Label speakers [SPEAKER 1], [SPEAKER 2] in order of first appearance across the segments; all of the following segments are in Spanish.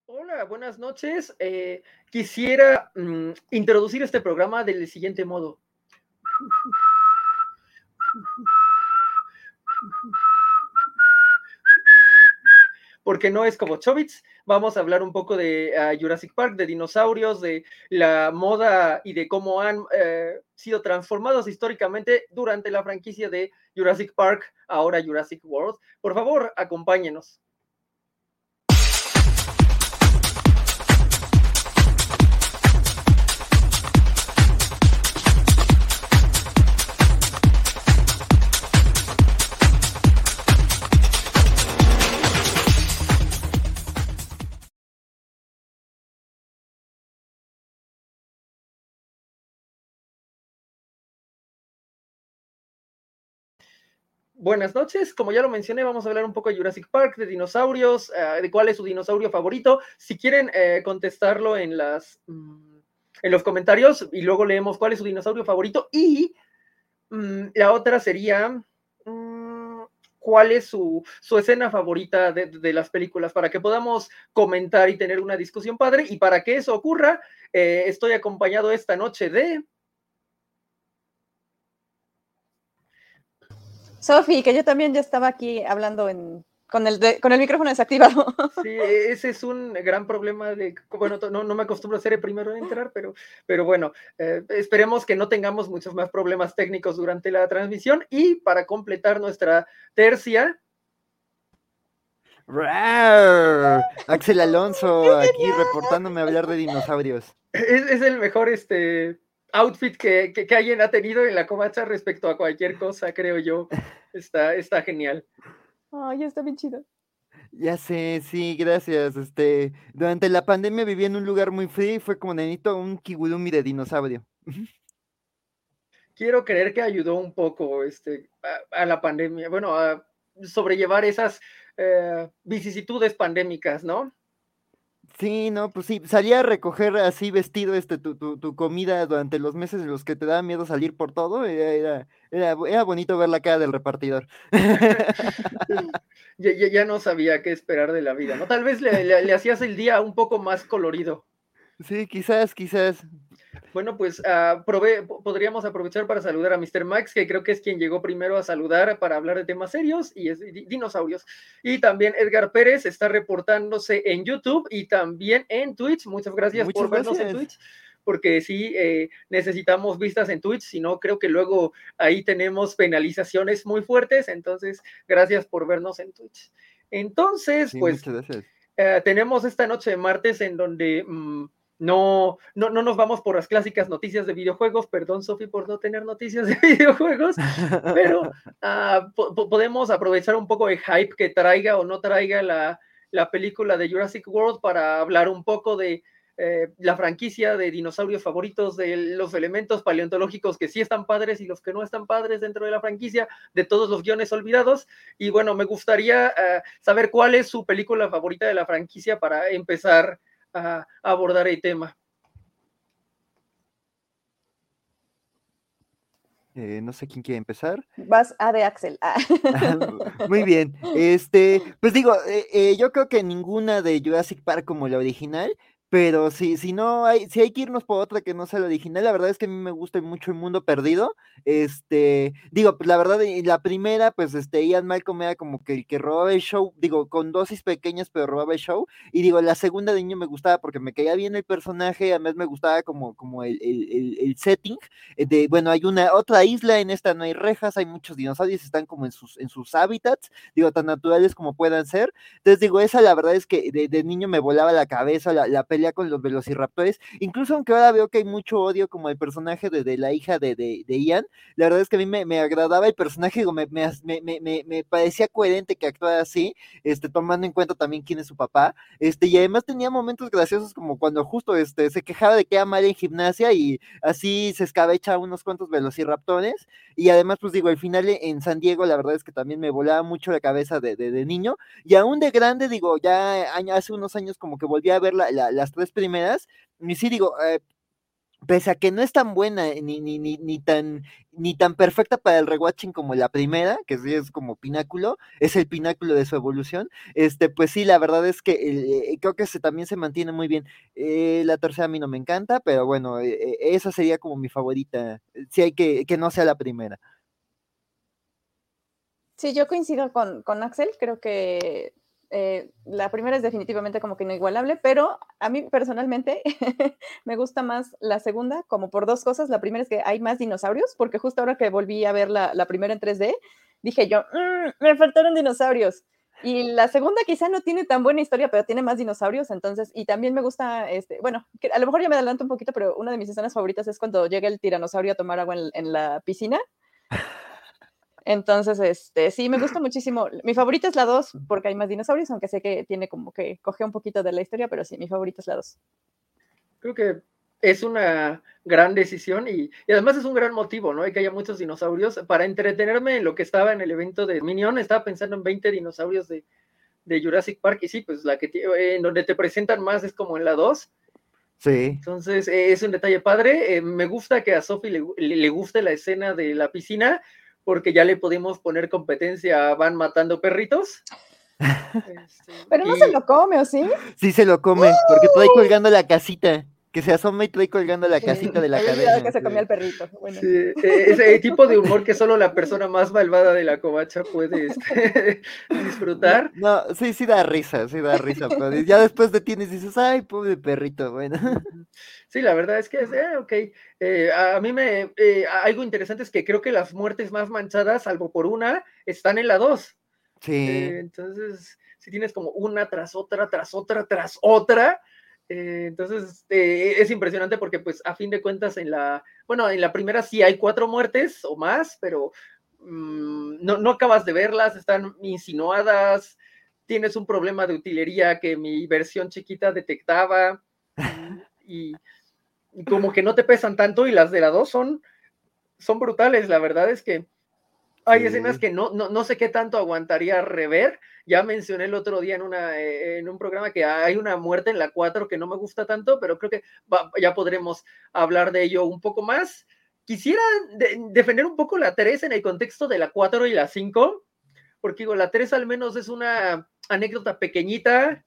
[SPEAKER 1] Hola, buenas noches. Quisiera introducir este programa del siguiente modo. Porque no es como Chobits. Vamos a hablar un poco de Jurassic Park, de dinosaurios, de la moda y de cómo han sido transformados históricamente durante la franquicia de Jurassic Park, ahora Jurassic World. Por favor, acompáñenos. Buenas noches, como ya lo mencioné, vamos a hablar un poco de Jurassic Park, de dinosaurios, de cuál es su dinosaurio favorito. Si quieren contestarlo en los comentarios y luego leemos cuál es su dinosaurio favorito. Y la otra sería cuál es su escena favorita de las películas, para que podamos comentar y tener una discusión padre. Y para que eso ocurra, estoy acompañado esta noche de...
[SPEAKER 2] Sofi, que yo también ya estaba aquí hablando con el micrófono desactivado.
[SPEAKER 1] Sí, ese es un gran problema bueno, no me acostumbro a ser el primero en entrar, pero bueno, esperemos que no tengamos muchos más problemas técnicos durante la transmisión. Y para completar nuestra tercia...
[SPEAKER 3] Axel Alonso, aquí reportándome a hablar de dinosaurios.
[SPEAKER 1] Es el mejor outfit que alguien ha tenido en la covacha respecto a cualquier cosa, creo yo. Está genial.
[SPEAKER 2] Ay, está bien chido.
[SPEAKER 3] Ya sé, sí, gracias. Durante la pandemia viví en un lugar muy frío y fue como necesito un kigurumi de dinosaurio.
[SPEAKER 1] Quiero creer que ayudó un poco a la pandemia, bueno, a sobrellevar esas vicisitudes pandémicas, ¿no?
[SPEAKER 3] Sí, no, pues sí, salía a recoger así vestido tu comida durante los meses en los que te daba miedo salir por todo. Era bonito ver la cara del repartidor.
[SPEAKER 1] Ya no sabía qué esperar de la vida, ¿no? Tal vez le hacías el día un poco más colorido.
[SPEAKER 3] Sí, quizás.
[SPEAKER 1] Bueno, pues podríamos aprovechar para saludar a Mr. Max, que creo que es quien llegó primero a saludar para hablar de temas serios y es dinosaurios. Y también Edgar Pérez está reportándose en YouTube y también en Twitch. Muchas gracias por vernos en Twitch, porque sí, necesitamos vistas en Twitch, si no creo que luego ahí tenemos penalizaciones muy fuertes. Entonces, gracias por vernos en Twitch. Entonces,
[SPEAKER 3] Sí,
[SPEAKER 1] pues
[SPEAKER 3] muchas gracias.
[SPEAKER 1] tenemos esta noche de martes en donde no nos vamos por las clásicas noticias de videojuegos. Perdón, Sofi, por no tener noticias de videojuegos, pero podemos aprovechar un poco de hype que traiga o no traiga la película de Jurassic World para hablar un poco de la franquicia de dinosaurios favoritos, de los elementos paleontológicos que sí están padres y los que no están padres dentro de la franquicia, de todos los guiones olvidados. Y bueno, me gustaría saber cuál es su película favorita de la franquicia para empezar a abordar el tema.
[SPEAKER 3] No sé quién quiere empezar.
[SPEAKER 2] Vas a de Axel.
[SPEAKER 3] Muy bien. Pues digo, yo creo que ninguna de Jurassic Park como la original, pero si hay que irnos por otra que no sea la original, la verdad es que a mí me gusta mucho El Mundo Perdido. Digo, pues la verdad, la primera, pues Ian Malcolm era como que el que robaba el show, digo, con dosis pequeñas, pero robaba el show. Y digo, la segunda de niño me gustaba porque me caía bien el personaje, además me gustaba como el setting bueno, hay una otra isla, en esta no hay rejas, hay muchos dinosaurios, están como en sus hábitats, digo, tan naturales como puedan ser. Entonces, digo, esa la verdad es que de niño me volaba la cabeza la pelea con los velociraptores, incluso aunque ahora veo que hay mucho odio como el personaje de la hija de Ian, la verdad es que a mí me agradaba el personaje, digo, me parecía coherente que actuara así, tomando en cuenta también quién es su papá, y además tenía momentos graciosos como cuando justo se quejaba de que era mal en gimnasia y así se escabecha unos cuantos velociraptores, y además, pues digo, el final en San Diego, la verdad es que también me volaba mucho la cabeza de niño, y aún de grande, digo, ya hace unos años como que volví a ver las tres primeras, y sí, digo, pese a que no es tan buena ni tan perfecta para el rewatching como la primera, que sí es como pináculo, es el pináculo de su evolución, pues sí, la verdad es que creo que también se mantiene muy bien. La tercera a mí no me encanta, pero bueno, esa sería como mi favorita, si hay que no sea la primera.
[SPEAKER 2] Sí, yo coincido con Axel, creo que la primera es definitivamente como que inigualable, pero a mí personalmente me gusta más la segunda, como por dos cosas. La primera es que hay más dinosaurios, porque justo ahora que volví a ver la primera en 3D, dije yo, me faltaron dinosaurios. Y la segunda quizá no tiene tan buena historia, pero tiene más dinosaurios, entonces, y también me gusta, bueno, que a lo mejor ya me adelanto un poquito, pero una de mis escenas favoritas es cuando llega el tiranosaurio a tomar agua en la piscina. Entonces, sí, me gusta muchísimo. Mi favorita es la 2 porque hay más dinosaurios, aunque sé que tiene como que coge un poquito de la historia, pero sí, mi favorita es la 2.
[SPEAKER 1] Creo que es una gran decisión y además es un gran motivo, ¿no? De que haya muchos dinosaurios. Para entretenerme en lo que estaba en el evento de Minion, estaba pensando en 20 dinosaurios de Jurassic Park y sí, pues la que en donde te presentan más es como en la 2.
[SPEAKER 3] Sí.
[SPEAKER 1] Entonces, es un detalle padre. Me gusta que a Sophie le guste la escena de la piscina, porque ya le podemos poner competencia a Van matando perritos.
[SPEAKER 2] Pero no se
[SPEAKER 1] Y
[SPEAKER 2] lo come, ¿o sí?
[SPEAKER 3] Sí se lo come, porque trae colgando la casita, que se asoma y trae colgando la
[SPEAKER 2] Sí,
[SPEAKER 3] casita de la
[SPEAKER 2] había olvidado
[SPEAKER 3] cadena.
[SPEAKER 2] que se comía
[SPEAKER 3] Sí.
[SPEAKER 2] el perrito. Bueno.
[SPEAKER 1] sí, ese tipo de humor que solo la persona más malvada de la covacha puede
[SPEAKER 3] No,
[SPEAKER 1] disfrutar.
[SPEAKER 3] no, sí, sí da risa, pero ya después te tienes y dices, ay, pobre perrito, bueno.
[SPEAKER 1] Sí, la verdad es que es, ok. A mí algo interesante es que creo que las muertes más manchadas, salvo por una, están en la 2.
[SPEAKER 3] Sí,
[SPEAKER 1] Entonces, si tienes como una tras otra, tras otra, tras otra, entonces es impresionante porque pues a fin de cuentas en la primera sí hay 4 muertes o más, pero no acabas de verlas, están insinuadas, tienes un problema de utilería que mi versión chiquita detectaba y, y como que no te pesan tanto y las de la 2 son brutales, la verdad es que hay escenas
[SPEAKER 3] sí.
[SPEAKER 1] que no sé qué tanto aguantaría rever. Ya mencioné el otro día en un programa que hay una muerte en la 4 que no me gusta tanto, pero creo que ya podremos hablar de ello un poco más. Quisiera defender un poco la 3 en el contexto de la 4 y la 5, porque digo, la 3 al menos es una anécdota pequeñita,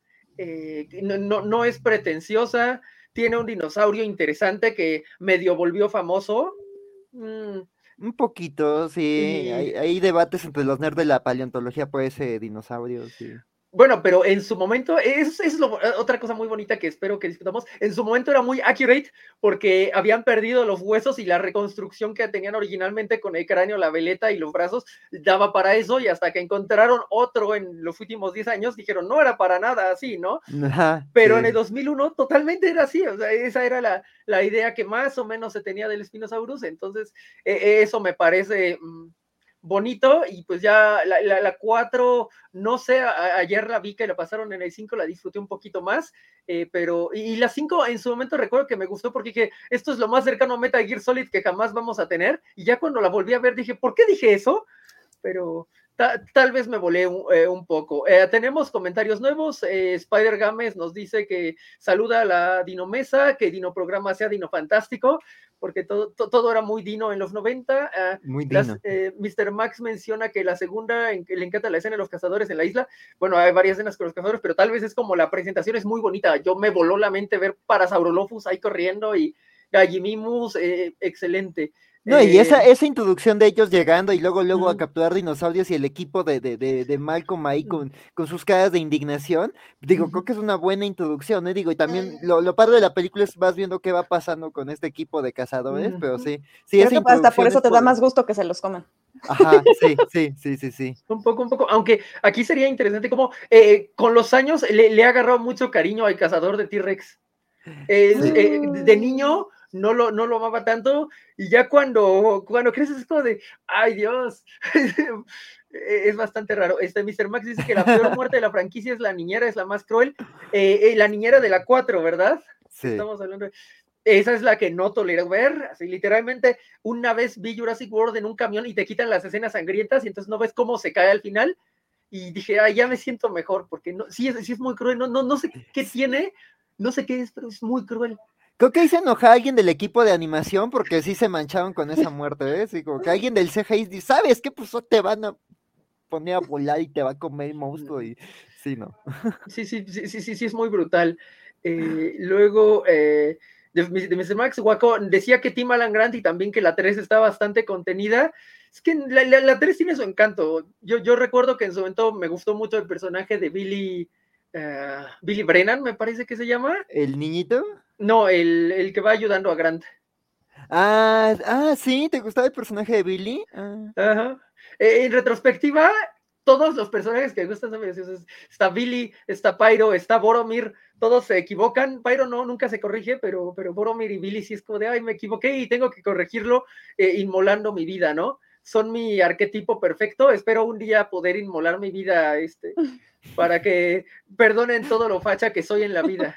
[SPEAKER 1] no es pretenciosa, tiene un dinosaurio interesante que medio volvió famoso. Mm,
[SPEAKER 3] Un poquito, sí.
[SPEAKER 1] y
[SPEAKER 3] Hay debates entre los nerds de la paleontología por ese dinosaurio, sí.
[SPEAKER 1] Bueno, pero en su momento, es otra cosa muy bonita que espero que discutamos, en su momento era muy accurate porque habían perdido los huesos y la reconstrucción que tenían originalmente con el cráneo, la veleta y los brazos daba para eso y hasta que encontraron otro en los últimos 10 años dijeron, no era para nada así, ¿no?
[SPEAKER 3] Ajá,
[SPEAKER 1] Pero en el
[SPEAKER 3] sí.
[SPEAKER 1] 2001 totalmente era así, o sea, esa era la idea que más o menos se tenía del Spinosaurus, entonces eso me parece bonito y pues ya la 4, no sé, ayer la vi que la pasaron en el 5, la disfruté un poquito más, pero y la 5 en su momento recuerdo que me gustó porque dije, esto es lo más cercano a Metal Gear Solid que jamás vamos a tener y ya cuando la volví a ver dije, ¿por qué dije eso? Pero tal vez me volé un poco. Tenemos comentarios nuevos. Spider Games nos dice que saluda a la Dino Mesa, que Dino Programa sea Dino Fantástico, porque todo era muy Dino en los 90.
[SPEAKER 3] Muy Dino.
[SPEAKER 1] Mr. Max menciona que la segunda, en que le encanta la escena de los cazadores en la isla. Bueno, hay varias escenas con los cazadores, pero tal vez es como la presentación es muy bonita. Yo me voló la mente ver Parasaurolophus ahí corriendo y Gallimimus, excelente.
[SPEAKER 3] No, y esa introducción de ellos llegando y luego a capturar dinosaurios y el equipo de Malcolm ahí con sus caras de indignación, digo, creo que es una buena introducción, ¿eh? Digo, y también lo padre de la película es vas viendo qué va pasando con este equipo de cazadores, pero sí,
[SPEAKER 2] Creo
[SPEAKER 3] esa
[SPEAKER 2] que hasta por
[SPEAKER 3] introducción
[SPEAKER 2] eso
[SPEAKER 3] es
[SPEAKER 2] te da
[SPEAKER 3] poder.
[SPEAKER 2] más gusto que se los coman.
[SPEAKER 3] Ajá, sí.
[SPEAKER 1] Un poco, aunque aquí sería interesante como con los años le ha agarrado mucho cariño al cazador de T-Rex. De niño no lo amaba tanto y ya cuando creces es como de, ay Dios, es bastante raro. Mr. Max dice que la peor muerte de la franquicia es la niñera, es la más cruel. La niñera de la 4, ¿verdad?
[SPEAKER 3] Sí.
[SPEAKER 1] Estamos hablando de... Esa es la que no tolero ver, así literalmente una vez vi Jurassic World en un camión y te quitan las escenas sangrientas y entonces no ves cómo se cae al final y dije, ay, ya me siento mejor porque sí es muy cruel, no sé qué tiene, no sé qué es, pero es muy cruel.
[SPEAKER 3] Creo que hice enojar a alguien del equipo de animación porque sí se mancharon con esa muerte, ¿eh? Sí, como que alguien del CGI dice, ¿sabes qué? Pues te van a poner a volar y te va a comer el monstruo y sí, no.
[SPEAKER 1] Sí, es muy brutal. Luego, de Mr. Max Waco, decía que Tim Alan Grant y también que la 3 está bastante contenida. Es que la 3 tiene su encanto. Yo recuerdo que en su momento me gustó mucho el personaje de Billy Brennan, me parece que se llama.
[SPEAKER 3] ¿El niñito?
[SPEAKER 1] No, el que va ayudando a Grant.
[SPEAKER 3] Sí, ¿te gustaba el personaje de Billy?
[SPEAKER 1] Ajá. En retrospectiva, todos los personajes que me gustan son graciosos. Está Billy, está Pyro, está Boromir, todos se equivocan. Pyro no, nunca se corrige, pero Boromir y Billy sí es como de, ay, me equivoqué y tengo que corregirlo inmolando mi vida, ¿no? Son mi arquetipo perfecto. Espero un día poder inmolar mi vida, para que perdonen todo lo facha que soy en la vida.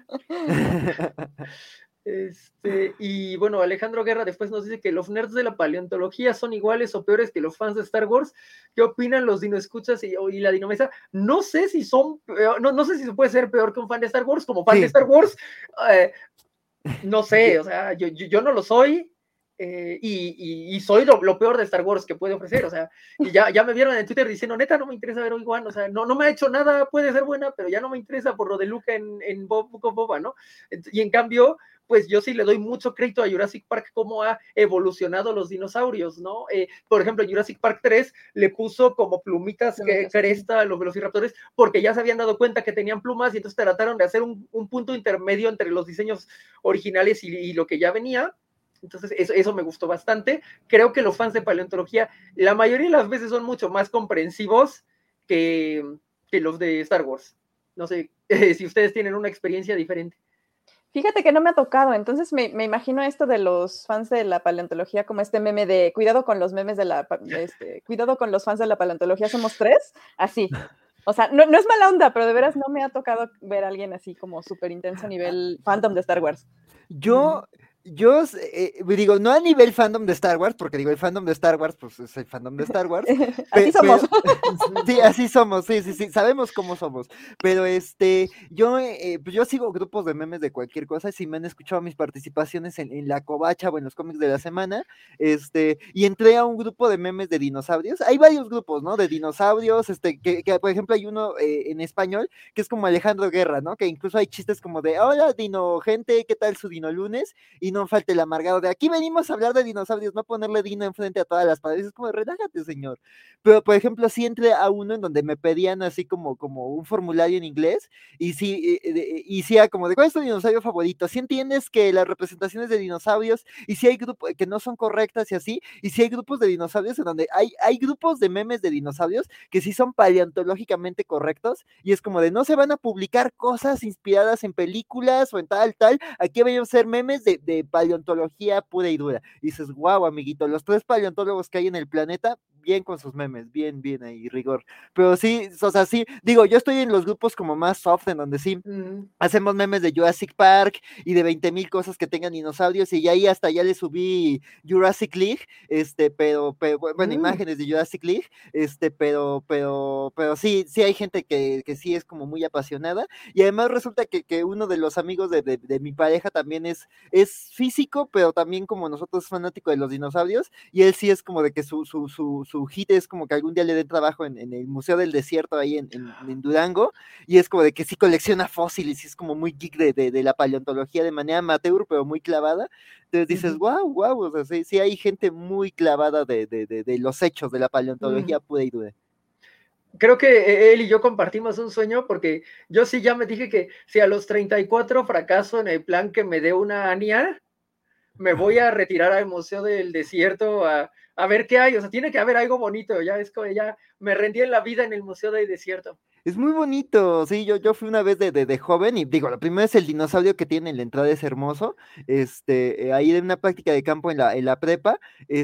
[SPEAKER 1] Y bueno, Alejandro Guerra después nos dice que los nerds de la paleontología son iguales o peores que los fans de Star Wars. ¿Qué opinan los dinoescuchas y la dinomesa? No sé si son peor, no sé si se puede ser peor que un fan de Star Wars. Como fan de Star Wars, no sé, o sea, yo no lo soy. Y soy lo peor de Star Wars que puede ofrecer, o sea, y ya me vieron en Twitter diciendo, neta, no me interesa ver Obi-Wan, o sea, no me ha hecho nada, puede ser buena, pero ya no me interesa por lo de Luke en Book of Boba, ¿no? Y en cambio, pues yo sí le doy mucho crédito a Jurassic Park, cómo ha evolucionado los dinosaurios, ¿no? Por ejemplo, Jurassic Park 3 le puso como plumitas cresta a los velociraptores, porque ya se habían dado cuenta que tenían plumas, y entonces trataron de hacer un punto intermedio entre los diseños originales y lo que ya venía. Entonces, eso me gustó bastante. Creo que los fans de paleontología, la mayoría de las veces son mucho más comprensivos que los de Star Wars. No sé si ustedes tienen una experiencia diferente.
[SPEAKER 2] Fíjate que no me ha tocado, entonces me imagino esto de los fans de la paleontología como este meme de cuidado con los memes cuidado con los fans de la paleontología, somos tres, así. O sea, no es mala onda, pero de veras no me ha tocado ver a alguien así como súper intenso a nivel fandom de Star Wars.
[SPEAKER 3] Yo digo, no a nivel fandom de Star Wars, porque digo, el fandom de Star Wars, pues es el fandom de Star Wars.
[SPEAKER 2] Así somos.
[SPEAKER 3] Sí, así somos, sí, sabemos cómo somos. Pero pues yo sigo grupos de memes de cualquier cosa, si me han escuchado mis participaciones en La Covacha o en los cómics de la semana, y entré a un grupo de memes de dinosaurios. Hay varios grupos, ¿no? De dinosaurios, que por ejemplo hay uno en español, que es como Alejandro Guerra, ¿no? Que incluso hay chistes como de, hola, dino gente, ¿qué tal su dino lunes? Y no falta el amargado de aquí venimos a hablar de dinosaurios, no ponerle dino enfrente a todas las paredes, es como relájate, señor. Pero, por ejemplo, sí entré a uno en donde me pedían así como un formulario en inglés, y sí era como de, ¿cuál es tu dinosaurio favorito? Si entiendes que las representaciones de dinosaurios, y si hay grupos que no son correctas y así, y si hay grupos de dinosaurios en donde hay grupos de memes de dinosaurios que sí son paleontológicamente correctos, y es como de, no se van a publicar cosas inspiradas en películas o en tal, aquí van a ser memes de paleontología pura y dura. Y dices, wow, amiguito, los 3 paleontólogos que hay en el planeta, bien con sus memes, bien ahí, rigor. Pero sí, o sea, sí, digo, yo estoy en los grupos como más soft, en donde sí hacemos memes de Jurassic Park y de 20,000 cosas que tengan dinosaurios, y ahí hasta ya le subí Jurassic League, pero bueno, imágenes de Jurassic League, pero sí hay gente que sí es como muy apasionada, y además resulta que uno de los amigos de mi pareja también es físico, pero también como nosotros es fanático de los dinosaurios, y él sí es como de que su hit es como que algún día le den trabajo en el Museo del Desierto ahí en Durango, y es como de que sí colecciona fósiles, y es como muy geek de la paleontología de manera amateur, pero muy clavada. Entonces dices, wow, o sea, sí hay gente muy clavada de los hechos de la paleontología pura y dura.
[SPEAKER 1] Creo que él y yo compartimos un sueño, porque yo sí ya me dije que si a los 34 fracaso en el plan que me dé una ANIA, me voy a retirar al Museo del Desierto a ver qué hay. O sea, tiene que haber algo bonito. Ya es como ya me rendí en la vida en el Museo del Desierto.
[SPEAKER 3] Es muy bonito, sí, yo fui una vez de joven, y digo, lo primero es el dinosaurio que tiene en la entrada, es hermoso, ahí de una práctica de campo en la prepa,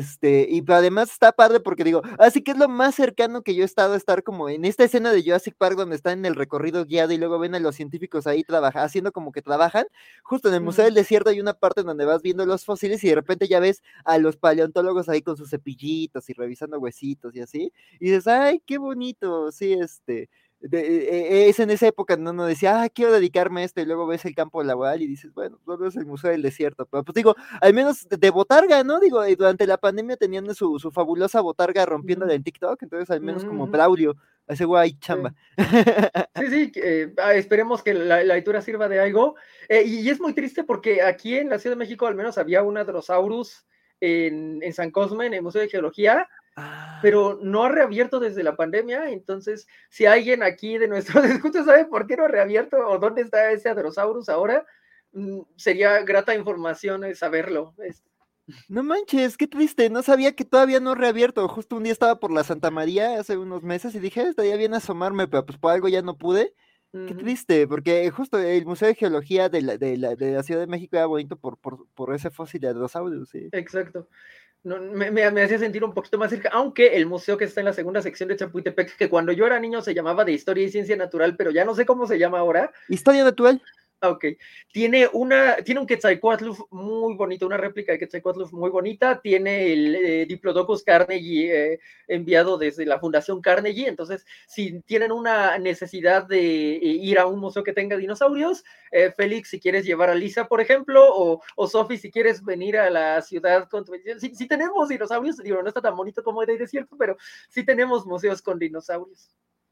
[SPEAKER 3] y pero además está padre porque digo, así que es lo más cercano que yo he estado a estar como en esta escena de Jurassic Park donde están en el recorrido guiado y luego ven a los científicos ahí haciendo como que trabajan, justo en el Museo del Desierto hay una parte donde vas viendo los fósiles y de repente ya ves a los paleontólogos ahí con sus cepillitos y revisando huesitos y así, y dices, ay, qué bonito, sí, Es en esa época donde uno decía, quiero dedicarme a esto, y luego ves el campo laboral y dices, bueno, solo es el Museo del Desierto, pero pues digo, al menos de botarga, ¿no? Digo, durante la pandemia tenían su fabulosa botarga rompiéndola en TikTok, entonces al menos como Braulio, ese güey chamba.
[SPEAKER 1] Sí, esperemos que la lectura sirva de algo. Y es muy triste porque aquí en la Ciudad de México al menos había un Hadrosaurus en San Cosme, en el Museo de Geología, pero no ha reabierto desde la pandemia. Entonces, si alguien aquí de nuestros escuchas sabe por qué no ha reabierto o dónde está ese Hadrosaurus ahora, sería grata información saberlo.
[SPEAKER 3] No manches, qué triste, no sabía que todavía no reabierto. Justo un día estaba por la Santa María hace unos meses y dije, estaría bien asomarme, pero pues por algo ya no pude. Qué triste, porque justo el Museo de Geología de la Ciudad de México era bonito por ese fósil de Hadrosaurus, sí.
[SPEAKER 1] Exacto. No, me hacía sentir un poquito más cerca, aunque el museo que está en la segunda sección de Chapultepec, que cuando yo era niño se llamaba de Historia y Ciencia Natural, pero ya no sé cómo se llama ahora.
[SPEAKER 3] Historia natural.
[SPEAKER 1] Ok, tiene un Quetzalcóatl muy bonito, una réplica de Quetzalcóatl muy bonita, tiene el Diplodocus Carnegie enviado desde la Fundación Carnegie. Entonces si tienen una necesidad de ir a un museo que tenga dinosaurios, Félix, si quieres llevar a Lisa, por ejemplo, o Sofi, si quieres venir a la ciudad con tu... Sí tenemos dinosaurios, digo, no está tan bonito como el desierto, pero sí tenemos museos con dinosaurios.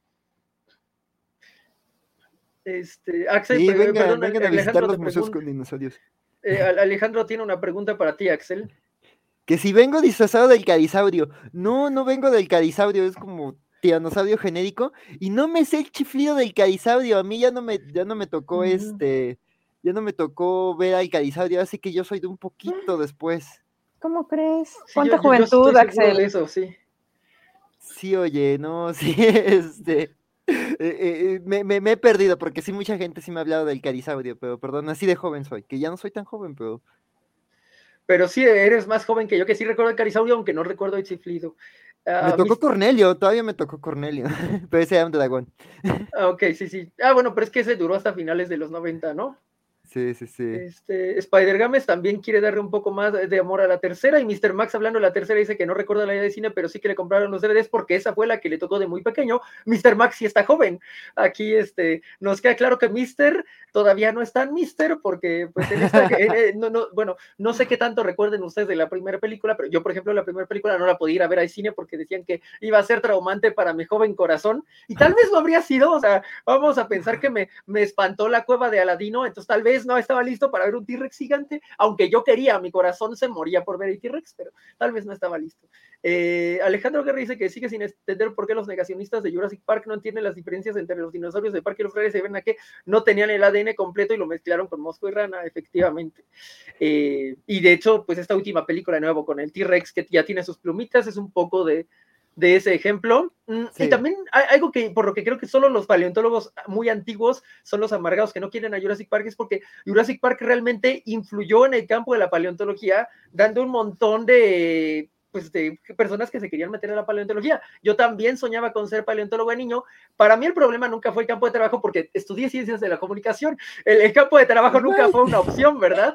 [SPEAKER 3] Axel, sí, vengan a visitar los museos con dinosaurios.
[SPEAKER 1] Alejandro tiene una pregunta para ti, Axel.
[SPEAKER 3] Que si vengo disfrazado del Carisaurio. No vengo del Carisaurio, es como tiranosaurio genérico. Y no me sé el chiflido del Carisaurio. A mí ya no me tocó ya no me tocó ver al Carisaurio, así que yo soy de un poquito después.
[SPEAKER 2] ¿Cómo crees?
[SPEAKER 1] Sí,
[SPEAKER 2] ¿Cuánta juventud,
[SPEAKER 1] yo
[SPEAKER 2] Axel?
[SPEAKER 1] De eso, sí.
[SPEAKER 3] Sí, oye, no, sí, me he perdido, porque sí, mucha gente sí me ha hablado del Carisaurio, pero perdón, así de joven soy, que ya no soy tan joven, pero...
[SPEAKER 1] Pero sí, eres más joven que yo, que sí recuerdo el Carisaurio, aunque no recuerdo el chiflido.
[SPEAKER 3] Me tocó Cornelio, todavía me tocó Cornelio, pero ese era un dragón.
[SPEAKER 1] Ok, sí. Bueno, pero es que ese duró hasta finales de los 90, ¿no?
[SPEAKER 3] Sí.
[SPEAKER 1] Spider-Games también quiere darle un poco más de amor a la tercera, y Mr. Max, hablando de la tercera, dice que no recuerda la idea de cine, pero sí que le compraron los DVDs porque esa fue la que le tocó de muy pequeño. Mr. Max sí está joven. Aquí nos queda claro que Mr. todavía no es tan Mr. porque pues no sé qué tanto recuerden ustedes de la primera película, pero yo, por ejemplo, la primera película no la podía ir a ver al cine porque decían que iba a ser traumante para mi joven corazón, y tal vez lo habría sido. O sea, vamos a pensar que me espantó la cueva de Aladino, entonces tal vez no estaba listo para ver un T-Rex gigante, aunque yo quería, mi corazón se moría por ver el T-Rex, pero tal vez no estaba listo. Alejandro Guerra dice que sigue sin entender por qué los negacionistas de Jurassic Park no entienden las diferencias entre los dinosaurios de Parque y los Frailes se ven a que no tenían el ADN completo y lo mezclaron con mosco y rana, efectivamente. Y de hecho, pues esta última película de nuevo con el T-Rex, que ya tiene sus plumitas, es un poco de ese ejemplo. Sí. Y también hay algo que, por lo que creo que solo los paleontólogos muy antiguos son los amargados que no quieren a Jurassic Park, es porque Jurassic Park realmente influyó en el campo de la paleontología, dando un montón de personas que se querían meter en la paleontología. Yo también soñaba con ser paleontólogo de niño. Para mí el problema nunca fue el campo de trabajo, porque estudié ciencias de la comunicación. El campo de trabajo nunca fue una opción, ¿verdad?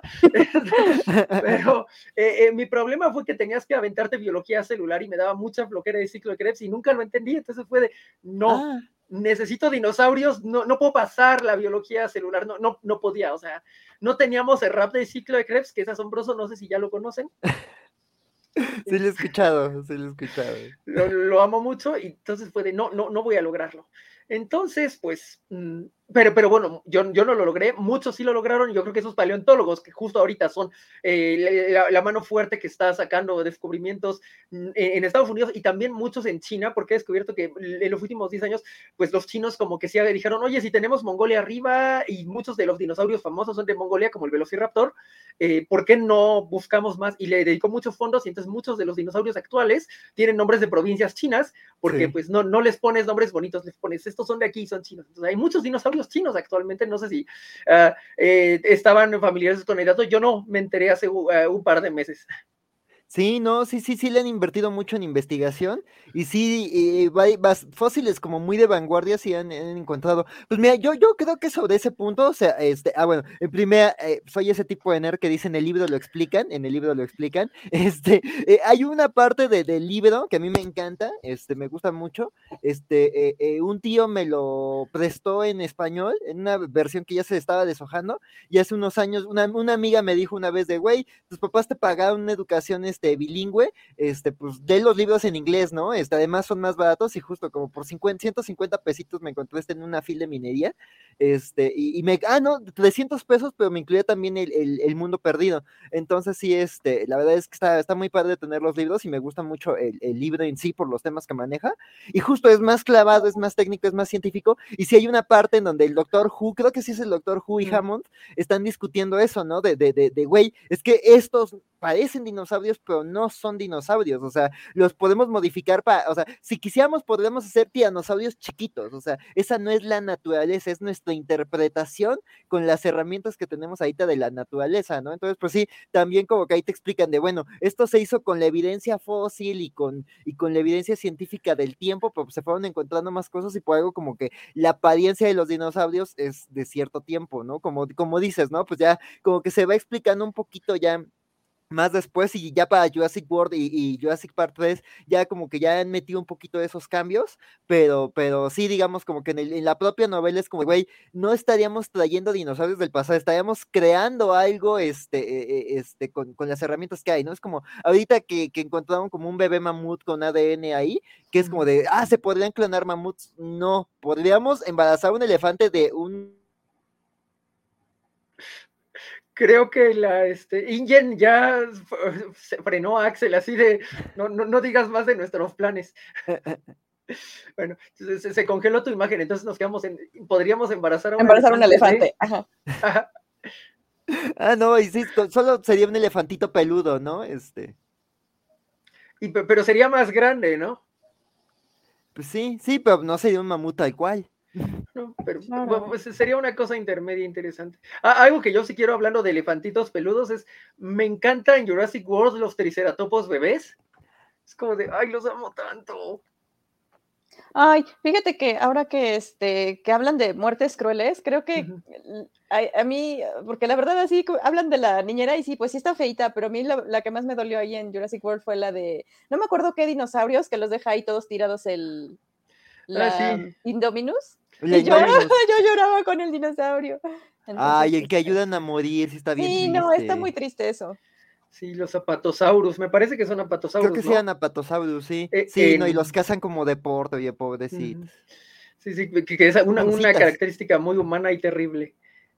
[SPEAKER 1] Pero mi problema fue que tenías que aventarte biología celular y me daba mucha flojera de ciclo de Krebs y nunca lo entendí. Entonces fue de, necesito dinosaurios, no puedo pasar la biología celular, no podía. O sea, no teníamos el rap de ciclo de Krebs, que es asombroso, no sé si ya lo conocen.
[SPEAKER 3] Sí lo he escuchado.
[SPEAKER 1] Lo amo mucho, y entonces fue de, no voy a lograrlo. Entonces, pues, pero bueno, yo no lo logré, muchos sí lo lograron, y yo creo que esos paleontólogos que justo ahorita son la mano fuerte que está sacando descubrimientos en Estados Unidos, y también muchos en China, porque he descubierto que en los últimos 10 años, pues los chinos como que sí dijeron, oye, si tenemos Mongolia arriba, y muchos de los dinosaurios famosos son de Mongolia, como el Velociraptor, ¿por qué no buscamos más? Y le dedicó muchos fondos, y entonces muchos de los dinosaurios actuales tienen nombres de provincias chinas, porque pues no les pones nombres bonitos, les pones, estos son de aquí, son chinos. Entonces hay muchos dinosaurios chinos actualmente, no sé si estaban familiares con el dato, yo no me enteré hace un par de meses.
[SPEAKER 3] Sí, no, sí le han invertido mucho en investigación y sí, fósiles como muy de vanguardia sí han encontrado. Pues mira, yo creo que sobre ese punto, o sea, bueno, en primera, soy ese tipo de nerd que dice en el libro lo explican, en el libro lo explican, hay una parte del libro que a mí me encanta, me gusta mucho, un tío me lo prestó en español, en una versión que ya se estaba deshojando, y hace unos años una amiga me dijo una vez de, güey, tus papás te pagaron una educación bilingüe, pues de los libros en inglés, ¿no? Además son más baratos y justo como por 150 pesitos me encontré en una fila de minería, no, 300 pesos, pero me incluía también el mundo perdido. Entonces sí, la verdad es que está muy padre tener los libros y me gusta mucho el libro en sí por los temas que maneja. Y justo es más clavado, es más técnico, es más científico. Y sí hay una parte en donde el Doctor Who, creo que sí es el Doctor Who y Hammond, están discutiendo eso, ¿no? Güey, es que estos parecen dinosaurios, pero no son dinosaurios, o sea, los podemos modificar o sea, si quisiéramos podríamos hacer tiranosaurios chiquitos, o sea, esa no es la naturaleza, es nuestra interpretación con las herramientas que tenemos ahorita de la naturaleza, ¿no? Entonces, pues sí, también como que ahí te explican de, bueno, esto se hizo con la evidencia fósil y con la evidencia científica del tiempo, pero se fueron encontrando más cosas y por algo como que la apariencia de los dinosaurios es de cierto tiempo, ¿no? Como dices, ¿no? Pues ya como que se va explicando un poquito ya más después y ya para Jurassic World y Jurassic Park 3 ya como que ya han metido un poquito de esos cambios, pero sí digamos como que en la propia novela es como, güey, no estaríamos trayendo dinosaurios del pasado, estaríamos creando algo con las herramientas que hay, ¿no? Es como ahorita que encontraron como un bebé mamut con ADN ahí, que es como de, ¿se podrían clonar mamuts? No, podríamos embarazar un elefante de un...
[SPEAKER 1] Creo que InGen ya se frenó a Axel, así de, no digas más de nuestros planes. Bueno, se congeló tu imagen, entonces nos quedamos podríamos embarazar a
[SPEAKER 2] un elefante. Ajá.
[SPEAKER 1] Ajá.
[SPEAKER 3] No, y sí, solo sería un elefantito peludo, ¿no?
[SPEAKER 1] Pero sería más grande, ¿no?
[SPEAKER 3] Pues sí, pero no sería un mamut tal cual.
[SPEAKER 1] No, pero bueno, pues sería una cosa intermedia interesante. Algo que yo sí quiero hablando de elefantitos peludos es, me encantan en Jurassic World los triceratopos bebés. Es como de, ay, los amo tanto.
[SPEAKER 2] Ay, fíjate que ahora que que hablan de muertes crueles, creo que a mí, porque la verdad así hablan de la niñera y sí, pues sí está feita, pero a mí la que más me dolió ahí en Jurassic World fue la de, no me acuerdo qué dinosaurios, que los deja ahí todos tirados la Indominus. Y yo lloraba con el dinosaurio.
[SPEAKER 3] Entonces, el que ayudan a morir, sí está bien triste.
[SPEAKER 2] Sí, no, está muy triste eso.
[SPEAKER 1] Sí, los apatosaurus, me parece que son apatosaurus,
[SPEAKER 3] creo que
[SPEAKER 1] ¿no?
[SPEAKER 3] sean apatosaurus, sí. Sí, no, y los cazan como deporte, oye, pobrecitos.
[SPEAKER 1] Sí, que es una característica muy humana y terrible.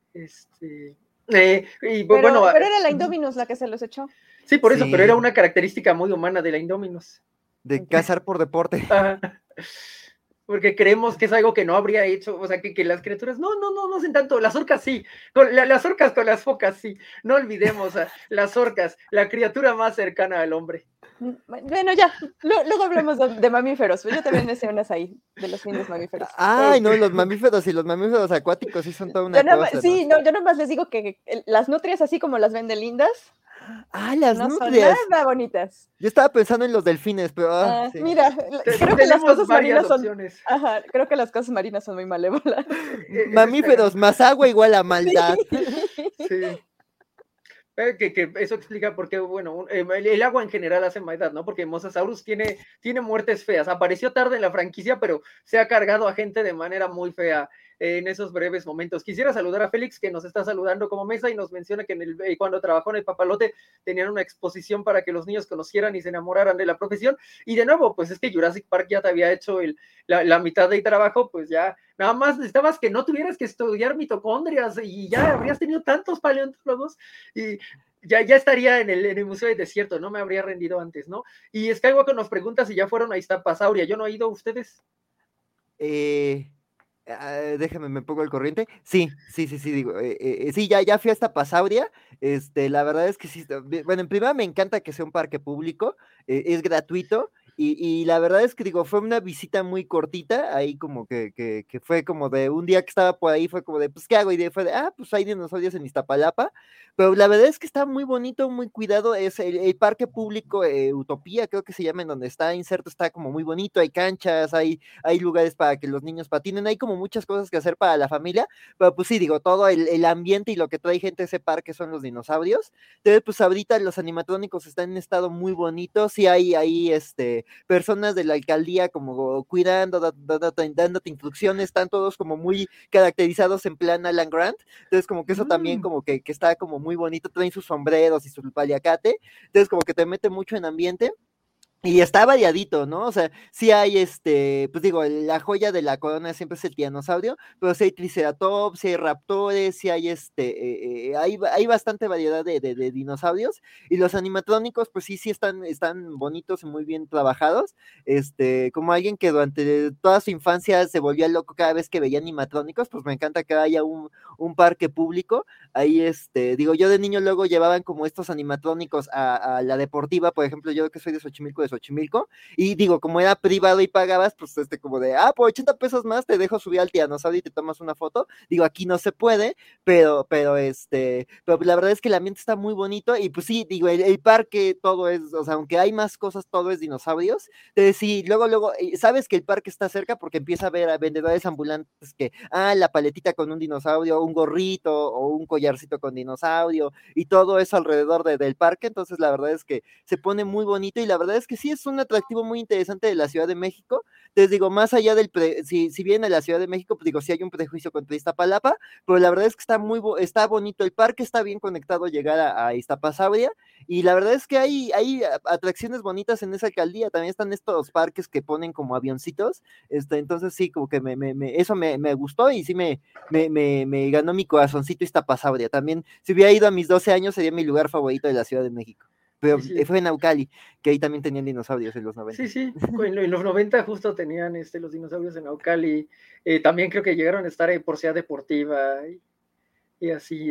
[SPEAKER 2] Pero era la Indominus la que se los echó.
[SPEAKER 1] Sí, por eso, pero era una característica muy humana de la Indominus.
[SPEAKER 3] De cazar por deporte.
[SPEAKER 1] Porque creemos que es algo que no habría hecho, o sea, que las criaturas, no hacen tanto, las orcas sí, las orcas con las focas sí, no olvidemos las orcas, la criatura más cercana al hombre.
[SPEAKER 2] Bueno, ya, luego hablamos de mamíferos, yo también me sé unas ahí, de los lindos mamíferos.
[SPEAKER 3] Ay, no, los mamíferos y los mamíferos acuáticos sí son toda una cosa.
[SPEAKER 2] Sí, ¿no? Yo nomás les digo que las nutrias así como las ven de lindas,
[SPEAKER 3] las nutrias.
[SPEAKER 2] Son nada bonitas.
[SPEAKER 3] Yo estaba pensando en los delfines, pero
[SPEAKER 2] sí. Mira, creo que las cosas marinas son
[SPEAKER 1] opciones.
[SPEAKER 2] Ajá, creo que las cosas marinas son muy malévolas.
[SPEAKER 3] Mamíferos más agua igual a maldad.
[SPEAKER 1] Sí. Que eso explica por qué, bueno, el agua en general hace maldad, ¿no? Porque Mosasaurus tiene muertes feas. Apareció tarde en la franquicia, pero se ha cargado a gente de manera muy fea en esos breves momentos. Quisiera saludar a Félix, que nos está saludando como mesa y nos menciona que cuando trabajó en el Papalote tenían una exposición para que los niños conocieran y se enamoraran de la profesión. Y de nuevo, pues es que Jurassic Park ya te había hecho la mitad del trabajo, pues ya nada más necesitabas que no tuvieras que estudiar mitocondrias y ya habrías tenido tantos paleontólogos y ya estaría en el Museo del Desierto, no me habría rendido antes, ¿no? Y Skywalker nos pregunta si ya fueron a Iztapasauria. ¿Yo no he ido? ¿Ustedes?
[SPEAKER 3] Déjame, me pongo al corriente. Sí, digo, sí, ya fui hasta Pasauria. La verdad es que sí, bueno, en primera me encanta que sea un parque público, es gratuito Y la verdad es que digo, fue una visita muy cortita, ahí como que fue como de un día que estaba por ahí, fue como de, pues, ¿qué hago? Y fue de, pues hay dinosaurios en Iztapalapa, pero la verdad es que está muy bonito, muy cuidado, es el parque público Utopía, creo que se llama, en donde está inserto, está como muy bonito, hay canchas, hay lugares para que los niños patinen, hay como muchas cosas que hacer para la familia, pero pues sí, digo, todo el ambiente y lo que trae gente a ese parque son los dinosaurios. Entonces, pues ahorita los animatrónicos están en estado muy bonito, sí hay personas de la alcaldía como cuidando, dándote instrucciones, están todos como muy caracterizados en plan Alan Grant, entonces como que eso también como que está como muy bonito, traen sus sombreros y su paliacate, entonces como que te mete mucho en ambiente. Y está variadito, ¿no? O sea, sí hay pues digo, la joya de la corona siempre es el tiranosaurio, pero sí hay triceratops, sí hay raptores, sí hay hay bastante variedad de dinosaurios. Y los animatrónicos, pues sí están bonitos y muy bien trabajados. Como alguien que durante toda su infancia se volvía loco cada vez que veía animatrónicos, pues me encanta que haya un parque público. Ahí, digo, yo de niño luego llevaban como estos animatrónicos a la deportiva, por ejemplo, yo que soy de Xochimilco, y digo, como era privado y pagabas, pues como de, por 80 pesos más te dejo subir al tiranosaurio y te tomas una foto. Digo, aquí no se puede, pero la verdad es que el ambiente está muy bonito, y pues sí, digo, el parque todo es, o sea, aunque hay más cosas, todo es dinosaurios. Entonces sí, luego, sabes que el parque está cerca porque empieza a ver a vendedores ambulantes que, la paletita con un dinosaurio, un gorrito o un collarcito con dinosaurio, y todo eso alrededor del parque. Entonces la verdad es que se pone muy bonito, y la verdad es que sí es un atractivo muy interesante de la Ciudad de México. Entonces digo, más allá si viene a la Ciudad de México, pues digo, sí hay un prejuicio contra Iztapalapa, pero la verdad es que está bonito el parque, está bien conectado llegar a Iztapasauria, y la verdad es que hay atracciones bonitas en esa alcaldía. También están estos parques que ponen como avioncitos, entonces sí, como que eso me gustó, y sí me ganó mi corazoncito Iztapasauria. También, si hubiera ido a mis 12 años, sería mi lugar favorito de la Ciudad de México. Pero
[SPEAKER 1] Sí, sí.
[SPEAKER 3] fue en Naucali, que ahí también tenían dinosaurios en los 90.
[SPEAKER 1] Sí, sí, en los 90 justo tenían los dinosaurios en Naucali, también creo que llegaron a estar por Ciudad Deportiva, y así,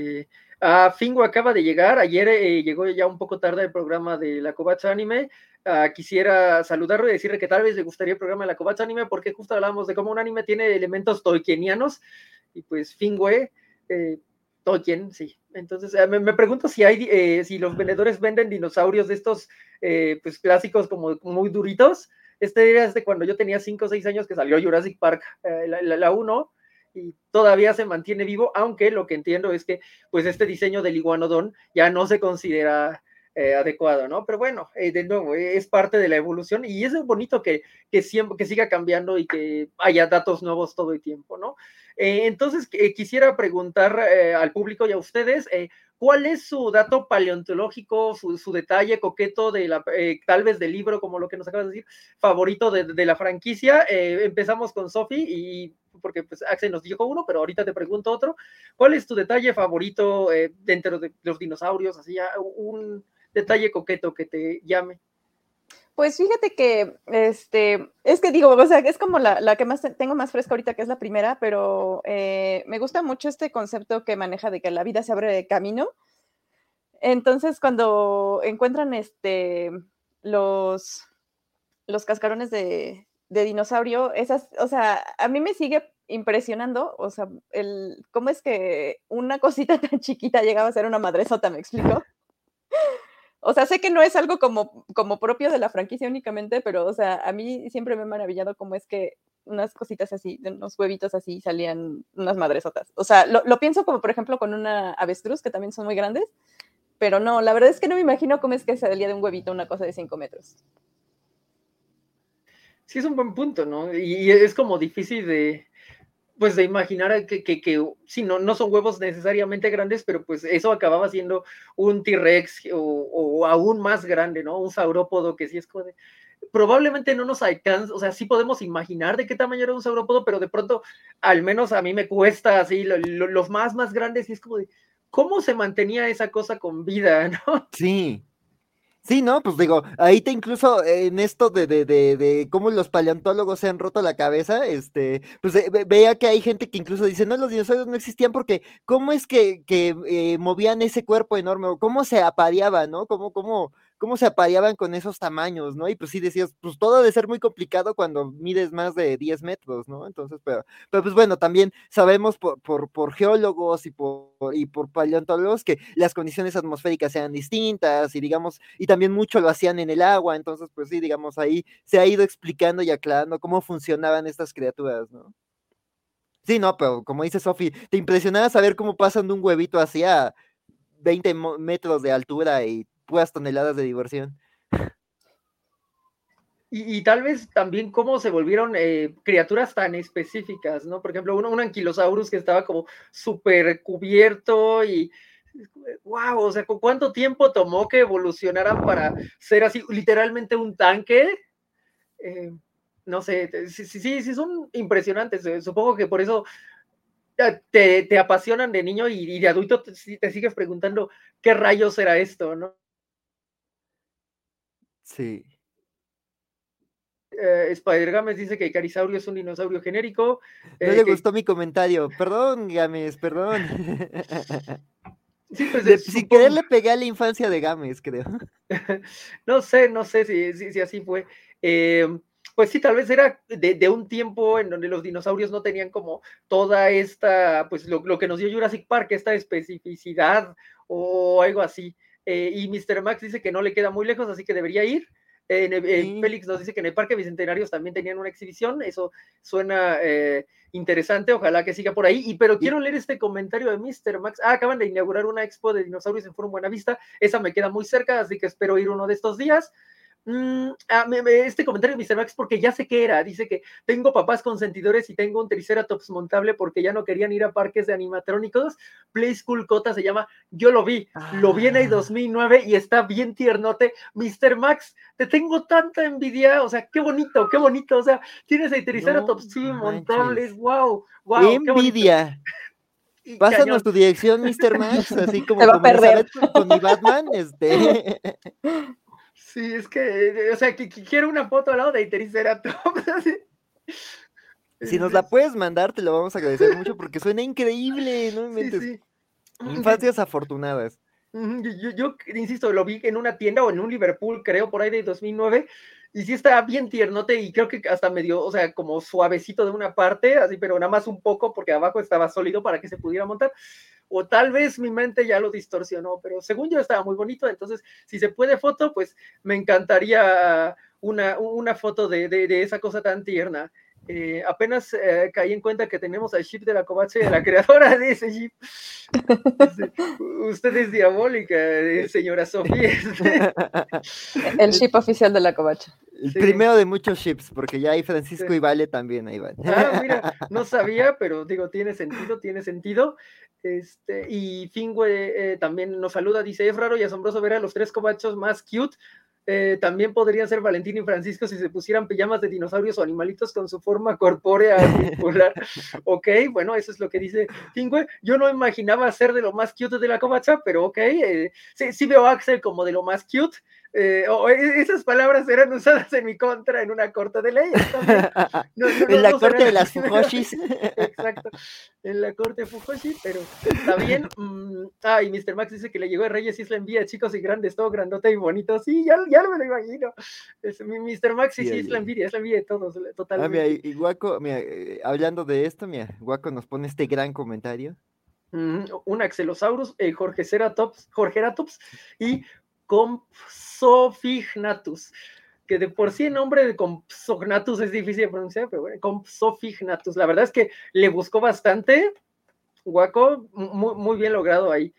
[SPEAKER 1] Fingo acaba de llegar, ayer llegó ya un poco tarde el programa de la Kobatsu Anime. Quisiera saludarlo y decirle que tal vez le gustaría el programa de la Kobatsu Anime, porque justo hablamos de cómo un anime tiene elementos tolkienianos, y pues Fingue, Tolkien, sí. Entonces, me pregunto si los vendedores venden dinosaurios de estos pues clásicos como muy duritos. Era desde cuando yo tenía 5 o 6 años que salió Jurassic Park, la 1, y todavía se mantiene vivo, aunque lo que entiendo es que pues este diseño del iguanodón ya no se considera adecuado, ¿no? Pero bueno, de nuevo, es parte de la evolución, y es bonito siempre, que siga cambiando y que haya datos nuevos todo el tiempo, ¿no? Entonces, quisiera preguntar al público y a ustedes, ¿cuál es su dato paleontológico, su detalle coqueto tal vez del libro, como lo que nos acabas de decir, favorito de la franquicia? Empezamos con Sofi, y porque pues Axel nos dijo uno, pero ahorita te pregunto otro. ¿Cuál es tu detalle favorito dentro de los dinosaurios? Así, un detalle coqueto que te llame.
[SPEAKER 2] Pues fíjate que, es que digo, o sea, es como la que más tengo más fresca ahorita, que es la primera, pero me gusta mucho este concepto que maneja de que la vida se abre de camino. Entonces, cuando encuentran los cascarones de dinosaurio, o sea, a mí me sigue impresionando, o sea, cómo es que una cosita tan chiquita llegaba a ser una madresota, ¿me explico? O sea, sé que no es algo como propio de la franquicia únicamente, pero, o sea, a mí siempre me ha maravillado cómo es que unas cositas así, de unos huevitos así, salían unas madresotas. O sea, lo pienso como, por ejemplo, con una avestruz, que también son muy grandes, pero no, la verdad es que no me imagino cómo es que salía de un huevito una cosa de 5 metros.
[SPEAKER 1] Sí, es un buen punto, ¿no? Y es como difícil pues de imaginar que sí, no son huevos necesariamente grandes, pero pues eso acababa siendo un T-Rex o aún más grande, ¿no? Un saurópodo que sí es como probablemente no nos alcanza, o sea, sí podemos imaginar de qué tamaño era un saurópodo, pero de pronto, al menos a mí me cuesta así, los más grandes, y es como de, ¿cómo se mantenía esa cosa con vida, no?
[SPEAKER 3] Sí. Sí, no, pues digo, ahí te incluso en esto de cómo los paleontólogos se han roto la cabeza, pues veía que hay gente que incluso dice, no, los dinosaurios no existían porque cómo es que movían ese cuerpo enorme, o cómo se apareaban, ¿no? cómo se apareaban con esos tamaños, ¿no? Y pues sí decías, pues todo debe ser muy complicado cuando mides más de 10 metros, ¿no? Entonces, pero pues bueno, también sabemos por geólogos y por paleontólogos que las condiciones atmosféricas sean distintas y digamos, y también mucho lo hacían en el agua, entonces pues sí, digamos, ahí se ha ido explicando y aclarando cómo funcionaban estas criaturas, ¿no? Sí, no, pero como dice Sofi, te impresionaba saber cómo pasan de un huevito hacia 20 metros de altura y puras toneladas de diversión.
[SPEAKER 1] Y tal vez también cómo se volvieron criaturas tan específicas, ¿no? Por ejemplo, un anquilosaurus que estaba como súper cubierto y wow, o sea, ¿cuánto tiempo tomó que evolucionaran para ser así, literalmente un tanque? Eh, no sé, sí, son impresionantes. Supongo que por eso te apasionan de niño y de adulto te sigues preguntando qué rayos era esto, ¿no?
[SPEAKER 3] Sí.
[SPEAKER 1] Spider Games dice que Carisaurio es un dinosaurio genérico.
[SPEAKER 3] No le
[SPEAKER 1] Que,
[SPEAKER 3] gustó mi comentario. Perdón, Games, perdón.
[SPEAKER 1] sí, pues
[SPEAKER 3] Sin querer le pegué a la infancia de Games, creo.
[SPEAKER 1] no sé si así fue. Pues sí, tal vez era de un tiempo en donde los dinosaurios no tenían como toda esta, pues lo que nos dio Jurassic Park, esta especificidad o algo así. Y Mr. Max dice que no le queda muy lejos, así que debería ir.
[SPEAKER 3] Sí.
[SPEAKER 1] Félix nos dice que en el Parque Bicentenarios también tenían una exhibición, eso suena interesante, ojalá que siga por ahí. Pero quiero leer este comentario de Mr. Max. Acaban de inaugurar una expo de dinosaurios en Foro Buenavista, esa me queda muy cerca, así que espero ir uno de estos días. Este comentario de Mr. Max, porque ya sé qué era, dice que tengo papás consentidores y tengo un Triceratops montable porque ya no querían ir a parques de animatrónicos. Play School Cota se llama, yo lo vi en el 2009 y está bien tiernote. Mr. Max, te tengo tanta envidia, o sea, qué bonito, o sea, tienes el Triceratops,
[SPEAKER 3] No
[SPEAKER 1] sí, montables,
[SPEAKER 3] manches.
[SPEAKER 1] wow, qué bonito.
[SPEAKER 3] Envidia.
[SPEAKER 1] Y
[SPEAKER 3] Pásanos
[SPEAKER 1] cañón.
[SPEAKER 3] tu dirección, Mr. Max, así
[SPEAKER 2] Se va a
[SPEAKER 3] como
[SPEAKER 2] perder.
[SPEAKER 3] Elizabeth con mi Batman,
[SPEAKER 1] Sí, es que, o sea, que quiero una foto al lado de Triceratops. Así.
[SPEAKER 3] Si nos la puedes mandar, te lo vamos a agradecer mucho porque suena increíble, no
[SPEAKER 1] Sí,
[SPEAKER 3] inventes.
[SPEAKER 1] sí.
[SPEAKER 3] Infancias afortunadas.
[SPEAKER 1] Yo insisto, lo vi en una tienda o en un Liverpool, creo, por ahí de 2009, y sí estaba bien tiernote y creo que hasta medio, o sea, como suavecito de una parte, así, pero nada más un poco porque abajo estaba sólido para que se pudiera montar. O tal vez mi mente ya lo distorsionó, pero según yo estaba muy bonito, entonces si se puede foto, pues me encantaría una foto de esa cosa tan tierna. Apenas caí en cuenta que tenemos al ship de la Covache, la creadora de ese ship. Usted es diabólica, señora Sofía.
[SPEAKER 2] El ship oficial de la covacha.
[SPEAKER 3] El
[SPEAKER 1] Sí,
[SPEAKER 3] primero de muchos ships, porque ya hay
[SPEAKER 1] sí.
[SPEAKER 3] Francisco y Vale también, ahí van.
[SPEAKER 1] Mira, no sabía, pero digo, tiene sentido, tiene sentido. Y Fingüe también nos saluda, dice, es raro y asombroso ver a los tres cobachos más cute. También podrían ser Valentín y Francisco si se pusieran pijamas de dinosaurios o animalitos con su forma corpórea circular. Ok, bueno, eso es lo que dice Fingüe. Yo no imaginaba ser de lo más cute de la covacha, pero ok, sí veo a Axel como de lo más cute. Esas palabras eran usadas en mi contra en una corte de ley.
[SPEAKER 3] En la
[SPEAKER 1] No
[SPEAKER 3] corte
[SPEAKER 1] serán
[SPEAKER 3] de
[SPEAKER 1] las
[SPEAKER 3] las
[SPEAKER 1] primeras.
[SPEAKER 3] Fujoshis.
[SPEAKER 1] Exacto, en la corte Fujoshi, pero está bien. Y Mr. Max dice que le llegó a Reyes Isla Envía, chicos y grandes, todo grandote y bonito. Sí, ya me lo imagino. Mr. Max sí,
[SPEAKER 3] Sí,
[SPEAKER 1] es la envidia de todos,
[SPEAKER 3] mira,
[SPEAKER 1] totalmente.
[SPEAKER 3] y Guaco, mira, hablando de esto, mira, Guaco nos pone este gran comentario.
[SPEAKER 1] Un Axelosaurus, Jorge Eratops y Compsognathus, que de por sí el nombre de Compsognathus es difícil de pronunciar, pero bueno, Compsognathus, la verdad es que le buscó bastante, Guaco, muy bien logrado ahí.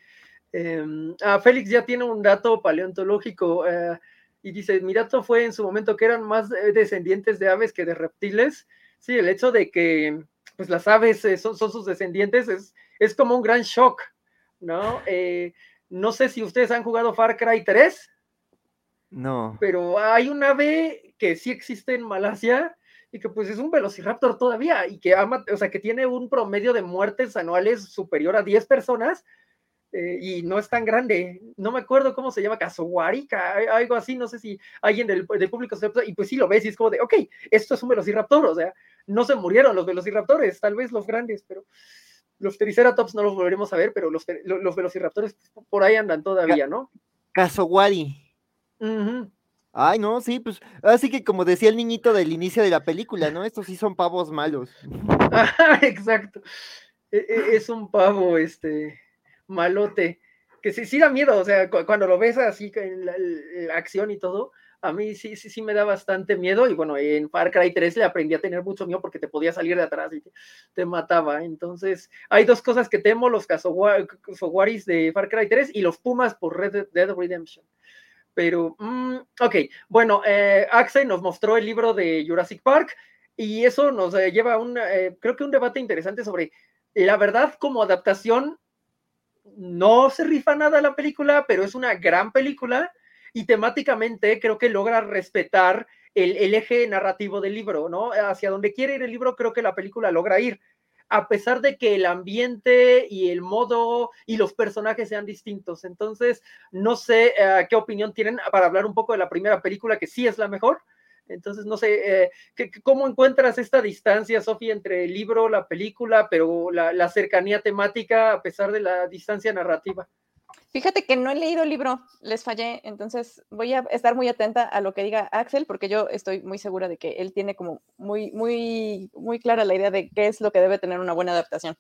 [SPEAKER 1] Félix ya tiene un dato paleontológico y dice, mi dato fue en su momento que eran más descendientes de aves que de reptiles. Sí, el hecho de que pues las aves son sus descendientes es como un gran shock, ¿no? No sé si ustedes han jugado Far Cry 3,
[SPEAKER 3] No.
[SPEAKER 1] pero hay un ave que sí existe en Malasia y que pues es un velociraptor todavía y que o sea, que tiene un promedio de muertes anuales superior a 10 personas y no es tan grande. No me acuerdo cómo se llama, Casoguarica, algo así, no sé si alguien del público se... Y pues sí lo ves y es como de, ok, esto es un velociraptor, o sea, no se murieron los velociraptores, tal vez los grandes, pero los triceratops no los volveremos a ver, pero los velociraptores por ahí andan todavía, ¿no?
[SPEAKER 3] Kasowari.
[SPEAKER 1] Ujú.
[SPEAKER 3] Ay, no, sí, pues, así que como decía el niñito del inicio de la película, ¿no? Estos sí son pavos malos.
[SPEAKER 1] Ajá, exacto. Es un pavo, malote, que sí, sí da miedo, o sea, cuando lo ves así, en la acción y todo, a mí sí, sí, sí me da bastante miedo, y bueno, en Far Cry 3 le aprendí a tener mucho miedo porque te podía salir de atrás y te mataba. Entonces, hay dos cosas que temo: los Casowaris de Far Cry 3 y los Pumas por Red Dead Redemption. Pero, ok, bueno, Axel nos mostró el libro de Jurassic Park, y eso nos lleva a creo que un debate interesante sobre la verdad. Como adaptación, no se rifa nada la película, pero es una gran película, y temáticamente creo que logra respetar el eje narrativo del libro, ¿no? Hacia donde quiere ir el libro, creo que la película logra ir, a pesar de que el ambiente y el modo y los personajes sean distintos. Entonces, no sé qué opinión tienen para hablar un poco de la primera película, que sí es la mejor. Entonces, no sé, ¿cómo encuentras esta distancia, Sofía, entre el libro, la película, pero la cercanía temática a pesar de la distancia narrativa?
[SPEAKER 2] Fíjate que no he leído el libro, les fallé, entonces voy a estar muy atenta a lo que diga Axel, porque yo estoy muy segura de que él tiene como muy, muy, muy clara la idea de qué es lo que debe tener una buena adaptación.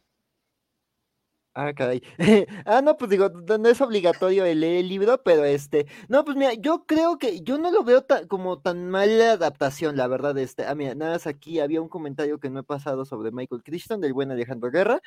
[SPEAKER 3] Ah, caray. No, pues digo, no es obligatorio el leer el libro, pero no, pues mira, yo creo que yo no lo veo como tan mala adaptación, la verdad, mira, nada más aquí había un comentario que no he pasado sobre Michael Crichton, del buen Alejandro Guerra,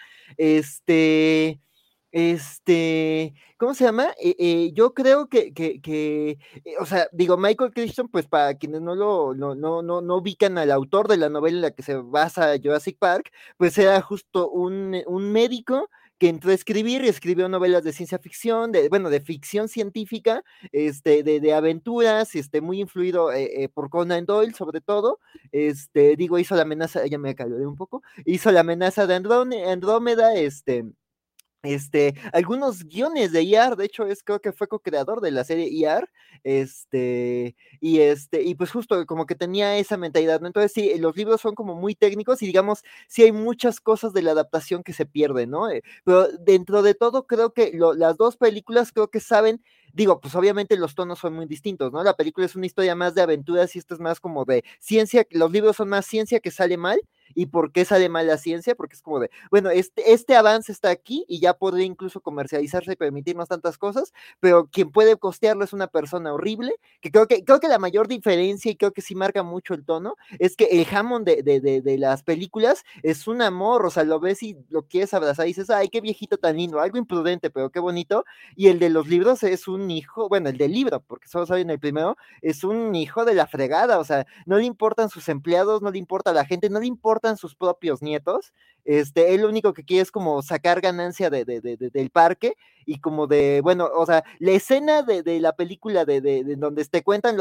[SPEAKER 3] ¿cómo se llama? Yo creo o sea, digo, Michael Crichton, pues para quienes no ubican al autor de la novela en la que se basa Jurassic Park, pues era justo un médico que entró a escribir y escribió novelas de ciencia ficción, bueno, de ficción científica, de aventuras, muy influido por Conan Doyle, sobre todo, digo, hizo la amenaza, ya me caloré un poco, hizo la amenaza de Andrómeda, algunos guiones de IAR, de hecho, creo que fue co-creador de la serie IAR, y pues justo como que tenía esa mentalidad, ¿no? Entonces sí, los libros son como muy técnicos y digamos, sí hay muchas cosas de la adaptación que se pierden, ¿no? Pero dentro de todo, creo que las dos películas creo que saben, digo, pues obviamente los tonos son muy distintos, ¿no? La película es una historia más de aventuras y esto es más como de ciencia, los libros son más ciencia que sale mal. ¿Y por qué sale mal la ciencia? Porque es como de, bueno, este avance está aquí y ya podría incluso comercializarse y permitirnos tantas cosas, pero quien puede costearlo es una persona horrible, que creo que la mayor diferencia, y creo que sí marca mucho el tono, es que el Hammond de las películas es un amor, o sea, lo ves y lo quieres abrazar y dices, ay, qué viejito tan lindo, algo imprudente, pero qué bonito, y el de los libros es un hijo, bueno, el del libro, porque solo saben el primero, es un hijo de la fregada, o sea, no le importan sus empleados, no le importa la gente, no le importan sus propios nietos, él lo único que quiere es como sacar ganancia del parque, y como de, bueno, o sea, la escena de la película de donde te cuentan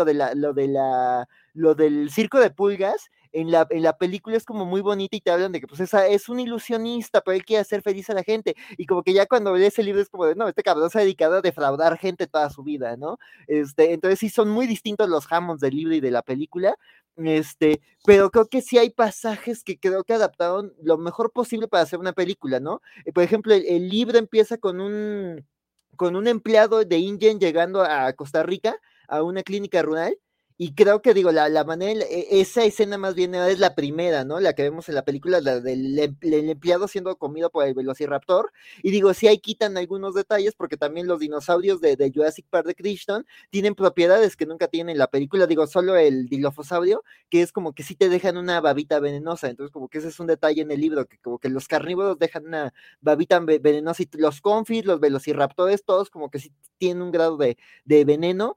[SPEAKER 3] lo del circo de pulgas, en la película es como muy bonita y te hablan de que pues esa es un ilusionista, pero él quiere hacer feliz a la gente, y como que ya cuando lees el libro es como de, no, este cabrón se ha dedicado a defraudar gente toda su vida, ¿no? Entonces sí son muy distintos los Hammonds del libro y de la película, pero creo que sí hay pasajes que creo que adaptaron lo mejor posible para hacer una película, ¿no? Por ejemplo, el libro empieza con un empleado de InGen llegando a Costa Rica, a una clínica rural, y creo que, digo, la manera, esa escena más bien es la primera, ¿no? La que vemos en la película, la del el empleado siendo comido por el velociraptor, y digo, sí ahí quitan algunos detalles, porque también los dinosaurios de Jurassic Park de Crichton tienen propiedades que nunca tienen en la película, digo, solo el dilofosaurio, que es como que sí te dejan una babita venenosa, entonces como que ese es un detalle en el libro, que como que los carnívoros dejan una babita venenosa, y los confis, los velociraptores, todos como que sí tienen un grado de veneno,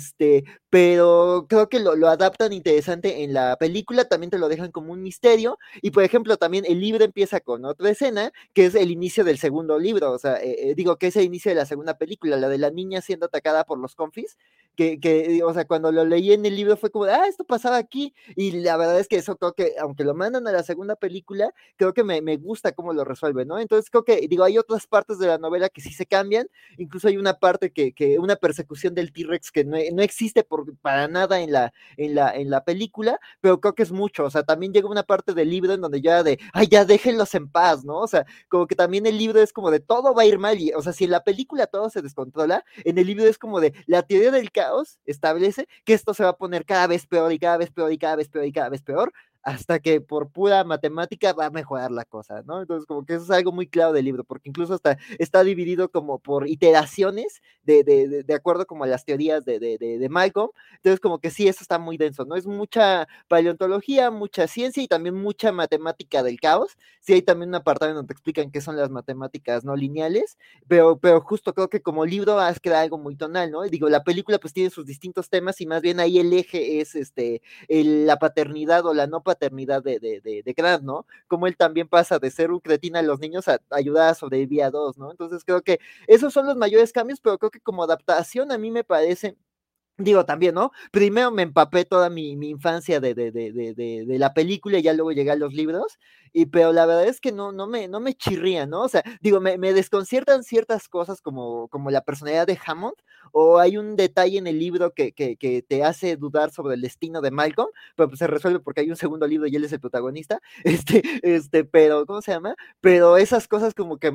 [SPEAKER 3] pero creo que lo adaptan interesante en la película, también te lo dejan como un misterio, y por ejemplo también el libro empieza con otra escena, que es el inicio del segundo libro, o sea, digo que es el inicio de la segunda película, la de la niña siendo atacada por los confis, o sea, cuando lo leí en el libro fue como, esto pasaba aquí, y la verdad es que eso creo que, aunque lo mandan a la segunda película, creo que me gusta cómo lo resuelve, ¿no? Entonces creo que, digo, hay otras partes de la novela que sí se cambian, incluso hay una parte una persecución del T-Rex que no existe para nada en la película, pero creo que es mucho, o sea, también llega una parte del libro en donde ya ay, ya déjenlos en paz, ¿no? O sea, como que también el libro es como de todo va a ir mal, y, o sea, si en la película todo se descontrola, en el libro es como de la teoría del caos establece que esto se va a poner cada vez peor y cada vez peor y cada vez peor y cada vez peor, hasta que por pura matemática va a mejorar la cosa, ¿no? Entonces, como que eso es algo muy claro del libro, porque incluso hasta está dividido como por iteraciones de acuerdo como a las teorías de Malcolm. Entonces, como que sí, eso está muy denso, ¿no? Es mucha paleontología, mucha ciencia y también mucha matemática del caos. Sí, hay también un apartado en donde te explican qué son las matemáticas no lineales, pero justo creo que como libro vas a quedar algo muy tonal, ¿no? Y digo, la película pues tiene sus distintos temas y más bien ahí el eje es la paternidad o la no paternidad de Grant, ¿no? Como él también pasa de ser un cretina a los niños a ayudar a sobrevivir a dos, ¿no? Entonces creo que esos son los mayores cambios, pero creo que como adaptación a mí me parece. Digo, también, ¿no? Primero me empapé toda mi infancia de la película y ya luego llegué a los libros, pero la verdad es que no me chirría, ¿no? O sea, digo, me desconciertan ciertas cosas como la personalidad de Hammond, o hay un detalle en el libro que te hace dudar sobre el destino de Malcolm, pero pues se resuelve porque hay un segundo libro y él es el protagonista, pero, ¿cómo se llama? Pero esas cosas como que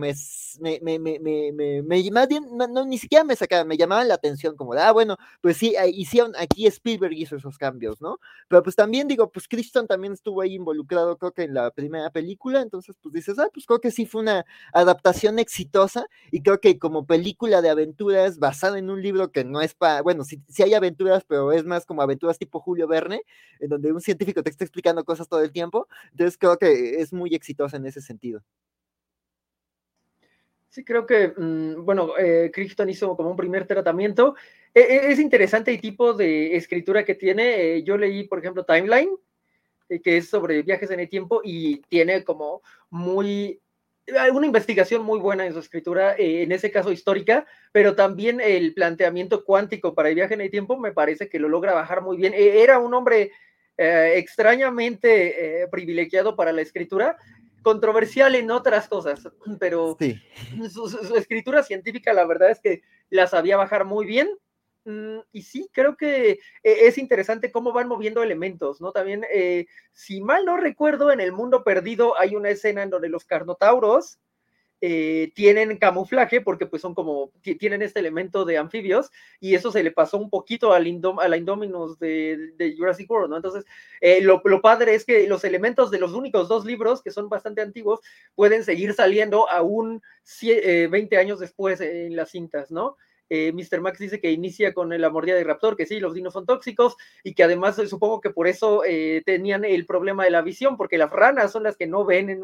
[SPEAKER 3] más bien, no, ni siquiera me sacaban, me llamaban la atención, como de, bueno, pues sí, hicieron, aquí Spielberg hizo esos cambios, ¿no? Pero pues también digo, pues Crichton también estuvo ahí involucrado, creo que en la primera película, entonces pues dices, pues creo que sí fue una adaptación exitosa, y creo que como película de aventuras basada en un libro que no es para, bueno, sí hay aventuras, pero es más como aventuras tipo Julio Verne, en donde un científico te está explicando cosas todo el tiempo, entonces creo que es muy exitosa en ese sentido.
[SPEAKER 1] Sí, creo que, bueno, Crichton hizo como un primer tratamiento. Es interesante el tipo de escritura que tiene. Yo leí, por ejemplo, Timeline, que es sobre viajes en el tiempo, y tiene como una investigación muy buena en su escritura, en ese caso histórica, pero también el planteamiento cuántico para el viaje en el tiempo me parece que lo logra bajar muy bien. Era un hombre extrañamente privilegiado para la escritura, controversial en otras cosas, pero
[SPEAKER 3] Sí.
[SPEAKER 1] su escritura científica, la verdad es que la sabía bajar muy bien. Y sí, creo que es interesante cómo van moviendo elementos, ¿no? También, si mal no recuerdo, en El Mundo Perdido hay una escena en donde los carnotauros tienen camuflaje porque pues son como, tienen este elemento de anfibios, y eso se le pasó un poquito a la Indominus de Jurassic World, ¿no? Entonces, lo padre es que los elementos de los únicos dos libros, que son bastante antiguos, pueden seguir saliendo aún 20 años después en las cintas, ¿no? Mr. Max dice que inicia con la mordida de raptor, que sí, los dinos son tóxicos, y que además supongo que por eso tenían el problema de la visión, porque las ranas son las que no ven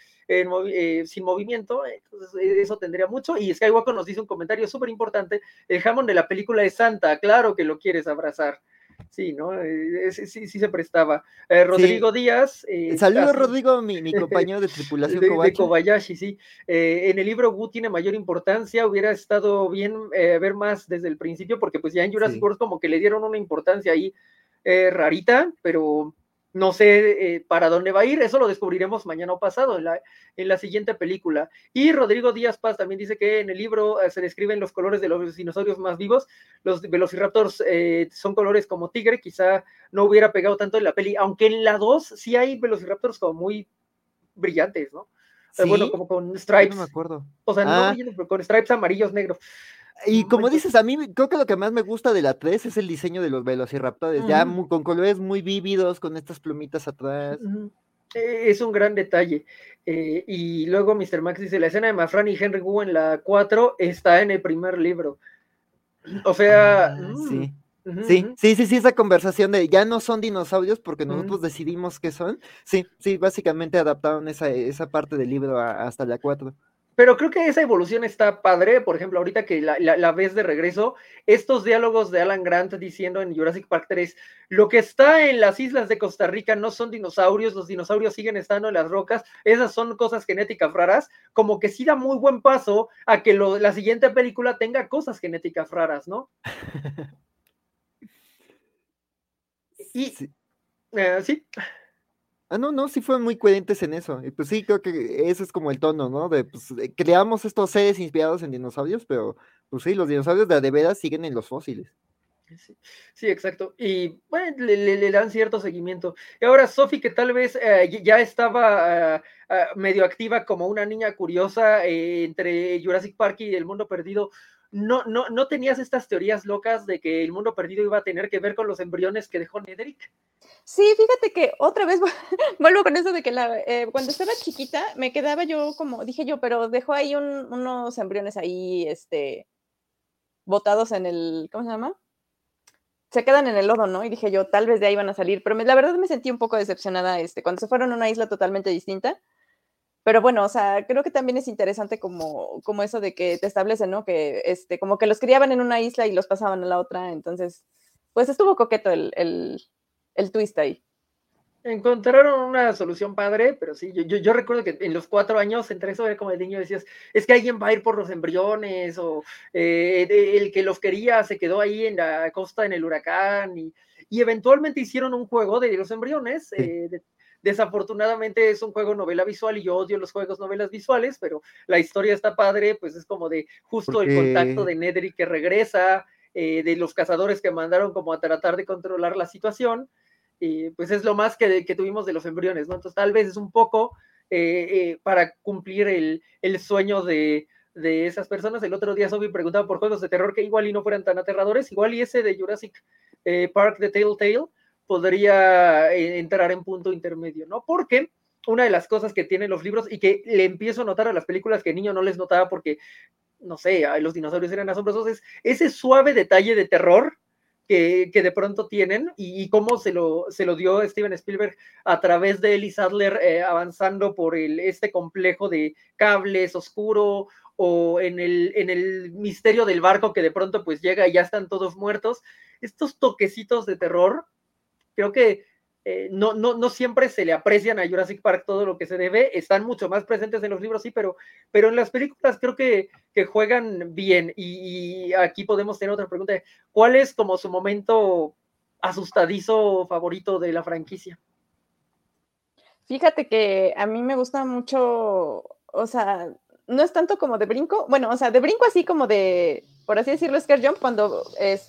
[SPEAKER 1] sin movimiento, entonces eso tendría mucho. Y Skywalker nos dice un comentario súper importante: el Hammond de la película es Santa, claro que lo quieres abrazar. Sí, ¿no? Sí se prestaba. Rodrigo
[SPEAKER 3] Sí.
[SPEAKER 1] Díaz.
[SPEAKER 3] Saludos, Rodrigo, mi compañero de tripulación
[SPEAKER 1] de
[SPEAKER 3] Kobacha.
[SPEAKER 1] Kobayashi, sí. En el libro Wu tiene mayor importancia, hubiera estado bien ver más desde el principio, porque pues ya en Jurassic World como que le dieron una importancia ahí rarita, pero no sé para dónde va a ir. Eso lo descubriremos mañana o pasado en la siguiente película. Y Rodrigo Díaz Paz también dice que en el libro se describen los colores de los dinosaurios más vivos. Los velociraptors son colores como tigre, quizá no hubiera pegado tanto en la peli, aunque en la 2 sí hay velociraptors como muy brillantes, ¿no? Bueno,
[SPEAKER 3] ¿Sí?
[SPEAKER 1] como con
[SPEAKER 3] Yo no me
[SPEAKER 1] stripes,
[SPEAKER 3] acuerdo.
[SPEAKER 1] o sea, no brillantes, pero con stripes amarillos, negros.
[SPEAKER 3] Y como
[SPEAKER 1] Entonces,
[SPEAKER 3] dices, a mí creo que lo que más me gusta de la 3 es el diseño de los velociraptores, ya con colores muy vívidos, con estas plumitas atrás.
[SPEAKER 1] Es un gran detalle. Y luego Mr. Max dice, la escena de Mafran y Henry Wu en la 4 está en el primer libro. O sea,
[SPEAKER 3] Sí. Sí, esa conversación de ya no son dinosaurios porque nosotros decidimos que son. Sí, básicamente adaptaron esa parte del libro hasta la 4.
[SPEAKER 1] Pero creo que esa evolución está padre. Por ejemplo, ahorita que la ves de regreso, estos diálogos de Alan Grant diciendo en Jurassic Park 3, lo que está en las islas de Costa Rica no son dinosaurios, los dinosaurios siguen estando en las rocas, esas son cosas genéticas raras, como que sí da muy buen paso a que la siguiente película tenga cosas genéticas raras, ¿no? Y
[SPEAKER 3] Sí.
[SPEAKER 1] sí.
[SPEAKER 3] No, sí fueron muy coherentes en eso. Y pues sí, creo que ese es como el tono, ¿no? Pues, creamos estos seres inspirados en dinosaurios, pero pues sí, los dinosaurios de veras siguen en los fósiles.
[SPEAKER 1] Sí, sí, exacto. Y bueno, le dan cierto seguimiento. Y ahora, Sophie, que tal vez ya estaba medio activa como una niña curiosa entre Jurassic Park y El Mundo Perdido, ¿no tenías estas teorías locas de que El Mundo Perdido iba a tener que ver con los embriones que dejó Nedrick?
[SPEAKER 2] Sí, fíjate que otra vez vuelvo con eso de que cuando estaba chiquita me quedaba yo como, dije yo, pero dejó ahí unos embriones ahí, botados en el, ¿cómo se llama? Se quedan en el lodo, ¿no? Y dije yo, tal vez de ahí van a salir, pero la verdad me sentí un poco decepcionada, cuando se fueron a una isla totalmente distinta. Pero bueno, o sea, creo que también es interesante como eso de que te establecen, ¿no? Que como que los criaban en una isla y los pasaban a la otra, entonces, pues estuvo coqueto el twist ahí.
[SPEAKER 1] Encontraron una solución padre, pero sí, yo recuerdo que en los 4 años, entre eso era como el niño decías, es que alguien va a ir por los embriones, o el que los quería se quedó ahí en la costa en el huracán, y eventualmente hicieron un juego de los embriones.
[SPEAKER 3] Sí.
[SPEAKER 1] Desafortunadamente es un juego novela visual y yo odio los juegos novelas visuales, pero la historia está padre, pues es como de justo el contacto de Nedry que regresa, de los cazadores que mandaron como a tratar de controlar la situación. Pues es lo más que tuvimos de los embriones, ¿no? Entonces tal vez es un poco para cumplir el sueño de esas personas. El otro día Sophie preguntaba por juegos de terror que igual y no fueran tan aterradores, igual y ese de Jurassic Park de Telltale podría entrar en punto intermedio, ¿no? Porque una de las cosas que tienen los libros y que le empiezo a notar a las películas que de niño no les notaba porque, no sé, los dinosaurios eran asombrosos, es ese suave detalle de terror que de pronto tienen y cómo se lo dio Steven Spielberg a través de Ellie Sattler avanzando por este complejo de cables oscuro o en el misterio del barco que de pronto pues llega y ya están todos muertos. Estos toquecitos de terror, creo que no siempre se le aprecian a Jurassic Park todo lo que se debe, están mucho más presentes en los libros, sí, pero en las películas creo que juegan bien. Y aquí podemos tener otra pregunta: ¿cuál es como su momento asustadizo favorito de la franquicia?
[SPEAKER 2] Fíjate que a mí me gusta mucho, o sea, no es tanto como de brinco, bueno, o sea, de brinco así como de, por así decirlo, scare jump, cuando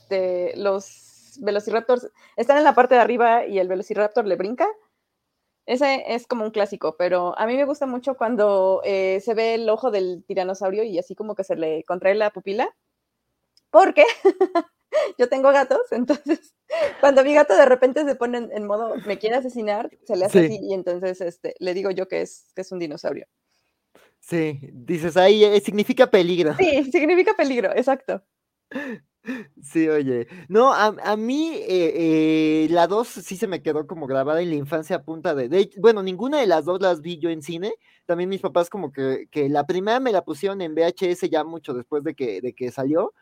[SPEAKER 2] los velociraptors están en la parte de arriba y el velociraptor le brinca. Ese es como un clásico, pero a mí me gusta mucho cuando se ve el ojo del tiranosaurio y así como que se le contrae la pupila, porque yo tengo gatos, entonces cuando mi gato de repente se pone en modo me quiere asesinar, se le hace así y entonces le digo yo que es un dinosaurio.
[SPEAKER 3] Sí, dices ahí, significa peligro.
[SPEAKER 2] Sí, significa peligro, exacto.
[SPEAKER 3] Sí, oye. No, a mí la 2 sí se me quedó como grabada en la infancia a punta bueno, ninguna de las dos las vi yo en cine. También mis papás como que la primera me la pusieron en VHS ya mucho después de que salió.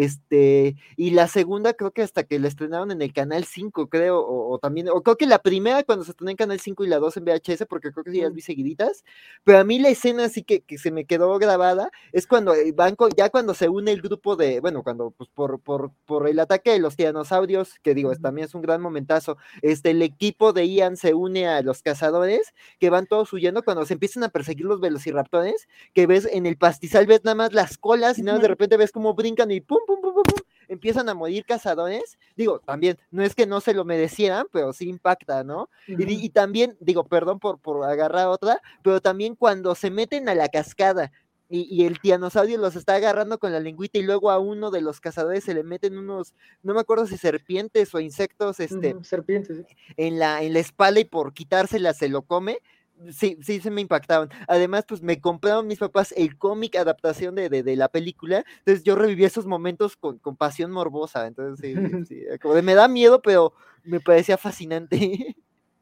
[SPEAKER 3] Y la segunda creo que hasta que la estrenaron en el Canal 5, creo, o también, o creo que la primera cuando se estrenó en Canal 5 y la 2 en VHS, porque creo que sí las vi seguiditas, pero a mí la escena así que se me quedó grabada es cuando ya cuando se une el grupo bueno, cuando pues por el ataque de los tiranosaurios, que digo, también es un gran momentazo, el equipo de Ian se une a los cazadores, que van todos huyendo, cuando se empiezan a perseguir los velociraptores, que ves en el pastizal, ves nada más las colas, y nada más de repente ves cómo brincan y pum, pum, pum, pum, pum, empiezan a morir cazadores. Digo, también, no es que no se lo merecieran, pero sí impacta, ¿no? Y también, digo, perdón por agarrar otra, pero también cuando se meten a la cascada, y el tiranosaurio los está agarrando con la lengüita y luego a uno de los cazadores se le meten unos, no me acuerdo si serpientes o insectos,
[SPEAKER 1] serpientes, sí.
[SPEAKER 3] en la espalda y por quitársela se lo come. Sí, sí, se me impactaron. Además, pues me compraron mis papás el cómic adaptación de la película, entonces yo reviví esos momentos con pasión morbosa, entonces sí, como de me da miedo, pero me parecía fascinante.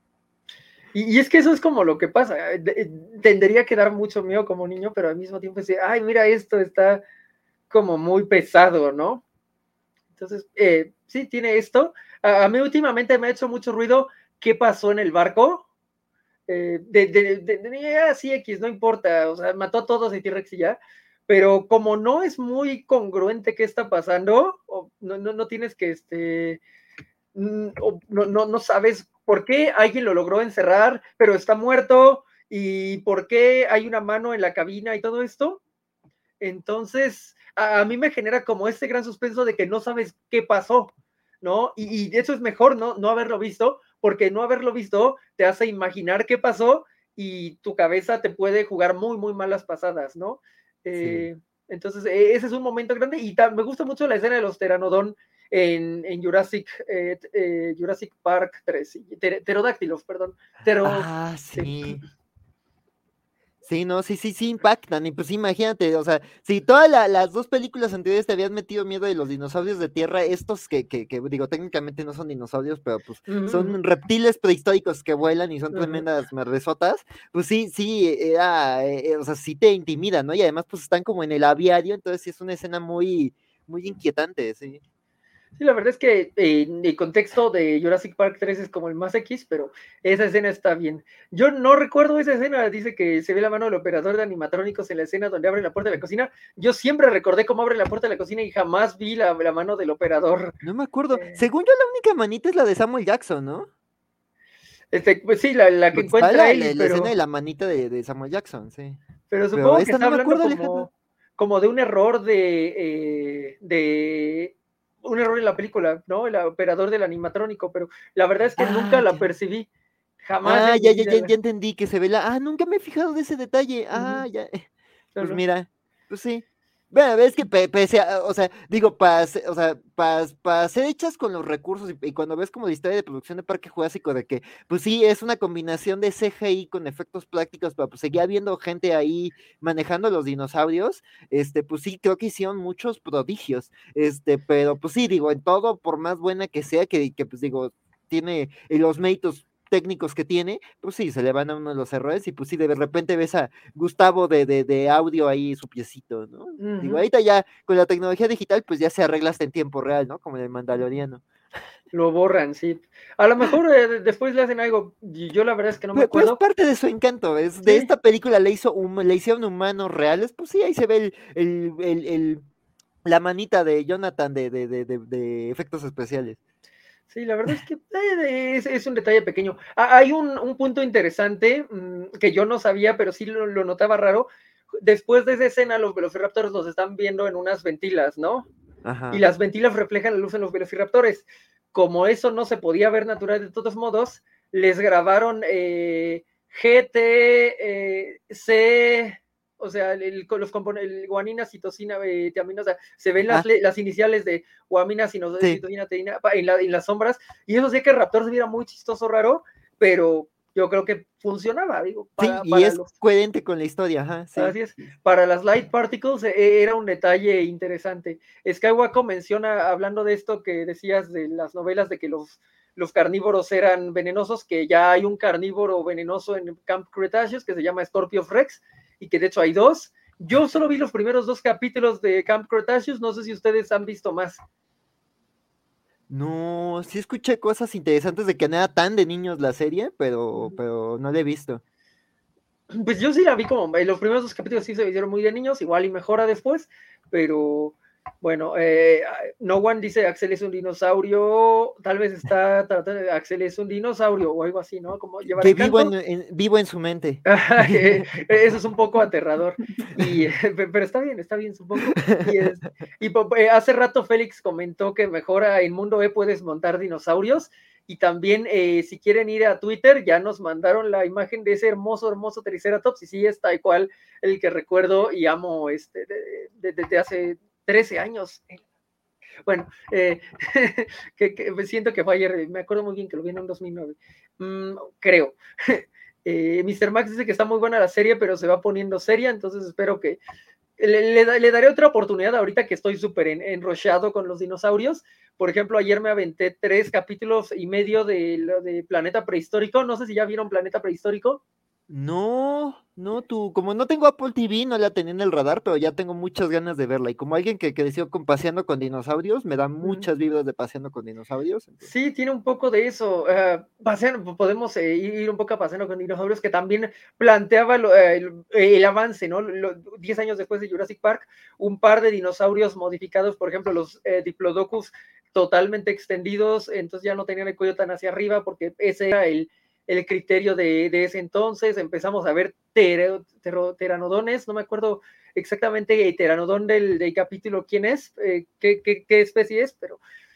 [SPEAKER 1] Y es que eso es como lo que pasa. Tendría que dar mucho miedo como niño, pero al mismo tiempo decir, ay, mira, esto está como muy pesado, ¿no? Entonces, sí, tiene esto. A mí últimamente me ha hecho mucho ruido qué pasó en el barco. Sí, X, no importa, o sea, mató a todos el T-Rex y ya, pero como no es muy congruente qué está pasando, no tienes que, no sabes por qué alguien lo logró encerrar, pero está muerto, y por qué hay una mano en la cabina y todo esto. Entonces, a mí me genera como este gran suspenso de que no sabes qué pasó. ¿no? Y eso es mejor, ¿no? No haberlo visto, porque no haberlo visto te hace imaginar qué pasó y tu cabeza te puede jugar muy, muy malas pasadas, ¿no?
[SPEAKER 3] Sí.
[SPEAKER 1] Entonces, ese es un momento grande y me gusta mucho la escena de los pteranodón en Jurassic Park 3, pterodáctilos, perdón.
[SPEAKER 3] Ah,
[SPEAKER 1] Sí.
[SPEAKER 3] sí. Sí, no, sí impactan. Y pues imagínate, o sea, si todas las dos películas anteriores te habían metido miedo de los dinosaurios de tierra, estos que digo, técnicamente no son dinosaurios, pero pues son reptiles prehistóricos que vuelan y son tremendas merdesotas, pues sí, era, o sea, sí te intimida, ¿no? Y además, pues están como en el aviario, entonces sí es una escena muy, muy inquietante, sí.
[SPEAKER 1] Sí, la verdad es que el contexto de Jurassic Park 3 es como el más X, pero esa escena está bien. Yo no recuerdo esa escena, dice que se ve la mano del operador de animatrónicos en la escena donde abre la puerta de la cocina. Yo siempre recordé cómo abre la puerta de la cocina y jamás vi la mano del operador.
[SPEAKER 3] No me acuerdo. Según yo, la única manita es la de Samuel Jackson, ¿no?
[SPEAKER 1] Pues sí, la que
[SPEAKER 3] Porque está
[SPEAKER 1] encuentra él,
[SPEAKER 3] la escena de la manita de Samuel Jackson, sí.
[SPEAKER 1] pero
[SPEAKER 3] Pero
[SPEAKER 1] supongo que
[SPEAKER 3] esta
[SPEAKER 1] está
[SPEAKER 3] no me
[SPEAKER 1] hablando
[SPEAKER 3] acuerdo, Alejandro.
[SPEAKER 1] como de un error de un error en la película, ¿no? El operador del animatrónico, pero la verdad es que nunca
[SPEAKER 3] Ah,
[SPEAKER 1] la
[SPEAKER 3] ya.
[SPEAKER 1] percibí, jamás
[SPEAKER 3] Ah,
[SPEAKER 1] en mi vida.
[SPEAKER 3] ya entendí que se ve la. Ah, nunca me he fijado de ese detalle. Ah,
[SPEAKER 1] Ujú,
[SPEAKER 3] ya. Pues
[SPEAKER 1] solo.
[SPEAKER 3] mira, pues sí. Bueno, es que pese a, o sea, digo, o sea, para ser hechas con los recursos y cuando ves como la historia de producción de Parque Jurásico, de que, pues sí, es una combinación de CGI con efectos prácticos, pero pues seguía habiendo gente ahí manejando los dinosaurios, pues sí, creo que hicieron muchos prodigios, pero pues sí, digo, en todo, por más buena que sea, que pues digo, tiene los méritos técnicos que tiene, pues sí, se le van a uno los errores y pues sí, de repente ves a Gustavo de audio ahí su piecito, ¿no? Digo,
[SPEAKER 1] Ujú.
[SPEAKER 3] ahorita ya con la tecnología digital, pues ya se arregla hasta en tiempo real, ¿no? Como en el Mandaloriano.
[SPEAKER 1] Lo borran, sí. A lo mejor después le hacen algo, y yo la verdad es que no me
[SPEAKER 3] Pero es
[SPEAKER 1] acuerdo.
[SPEAKER 3] parte de su encanto, es de
[SPEAKER 1] Sí,
[SPEAKER 3] esta película le hicieron humanos reales, pues sí, ahí se ve la manita de Jonathan de efectos especiales.
[SPEAKER 1] sí, la verdad es que es un detalle pequeño. Hay un punto interesante que yo no sabía, pero sí lo notaba raro. Después de esa escena, los velociraptors los están viendo en unas ventilas, ¿no? Y
[SPEAKER 3] Ajá.
[SPEAKER 1] las ventilas reflejan la luz en los velociraptores. Como eso no se podía ver natural de todos modos, les grabaron GT, C, o sea, los componentes, guanina, citosina, tiamina, o sea, se ven
[SPEAKER 3] Ah,
[SPEAKER 1] las iniciales de guamina,
[SPEAKER 3] sí.
[SPEAKER 1] citosina, teína, en las sombras, y eso sí que el Raptor se viera muy chistoso, raro, pero yo creo que funcionaba, digo,
[SPEAKER 3] Sí, y
[SPEAKER 1] para
[SPEAKER 3] es
[SPEAKER 1] los.
[SPEAKER 3] coherente con la historia, ajá, sí.
[SPEAKER 1] Así es. Para las light particles era un detalle interesante. Skywalker menciona, hablando de esto que decías de las novelas de que los carnívoros eran venenosos, que ya hay un carnívoro venenoso en Camp Cretaceous que se llama Scorpio Rex y que de hecho hay dos. Yo solo vi los primeros 2 capítulos de Camp Cretaceous, no sé si ustedes han visto más.
[SPEAKER 3] No, sí escuché cosas interesantes de que no era tan de niños la serie, pero no la he visto.
[SPEAKER 1] Pues yo sí la vi como, los primeros 2 capítulos sí se hicieron muy de niños, igual y mejora después, pero bueno, No One dice Axel es un dinosaurio, tal vez está tratando de Axel es un dinosaurio o algo así, ¿no? Como llevar encanto.
[SPEAKER 3] Vivo en su mente.
[SPEAKER 1] Eso es un poco aterrador, pero está bien, supongo. Hace rato Félix comentó que mejora en Mundo E puedes montar dinosaurios. Y también, si quieren ir a Twitter, ya nos mandaron la imagen de ese hermoso, hermoso Triceratops. Y sí, es tal cual el que recuerdo y amo desde hace 13 años. Bueno, que siento que fue ayer, me acuerdo muy bien que lo vi en un 2009, creo. Mr. Max dice que está muy buena la serie, pero se va poniendo seria, entonces espero que le daré otra oportunidad ahorita que estoy súper enrochado con los dinosaurios. Por ejemplo, ayer me aventé 3 capítulos y medio de Planeta Prehistórico. No sé si ya vieron Planeta Prehistórico.
[SPEAKER 3] No, tú, como no tengo Apple TV, no la tenía en el radar, pero ya tengo muchas ganas de verla. Y como alguien que creció paseando con dinosaurios, me da muchas vibras de paseando con dinosaurios. Entonces.
[SPEAKER 1] Sí, tiene un poco de eso. Podemos ir un poco a paseando con dinosaurios, que también planteaba el avance, ¿no? 10 años después de Jurassic Park, un par de dinosaurios modificados, por ejemplo, los Diplodocus totalmente extendidos, entonces ya no tenían el cuello tan hacia arriba, porque ese era el criterio de ese entonces. Empezamos a ver pteranodones, no me acuerdo exactamente el pteranodón del capítulo quién es, qué especie es, pero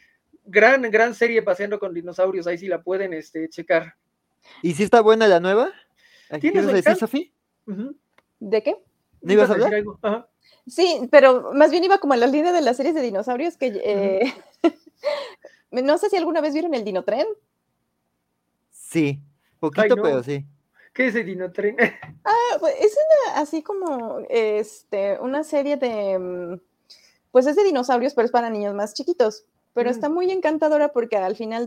[SPEAKER 1] gran serie Paseando con Dinosaurios, ahí sí la pueden checar.
[SPEAKER 3] ¿Y si está buena la nueva? ¿Qué
[SPEAKER 1] Tiene
[SPEAKER 3] ibas
[SPEAKER 1] su
[SPEAKER 3] a decir,
[SPEAKER 1] encanto.
[SPEAKER 3] Sofía?
[SPEAKER 1] Uh-huh.
[SPEAKER 2] ¿De qué?
[SPEAKER 3] ¿No ibas
[SPEAKER 1] ¿Ibas
[SPEAKER 3] a
[SPEAKER 1] a decir
[SPEAKER 3] hablar?
[SPEAKER 1] algo? Ajá.
[SPEAKER 2] Sí, pero más bien iba como en la línea de las series de dinosaurios que no sé si alguna vez vieron el Dinotren.
[SPEAKER 3] Sí,
[SPEAKER 1] Ay,
[SPEAKER 3] poquito, pero
[SPEAKER 1] no.
[SPEAKER 3] sí.
[SPEAKER 1] ¿Qué es el Dinotren?
[SPEAKER 2] Pues, es así como una serie de, pues es de dinosaurios, pero es para niños más chiquitos. Pero está muy encantadora porque al final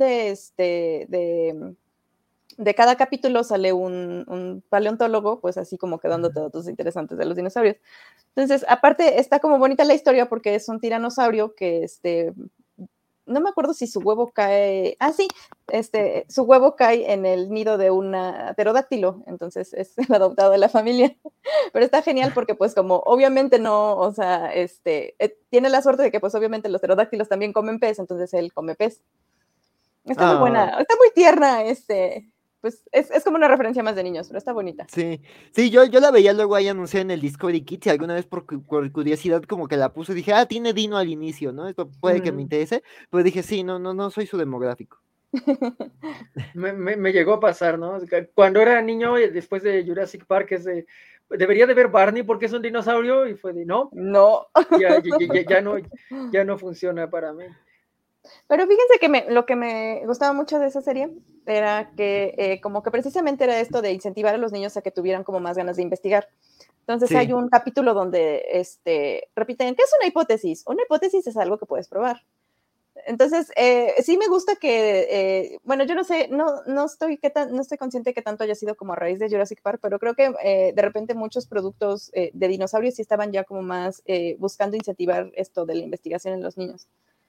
[SPEAKER 2] de cada capítulo sale un paleontólogo, pues así como quedándote datos interesantes de los dinosaurios. Entonces, aparte, está como bonita la historia porque es un tiranosaurio que no me acuerdo si su huevo cae, sí, su huevo cae en el nido de un pterodáctilo, entonces es el adoptado de la familia, pero está genial porque pues como obviamente no, o sea, tiene la suerte de que pues obviamente los pterodáctilos también comen pez, entonces él come pez. Está muy buena, está muy tierna, pues es como una referencia más de niños, pero está bonita.
[SPEAKER 3] Sí, sí, yo la veía luego ahí anunciada en el Discovery Kids y alguna vez por curiosidad como que la puse, dije, tiene Dino al inicio, ¿no? Esto puede que me interese, pero dije, sí, no soy su demográfico.
[SPEAKER 1] Me llegó a pasar, ¿no? Cuando era niño, después de Jurassic Park, debería de ver Barney porque es un dinosaurio, y fue de, no,
[SPEAKER 2] no.
[SPEAKER 1] Ya no funciona para mí.
[SPEAKER 2] Pero fíjense que lo que me gustaba mucho de esa serie era que como que precisamente era esto de incentivar a los niños a que tuvieran como más ganas de investigar. Entonces hay un capítulo donde repiten, ¿qué es una hipótesis? Una hipótesis es algo que puedes probar. Entonces, sí me gusta que, bueno, yo no sé, no estoy consciente que tanto haya sido como a raíz de Jurassic Park, pero creo que de repente muchos productos de dinosaurios sí estaban ya como más buscando incentivar esto de la investigación en los niños.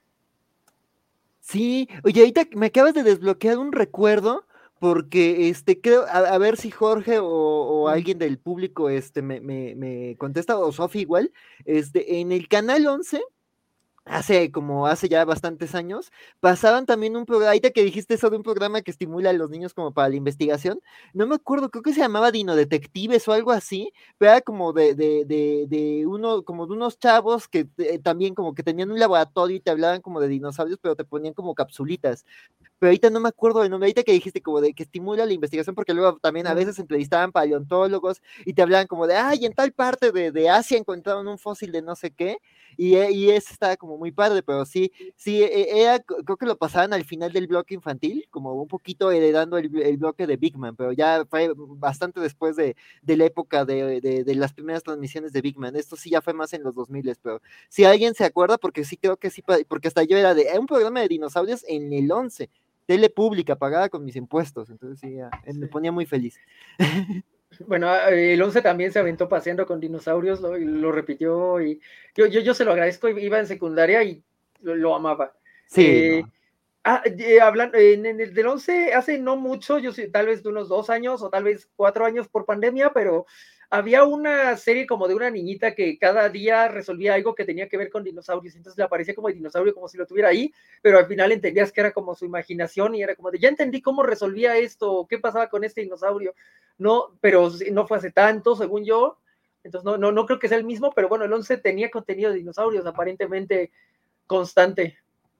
[SPEAKER 3] Sí, oye, ahorita me acabas de desbloquear un recuerdo, porque creo, a ver si Jorge o alguien del público me contesta, o Sofi igual, en el canal 11 hace ya bastantes años, pasaban también un programa, ahorita que dijiste eso de un programa que estimula a los niños como para la investigación, no me acuerdo, creo que se llamaba Dino Detectives o algo así, pero era como como de unos chavos que también como que tenían un laboratorio y te hablaban como de dinosaurios, pero te ponían como capsulitas. Pero ahorita no me acuerdo del nombre, ahorita que dijiste como de que estimula la investigación, porque luego también a veces entrevistaban paleontólogos y te hablaban como de, en tal parte de Asia encontraron un fósil de no sé qué, y eso estaba como muy padre, pero sí, creo que lo pasaban al final del bloque infantil, como un poquito heredando el bloque de Big Man, pero ya fue bastante después de la época de las primeras transmisiones de Big Man. Esto sí ya fue más en los 2000, pero si alguien se acuerda, porque sí creo que sí, porque hasta yo era de un programa de dinosaurios en el 11, tele pública pagada con mis impuestos, entonces sí, me ponía muy feliz.
[SPEAKER 1] Bueno, el 11 también se aventó Paseando con Dinosaurios, lo repitió, y yo se lo agradezco, iba en secundaria y lo amaba.
[SPEAKER 3] Sí, no.
[SPEAKER 1] Hablando en el del 11, hace no mucho, yo sé, tal vez de unos 2 años o tal vez 4 años por pandemia, pero había una serie como de una niñita que cada día resolvía algo que tenía que ver con dinosaurios, entonces le aparecía como el dinosaurio, como si lo tuviera ahí, pero al final entendías que era como su imaginación y era como de, ya entendí cómo resolvía esto, qué pasaba con este dinosaurio. No, pero no fue hace tanto, según yo, entonces no creo que sea el mismo, pero bueno, el 11 tenía contenido de dinosaurios aparentemente constante.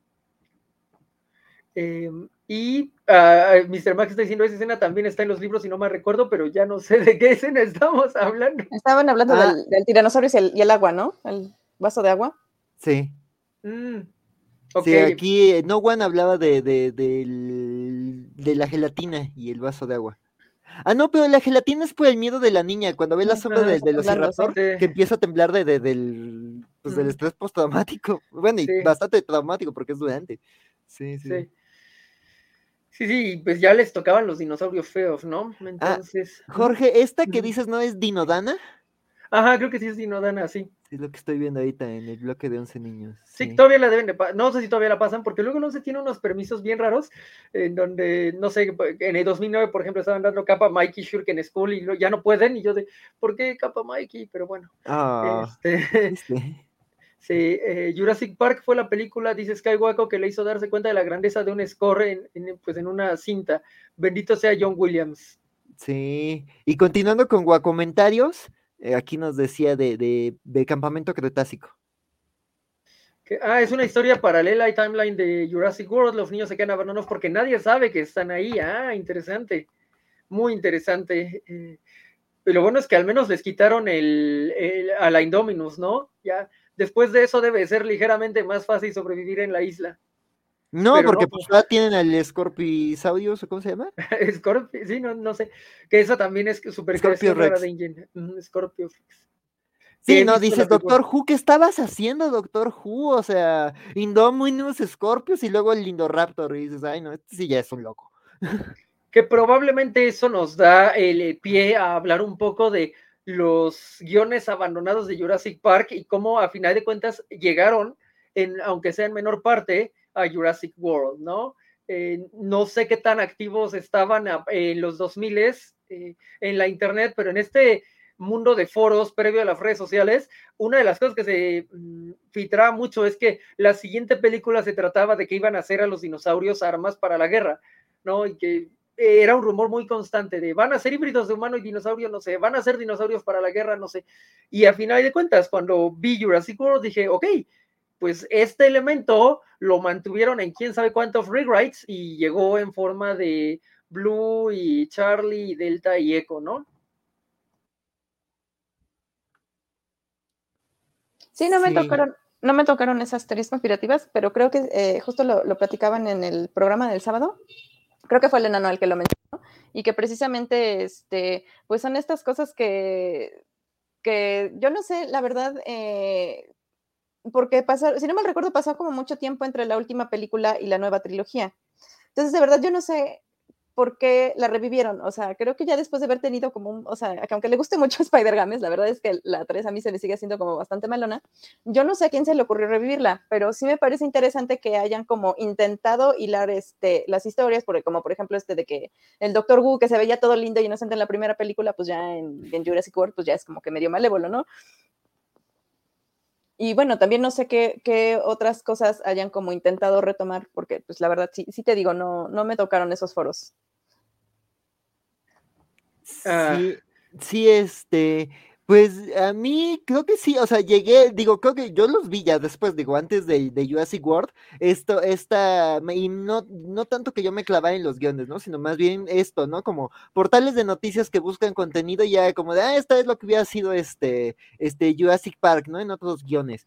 [SPEAKER 1] Y Mr. Max está diciendo, esa escena también está en los libros y no me recuerdo, pero ya no sé de qué escena estamos hablando.
[SPEAKER 2] Estaban hablando del tiranosaurio y el agua, ¿no? El vaso de agua.
[SPEAKER 3] Sí.
[SPEAKER 1] Okay.
[SPEAKER 3] Sí, aquí No One hablaba de la gelatina y el vaso de agua. No, pero la gelatina es por el miedo de la niña, cuando ve la sombra del velociraptor, que empieza a temblar del estrés postraumático. Bueno, y bastante traumático porque es durante. Sí.
[SPEAKER 1] Sí, pues ya les tocaban los dinosaurios feos, ¿no? Entonces.
[SPEAKER 3] Jorge, ¿esta que dices no es Dinodana?
[SPEAKER 1] Ajá, creo que sí es Dinodana, sí.
[SPEAKER 3] Sí, es lo que estoy viendo ahorita en el bloque de 11 niños.
[SPEAKER 1] Sí, todavía la deben de pasar, no sé si todavía la pasan, porque luego no se tiene unos permisos bien raros, en donde, no sé, en el 2009, por ejemplo, estaban dando Kappa Mikey Shuriken School y ya no pueden, y yo de, ¿por qué Kappa Mikey? Pero bueno. Sí, Jurassic Park fue la película, dice Skywalker, que le hizo darse cuenta de la grandeza de un score en una cinta. Bendito sea John Williams.
[SPEAKER 3] Sí, y continuando con guacomentarios, aquí nos decía de Campamento Cretácico.
[SPEAKER 1] Es una historia paralela y timeline de Jurassic World. Los niños se quedan abandonados porque nadie sabe que están ahí. Interesante. Muy interesante. Lo bueno es que al menos les quitaron a la Indominus, ¿no? Ya después de eso debe ser ligeramente más fácil sobrevivir en la isla.
[SPEAKER 3] No,
[SPEAKER 1] Pero
[SPEAKER 3] porque
[SPEAKER 1] no,
[SPEAKER 3] pues ya tienen al Scorpisaurus, ¿o cómo se llama?
[SPEAKER 1] Scorpio, sí, no sé. Que esa también es super
[SPEAKER 3] Scorpio
[SPEAKER 1] creación rara
[SPEAKER 3] Rex.
[SPEAKER 1] de Ingen. Scorpio Rex. Que
[SPEAKER 3] Sí,
[SPEAKER 1] he
[SPEAKER 3] no,
[SPEAKER 1] visto la
[SPEAKER 3] dices,
[SPEAKER 1] figura.
[SPEAKER 3] Doctor Who, ¿qué estabas haciendo, Doctor Who? O sea, Indominus, Scorpius y luego el Indoraptor. Y dices, ay, no, este sí ya es un loco.
[SPEAKER 1] Que probablemente eso nos da el pie a hablar un poco de los guiones abandonados de Jurassic Park y cómo a final de cuentas llegaron, aunque sea en menor parte, a Jurassic World, ¿no? No sé qué tan activos estaban en los 2000 en la internet, pero en este mundo de foros previo a las redes sociales, una de las cosas que se filtraba mucho es que la siguiente película se trataba de que iban a hacer a los dinosaurios armas para la guerra, ¿no? Y que era un rumor muy constante de van a ser híbridos de humano y dinosaurio, no sé, van a ser dinosaurios para la guerra, no sé. Y a final de cuentas, cuando vi Jurassic World, dije, ok, pues este elemento lo mantuvieron en quién sabe cuántos rewrites y llegó en forma de Blue y Charlie, Delta y Echo, ¿no?
[SPEAKER 2] Sí, no me tocaron esas teorías conspirativas, pero creo que justo lo platicaban en el programa del sábado. Creo que fue el enano el que lo mencionó, y que precisamente, pues son estas cosas que yo no sé, la verdad, porque pasó, si no mal recuerdo, pasó como mucho tiempo entre la última película y la nueva trilogía. Entonces, de verdad, yo no sé por qué la revivieron. O sea, creo que ya después de haber tenido como o sea, que aunque le guste mucho Spider-Games, la verdad es que la 3 a mí se me sigue haciendo como bastante malona. Yo no sé a quién se le ocurrió revivirla, pero sí me parece interesante que hayan como intentado hilar las historias, porque como por ejemplo de que el Doctor Wu, que se veía todo lindo y inocente en la primera película, pues ya en Jurassic World, pues ya es como que medio malévolo, ¿no? Y bueno, también no sé qué otras cosas hayan como intentado retomar, porque pues la verdad sí te digo, no me tocaron esos foros.
[SPEAKER 3] Sí, sí, pues a mí creo que sí, o sea, creo que yo los vi ya después, digo, antes de Jurassic World, y no tanto que yo me clavara en los guiones, ¿no? Sino más bien esto, ¿no? Como portales de noticias que buscan contenido ya como de, esta es lo que hubiera sido Jurassic Park, ¿no? En otros guiones.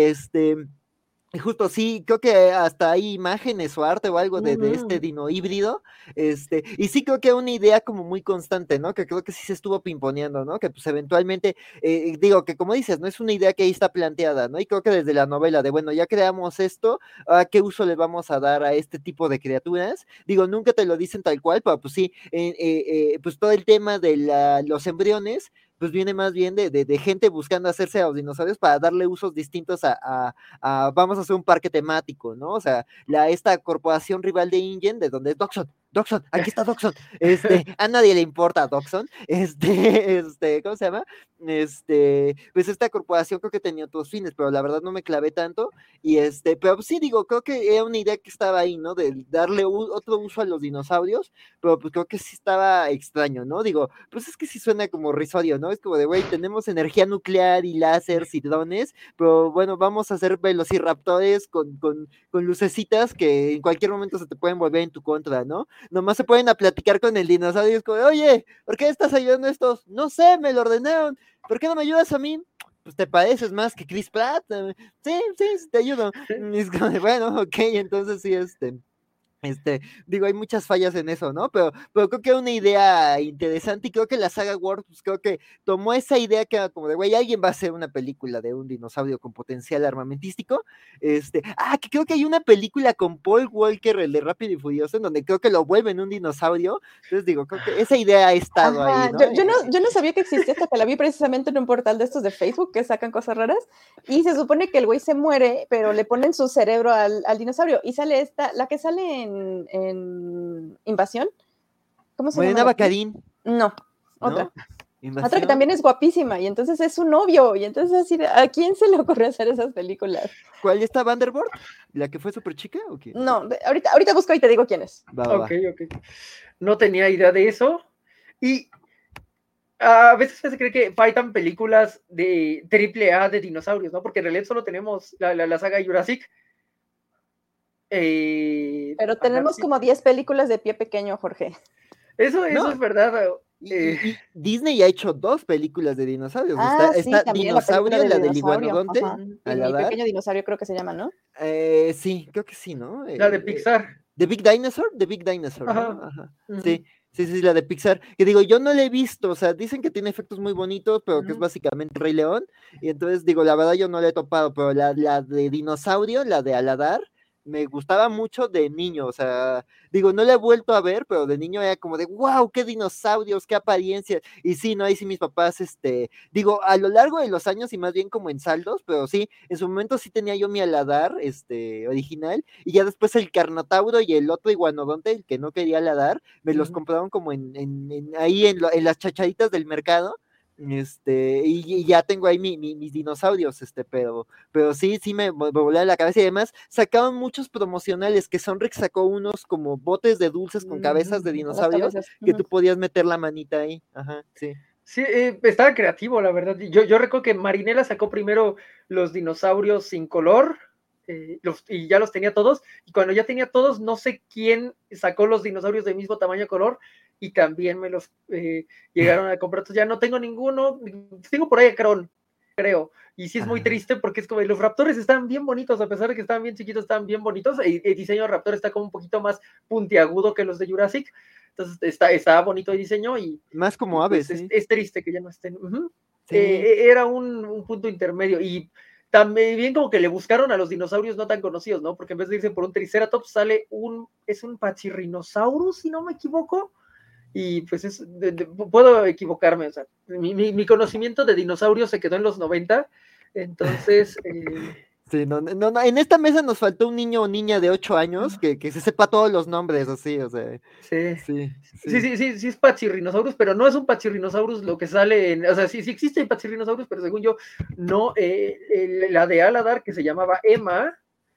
[SPEAKER 3] Y justo sí, creo que hasta hay imágenes o arte o algo de este dino híbrido, y sí creo que una idea como muy constante, ¿no? Que creo que sí se estuvo pimponeando, ¿no? Que pues eventualmente, digo que como dices, no es una idea que ahí está planteada, ¿no? Y creo que desde la novela de, bueno, ya creamos esto, ¿a qué uso le vamos a dar a este tipo de criaturas? Digo, nunca te lo dicen tal cual, pero pues sí, pues todo el tema de los embriones, pues viene más bien de gente buscando hacerse a los dinosaurios para darle usos distintos vamos a hacer un parque temático, ¿no? O sea, esta corporación rival de InGen, de donde es Doxon, aquí está Doxon, a nadie le importa Doxon, ¿cómo se llama? Pues esta corporación creo que tenía otros fines, pero la verdad no me clavé tanto, pero sí digo, creo que era una idea que estaba ahí, ¿no? De darle otro uso a los dinosaurios, pero pues creo que sí estaba extraño, ¿no? Digo, pues es que sí suena como risorio, ¿no? Es como de, güey, tenemos energía nuclear y láseres y drones, pero bueno, vamos a hacer velociraptores con lucecitas que en cualquier momento se te pueden volver en tu contra, ¿no? Nomás se pueden a platicar con el dinosaurio y es como, oye, ¿por qué estás ayudando a estos? No sé, me lo ordenaron, ¿por qué no me ayudas a mí? Pues te pareces más que Chris Pratt. Sí, te ayudo. Y es como, bueno, ok, entonces sí, digo, hay muchas fallas en eso, ¿no? Pero creo que es una idea interesante y creo que la saga Wars, pues creo que tomó esa idea que era como de, güey, alguien va a hacer una película de un dinosaurio con potencial armamentístico. Que creo que hay una película con Paul Walker, el de Rápido y Furioso, en donde creo que lo vuelven un dinosaurio. Entonces digo, creo que esa idea ha estado ahí,
[SPEAKER 2] Ajá,
[SPEAKER 3] ¿no?
[SPEAKER 2] yo no sabía que existía hasta que la vi precisamente en un portal de estos de Facebook que sacan cosas raras, y se supone que el güey se muere, pero le ponen su cerebro al dinosaurio, y sale la que sale en Invasión, ¿cómo se llama?
[SPEAKER 3] Morena Baccarin,
[SPEAKER 2] No,
[SPEAKER 3] ¿no?
[SPEAKER 2] otra que
[SPEAKER 3] Invasión.
[SPEAKER 2] también es guapísima, y entonces es su novio, y entonces así, ¿a quién se le ocurrió hacer esas películas?
[SPEAKER 3] ¿Cuál está Vanderboard? ¿La que fue súper chica o quién?
[SPEAKER 2] No, ahorita busco y te digo quién es.
[SPEAKER 3] Va.
[SPEAKER 1] Ok. No tenía idea de eso. Y a veces se cree que faltan películas de AAA de dinosaurios, ¿no? Porque en realidad solo tenemos la saga Jurassic.
[SPEAKER 2] Pero tenemos como 10 películas de Pie Pequeño, Jorge.
[SPEAKER 1] Eso es verdad.
[SPEAKER 3] Y Disney ha hecho 2 películas de dinosaurios.
[SPEAKER 2] Sí,
[SPEAKER 3] está
[SPEAKER 2] también
[SPEAKER 3] Dinosaurio, la del
[SPEAKER 2] dinosaurio.
[SPEAKER 3] iguanodonte,
[SPEAKER 2] Y Mi Pequeño Dinosaurio creo que se llama, ¿no?
[SPEAKER 3] Sí, creo que sí, ¿no?
[SPEAKER 1] La de Pixar.
[SPEAKER 3] The Big Dinosaur,
[SPEAKER 1] Ajá.
[SPEAKER 3] ¿no? Ajá. Sí, la de Pixar. Que digo, yo no la he visto, o sea, dicen que tiene efectos muy bonitos, pero que es básicamente Rey León. Y entonces digo, la verdad yo no la he topado, pero la de Dinosaurio, la de Aladar, me gustaba mucho de niño, o sea, digo, no la he vuelto a ver, pero de niño era como de, wow, qué dinosaurios, qué apariencia. Y sí, no, ahí sí mis papás, digo, a lo largo de los años y más bien como en saldos, pero sí, en su momento sí tenía yo mi Aladar, original, y ya después el Carnotauro y el otro iguanodonte, el que no quería Aladar, me los compraron como ahí en las chachaditas del mercado. Y ya tengo ahí mis dinosaurios, pero sí me voló la cabeza. Y además sacaban muchos promocionales, que Sonrix sacó unos como botes de dulces con cabezas de dinosaurios, que tú podías meter la manita ahí. Ajá, sí.
[SPEAKER 1] Sí, estaba creativo, la verdad. Yo recuerdo que Marinela sacó primero los dinosaurios sin color, y ya los tenía todos, y cuando ya tenía todos, no sé quién sacó los dinosaurios del mismo tamaño color, y también me los llegaron a comprar. Entonces ya no tengo ninguno, tengo por ahí a Kron, creo, y sí es muy triste porque es como los raptores están bien bonitos, a pesar de que estaban bien chiquitos, están bien bonitos, el diseño de raptor está como un poquito más puntiagudo que los de Jurassic, entonces está bonito el diseño y
[SPEAKER 3] más como aves,
[SPEAKER 1] pues
[SPEAKER 3] ¿sí?
[SPEAKER 1] es triste que ya no estén.
[SPEAKER 3] Sí.
[SPEAKER 1] Era un punto intermedio y también como que le buscaron a los dinosaurios no tan conocidos, ¿no? Porque en vez de irse por un triceratops sale es un pachyrhinosaurus, si no me equivoco, y pues puedo equivocarme, o sea, mi conocimiento de dinosaurios se quedó en los 90, entonces...
[SPEAKER 3] Sí, no, en esta mesa nos faltó un niño o niña de 8 años que se sepa todos los nombres, así, o sea.
[SPEAKER 1] Sí es Pachyrhinosaurus, pero no es un Pachyrhinosaurus lo que sale o sea, sí existe Pachyrhinosaurus, pero según yo, no, la de Aladar, que se llamaba Emma,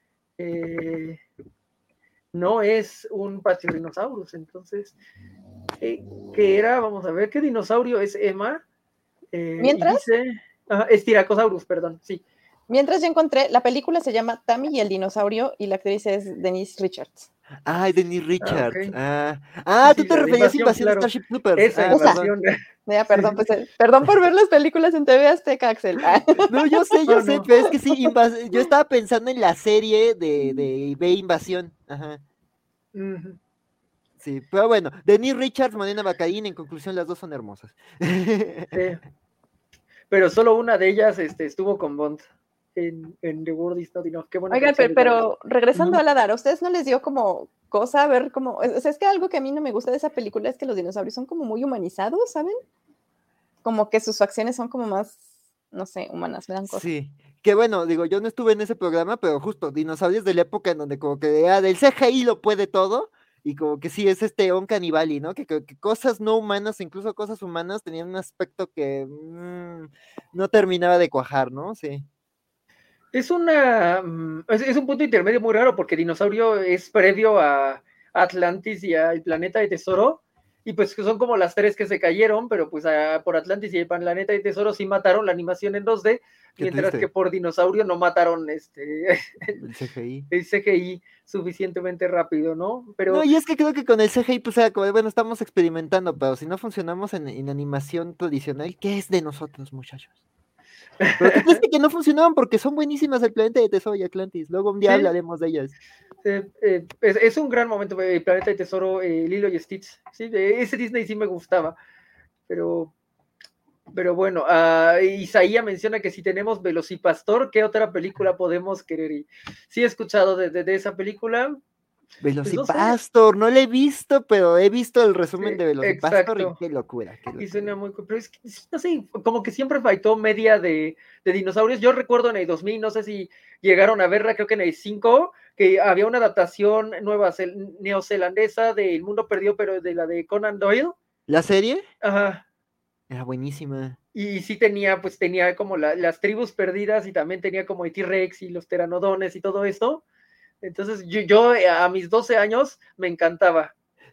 [SPEAKER 1] no es un Pachyrhinosaurus, entonces, ¿qué era? Vamos a ver, ¿qué dinosaurio es Emma?
[SPEAKER 2] Mientras,
[SPEAKER 1] y dice, es Styracosaurus, perdón, sí.
[SPEAKER 2] Mientras yo encontré, la película se llama Tammy y el dinosaurio y la actriz es Denise Richards.
[SPEAKER 3] Ay, Denise Richards.
[SPEAKER 1] Okay.
[SPEAKER 3] Tú te referías a Invasión
[SPEAKER 1] claro.
[SPEAKER 3] Starship Troopers.
[SPEAKER 1] Esa invasión.
[SPEAKER 2] Perdón, perdón por ver las películas en TV Azteca, Axel.
[SPEAKER 3] No, yo sé, pero es que sí, yo estaba pensando en la serie de B Invasión. Ajá. Sí, pero bueno, Denise Richards, Morena Baccarin, en conclusión, las dos son hermosas.
[SPEAKER 1] Sí. Pero solo una de ellas estuvo con Bond en The World Is Not Enough. Qué bueno.
[SPEAKER 2] Oigan, pero regresando a Aladar, ¿a ustedes no les dio como cosa ver como, o sea, es que algo que a mí no me gusta de esa película es que los dinosaurios son como muy humanizados, ¿saben? Como que sus facciones son como más, no sé, humanas, me dan cosas.
[SPEAKER 3] Sí, que bueno, digo, yo no estuve en ese programa, pero justo dinosaurios de la época en donde como que del CGI lo puede todo, y como que sí es On Canibali, ¿no? Que cosas no humanas, incluso cosas humanas, tenían un aspecto que no terminaba de cuajar, ¿no? Sí.
[SPEAKER 1] Es un punto intermedio muy raro porque Dinosaurio es previo a Atlantis y al Planeta de Tesoro, y pues son como las tres que se cayeron, pero pues por Atlantis y el Planeta de Tesoro sí mataron la animación en 2D, mientras que por Dinosaurio no mataron
[SPEAKER 3] el CGI.
[SPEAKER 1] El CGI suficientemente rápido, ¿no? Pero...
[SPEAKER 3] No, y es que creo que con el CGI, pues era como, bueno, estamos experimentando, pero si no funcionamos en animación tradicional, ¿qué es de nosotros, muchachos? Pero tú crees que no funcionaban porque son buenísimas el Planeta de Tesoro y Atlantis. Luego un día hablaremos de ellas.
[SPEAKER 1] Es un gran momento, el Planeta de Tesoro, Lilo y Stitch. Sí, ese Disney sí me gustaba. Pero bueno, Isaías menciona que si tenemos Velocipastor, ¿qué otra película podemos querer? Y sí he escuchado de esa película.
[SPEAKER 3] Velocipastor, pues no la he visto, pero he visto el resumen de Velocipastor.
[SPEAKER 1] Exacto.
[SPEAKER 3] Y qué locura.
[SPEAKER 1] Y suena muy cool, pero es que, no sé, como que siempre faltó media de dinosaurios. Yo recuerdo en el 2000, no sé si llegaron a verla, creo que en el 5, que había una adaptación neozelandesa de El Mundo Perdido, pero de la de Conan Doyle.
[SPEAKER 3] ¿La serie?
[SPEAKER 1] Ajá.
[SPEAKER 3] Era buenísima.
[SPEAKER 1] Y sí tenía como las tribus perdidas, y también tenía como el T-Rex y los pteranodones y todo esto. Entonces yo a mis 12 años me encantaba.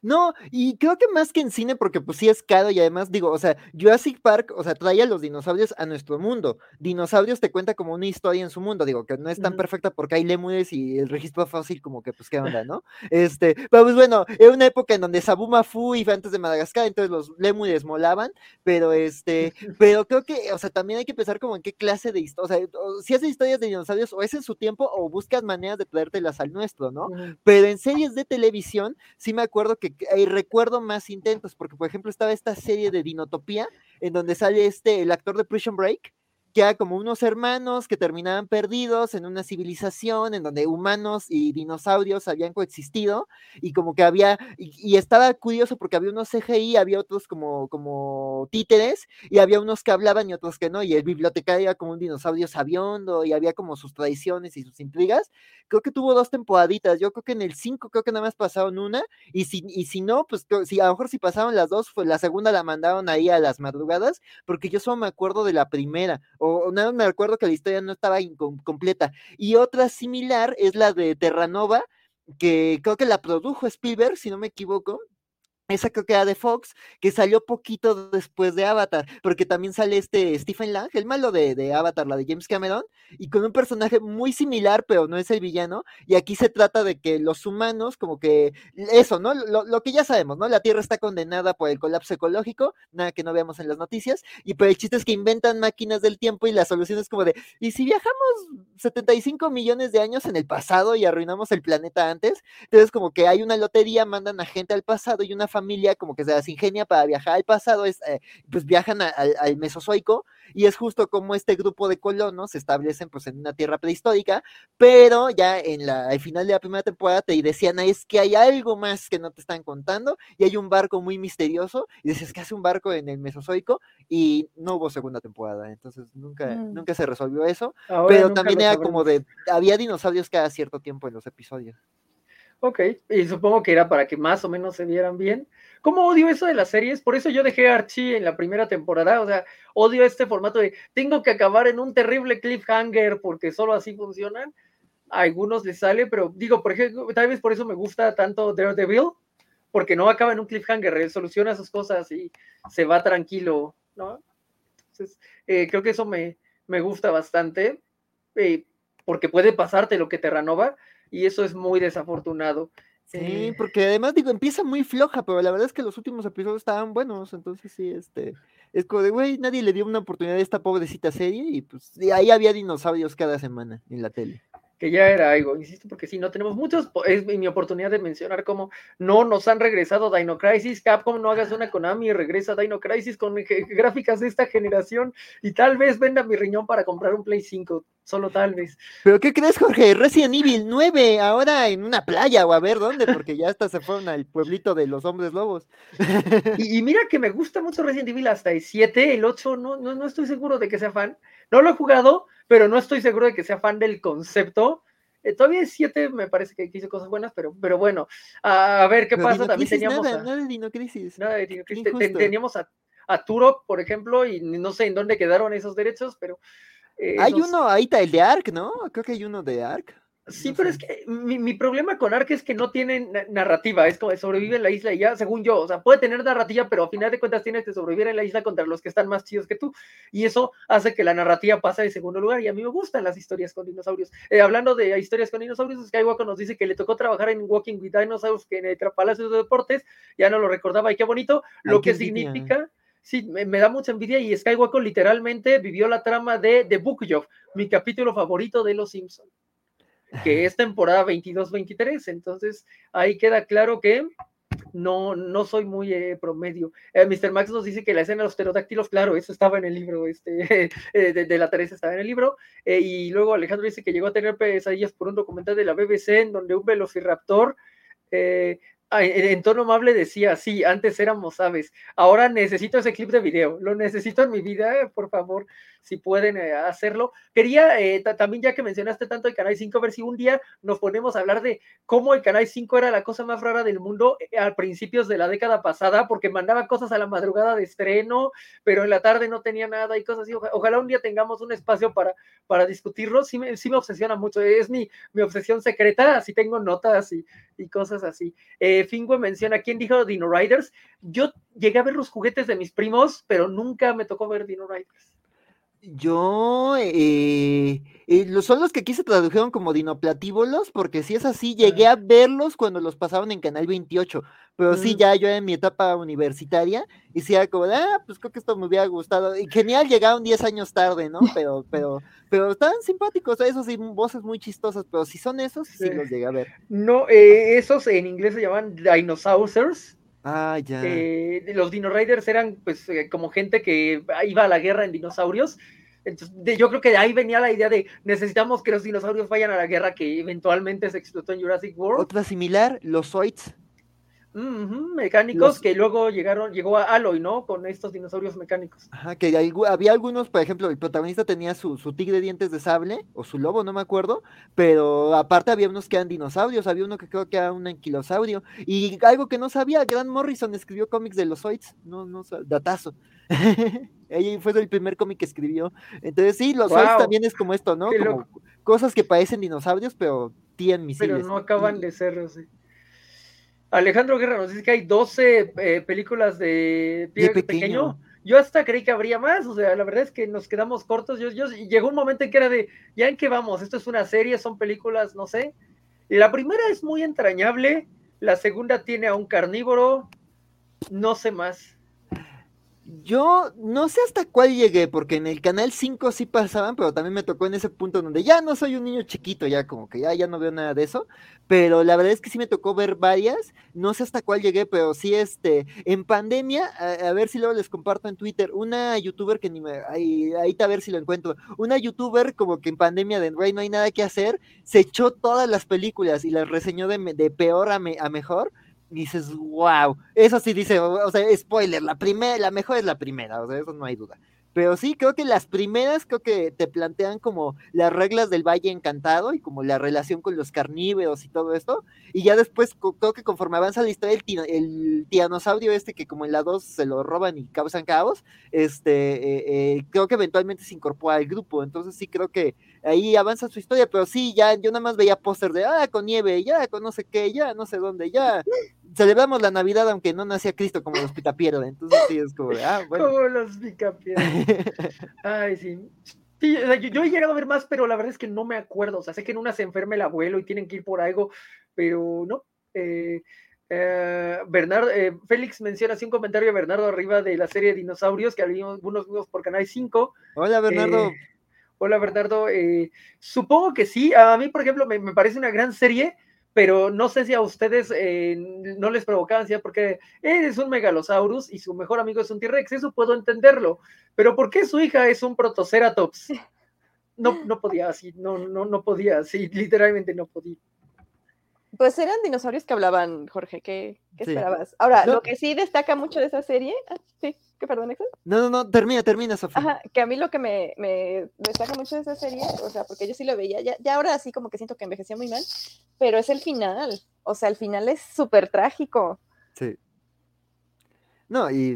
[SPEAKER 3] No, y creo que más que en cine, porque pues sí es caro y además digo, o sea, Jurassic Park, o sea, trae a los dinosaurios a nuestro mundo. Dinosaurios te cuenta como una historia en su mundo, digo, que no es tan
[SPEAKER 1] Ujú.
[SPEAKER 3] perfecta porque hay lémures y el registro fósil como que pues qué onda, ¿no? Pero pues bueno, era una época en donde Sabuma Fu y antes de Madagascar, entonces los lémures molaban, pero pero creo que, o sea, también hay que pensar como en qué clase de historia, o sea, si haces historias de dinosaurios o es en su tiempo o buscas maneras de traértelas al nuestro, ¿no?
[SPEAKER 1] Ujú.
[SPEAKER 3] Pero en series de televisión sí me acuerdo que recuerdo más intentos, porque por ejemplo estaba esta serie de Dinotopía, en donde sale el actor de Prison Break, que era como unos hermanos que terminaban perdidos en una civilización en donde humanos y dinosaurios habían coexistido, y como que había, y estaba curioso porque había unos CGI, había otros como títeres, y había unos que hablaban y otros que no, y el bibliotecario era como un dinosaurio sabiondo, y había como sus tradiciones y sus intrigas. Creo que tuvo 2 temporaditas, yo creo que en el 5 creo que nada más pasaron una, y si no, pues si a lo mejor si pasaron las dos, pues la segunda la mandaron ahí a las madrugadas, porque yo solo me acuerdo de la primera, o nada más me acuerdo que la historia no estaba completa. Y otra similar es la de Terranova, que creo que la produjo Spielberg, si no me equivoco. Esa creo que era de Fox, que salió poquito después de Avatar, porque también sale Stephen Lang, el malo de Avatar, la de James Cameron, y con un personaje muy similar, pero no es el villano, y aquí se trata de que los humanos, como que eso, ¿no? Lo que ya sabemos, ¿no? La Tierra está condenada por el colapso ecológico, nada que no veamos en las noticias, y pero el chiste es que inventan máquinas del tiempo y la solución es como de, ¿y si viajamos 75 millones de años en el pasado y arruinamos el planeta antes? Entonces, como que hay una lotería, mandan a gente al pasado y una familia como que se las ingenia para viajar al pasado, pues viajan al Mesozoico y es justo como este grupo de colonos se establecen pues en una tierra prehistórica, pero ya al final de la primera temporada te decían, es que hay algo más que no te están contando y hay un barco muy misterioso y dices, ¿qué hace un barco en el Mesozoico? Y no hubo segunda temporada, entonces nunca se resolvió eso,
[SPEAKER 1] Ahora
[SPEAKER 3] pero
[SPEAKER 1] nunca
[SPEAKER 3] también
[SPEAKER 1] lo
[SPEAKER 3] era como
[SPEAKER 1] sabremos.
[SPEAKER 3] había dinosaurios cada cierto tiempo en los episodios.
[SPEAKER 1] Ok, y supongo que era para que más o menos se vieran bien. ¿Cómo odio eso de las series? Por eso yo dejé Archie en la primera temporada, o sea, odio este formato de tengo que acabar en un terrible cliffhanger porque solo así funcionan. A algunos les sale, pero digo, por ejemplo, tal vez por eso me gusta tanto Daredevil, porque no acaba en un cliffhanger, soluciona sus cosas y se va tranquilo, ¿no? Entonces, creo que eso me gusta bastante, eh, porque puede pasarte lo que Terranova, y eso es muy desafortunado.
[SPEAKER 3] Sí, porque además digo, empieza muy floja, pero la verdad es que los últimos episodios estaban buenos, entonces sí, es como de, güey, nadie le dio una oportunidad a esta pobrecita serie y pues ahí había dinosaurios cada semana en la tele.
[SPEAKER 1] Que ya era algo, insisto, porque sí, no tenemos muchos, es mi oportunidad de mencionar cómo no nos han regresado Dino Crisis, Capcom, no hagas una Konami y regresa Dino Crisis con gráficas de esta generación y tal vez venda mi riñón para comprar un Play 5, solo tal vez.
[SPEAKER 3] ¿Pero qué crees, Jorge? Resident Evil 9, ahora en una playa o a ver dónde, porque ya hasta se fueron al pueblito de los hombres lobos.
[SPEAKER 1] Y mira que me gusta mucho Resident Evil hasta el 7, el 8 no estoy seguro de que sea fan, no lo he jugado, pero no estoy seguro de que sea fan del concepto. Todavía el 7 me parece que hizo cosas buenas, pero bueno, a ver qué
[SPEAKER 3] Pero
[SPEAKER 1] pasa.
[SPEAKER 3] Dino
[SPEAKER 1] También
[SPEAKER 3] Crisis,
[SPEAKER 1] teníamos
[SPEAKER 3] nada de Dino Crisis.
[SPEAKER 1] nada de Dino
[SPEAKER 3] Qué
[SPEAKER 1] Crisis.
[SPEAKER 3] injusto.
[SPEAKER 1] Teníamos a Turok, por ejemplo, y no sé en dónde quedaron esos derechos, pero
[SPEAKER 3] Hay
[SPEAKER 1] nos,
[SPEAKER 3] uno, ahí está el de Ark, ¿no? Creo que hay uno de Ark.
[SPEAKER 1] sí,
[SPEAKER 3] No
[SPEAKER 1] pero es
[SPEAKER 3] sé.
[SPEAKER 1] que mi problema con Ark es que no tiene narrativa, es como que sobrevive en la isla y ya, según yo, o sea, puede tener narrativa, pero a final de cuentas tienes que sobrevivir en la isla contra los que están más chidos que tú, y eso hace que la narrativa pase de segundo lugar, y a mí me gustan las historias con dinosaurios. Hablando de historias con dinosaurios, Skywalker nos dice que le tocó trabajar en Walking with Dinosaurs, que en el Palacio de Deportes, ya no lo recordaba, y qué bonito,
[SPEAKER 3] Ay,
[SPEAKER 1] lo
[SPEAKER 3] qué
[SPEAKER 1] que
[SPEAKER 3] envidia.
[SPEAKER 1] significa... Sí, me da mucha envidia y Skywalker literalmente vivió la trama de The Book Job, mi capítulo favorito de Los Simpsons, que es temporada 22-23, entonces ahí queda claro que no soy muy promedio. Mr. Max nos dice que la escena de los pterodáctilos, claro, eso estaba en el libro, de la Teresa estaba en el libro, y luego Alejandro dice que llegó a tener pesadillas por un documental de la BBC en donde un velociraptor eh, en tono amable decía, sí, antes éramos aves, ahora necesito ese clip de video, lo necesito en mi vida, por favor, si pueden hacerlo. Quería también, ya que mencionaste tanto el Canal 5, ver si un día nos ponemos a hablar de cómo el Canal 5 era la cosa más rara del mundo a principios de la década pasada, porque mandaba cosas a la madrugada de estreno, pero en la tarde no tenía nada y cosas así. Ojalá un día tengamos un espacio para discutirlo, sí me obsesiona mucho, es mi obsesión secreta, así tengo notas y cosas así. Fingue menciona, ¿quién dijo Dino Riders? Yo llegué a ver los juguetes de mis primos, pero nunca me tocó ver Dino Riders.
[SPEAKER 3] Yo, son los que aquí se tradujeron como dinoplatívolos, porque si es así, llegué a verlos cuando los pasaban en Canal 28, pero sí, ya yo en mi etapa universitaria, y sí era como, pues creo que esto me hubiera gustado, y genial, llegaron 10 años tarde, ¿no? Pero estaban simpáticos, esos sí, voces muy chistosas, pero si son esos, sí los llegué a ver.
[SPEAKER 1] No, esos en inglés se llaman Dinosaurs.
[SPEAKER 3] Ah, ya.
[SPEAKER 1] Los Dino Riders eran pues como gente que iba a la guerra en dinosaurios. Entonces, yo creo que de ahí venía la idea de necesitamos que los dinosaurios vayan a la guerra que eventualmente se explotó en Jurassic World.
[SPEAKER 3] Otra similar, los Zoids.
[SPEAKER 1] Mecánicos que luego llegó a Alloy, ¿no? Con estos dinosaurios mecánicos.
[SPEAKER 3] Ajá, que había algunos, por ejemplo, el protagonista tenía su tigre de dientes de sable, o su lobo, no me acuerdo, pero aparte había unos que eran dinosaurios, había uno que creo que era un anquilosaurio, y algo que no sabía, Grant Morrison escribió cómics de los Zoids, no, datazo. Ella fue el primer cómic que escribió. Entonces sí, los Zoids también es como esto, ¿no?
[SPEAKER 1] Qué
[SPEAKER 3] como
[SPEAKER 1] loco.
[SPEAKER 3] Cosas que parecen dinosaurios, pero tienen misiles.
[SPEAKER 1] Pero no acaban de ser, sí. Alejandro Guerra nos dice que hay 12 películas de Pie Pequeño. Yo hasta creí que habría más, o sea, la verdad es que nos quedamos cortos. Llegó un momento en que era de, ¿ya en qué vamos? Esto es una serie, son películas, no sé. Y la primera es muy entrañable, la segunda tiene a un carnívoro, no sé más.
[SPEAKER 3] Yo no sé hasta cuál llegué, porque en el canal 5 sí pasaban, pero también me tocó en ese punto donde ya no soy un niño chiquito, ya como que ya no veo nada de eso, pero la verdad es que sí me tocó ver varias, no sé hasta cuál llegué, pero sí en pandemia, a ver si luego les comparto en Twitter, una youtuber que ahí a ver si lo encuentro, una youtuber como que en pandemia de no hay nada que hacer, se echó todas las películas y las reseñó de peor a mejor. Y dices, wow, eso sí dice, o sea, spoiler, la mejor es la primera, o sea, eso no hay duda. Pero sí, creo que las primeras, creo que te plantean como las reglas del Valle Encantado y como la relación con los carnívoros y todo esto, y ya después creo que conforme avanza la historia, el tiranosaurio que como en la 2 se lo roban y causan caos, creo que eventualmente se incorpora al grupo, entonces sí creo que ahí avanza su historia, pero sí, ya yo nada más veía póster de, con nieve, ya con no sé qué, ya no sé dónde, ya celebramos la Navidad aunque no nacía Cristo como los Picapiedra, entonces sí es como de, bueno.
[SPEAKER 1] Como los Picapiedra. Ay, sí. Sí, o sea, yo he llegado a ver más, pero la verdad es que no me acuerdo. O sea, sé que en una se enferma el abuelo y tienen que ir por algo, pero no. Bernardo, Félix menciona así un comentario de Bernardo arriba de la serie de dinosaurios que algunos vimos por Canal 5.
[SPEAKER 3] Hola, Bernardo.
[SPEAKER 1] Hola, Bernardo. Supongo que sí. A mí, por ejemplo, me parece una gran serie, pero no sé si a ustedes no les provocaba ansiedad porque es un megalosaurus y su mejor amigo es un T-Rex, eso puedo entenderlo, pero ¿por qué su hija es un protoceratops? No podía así, no podía así, literalmente no podía.
[SPEAKER 2] Pues eran dinosaurios que hablaban, Jorge, ¿qué esperabas? Ahora, lo que sí destaca mucho de esa serie, sí, ¿qué perdón, Héctor?
[SPEAKER 3] No, termina, Sofía.
[SPEAKER 2] Ajá, que a mí lo que me destaca mucho de esa serie, o sea, porque yo sí lo veía, ya ahora sí como que siento que envejeció muy mal, pero es el final, o sea, el final es súper trágico.
[SPEAKER 3] Sí. No, y,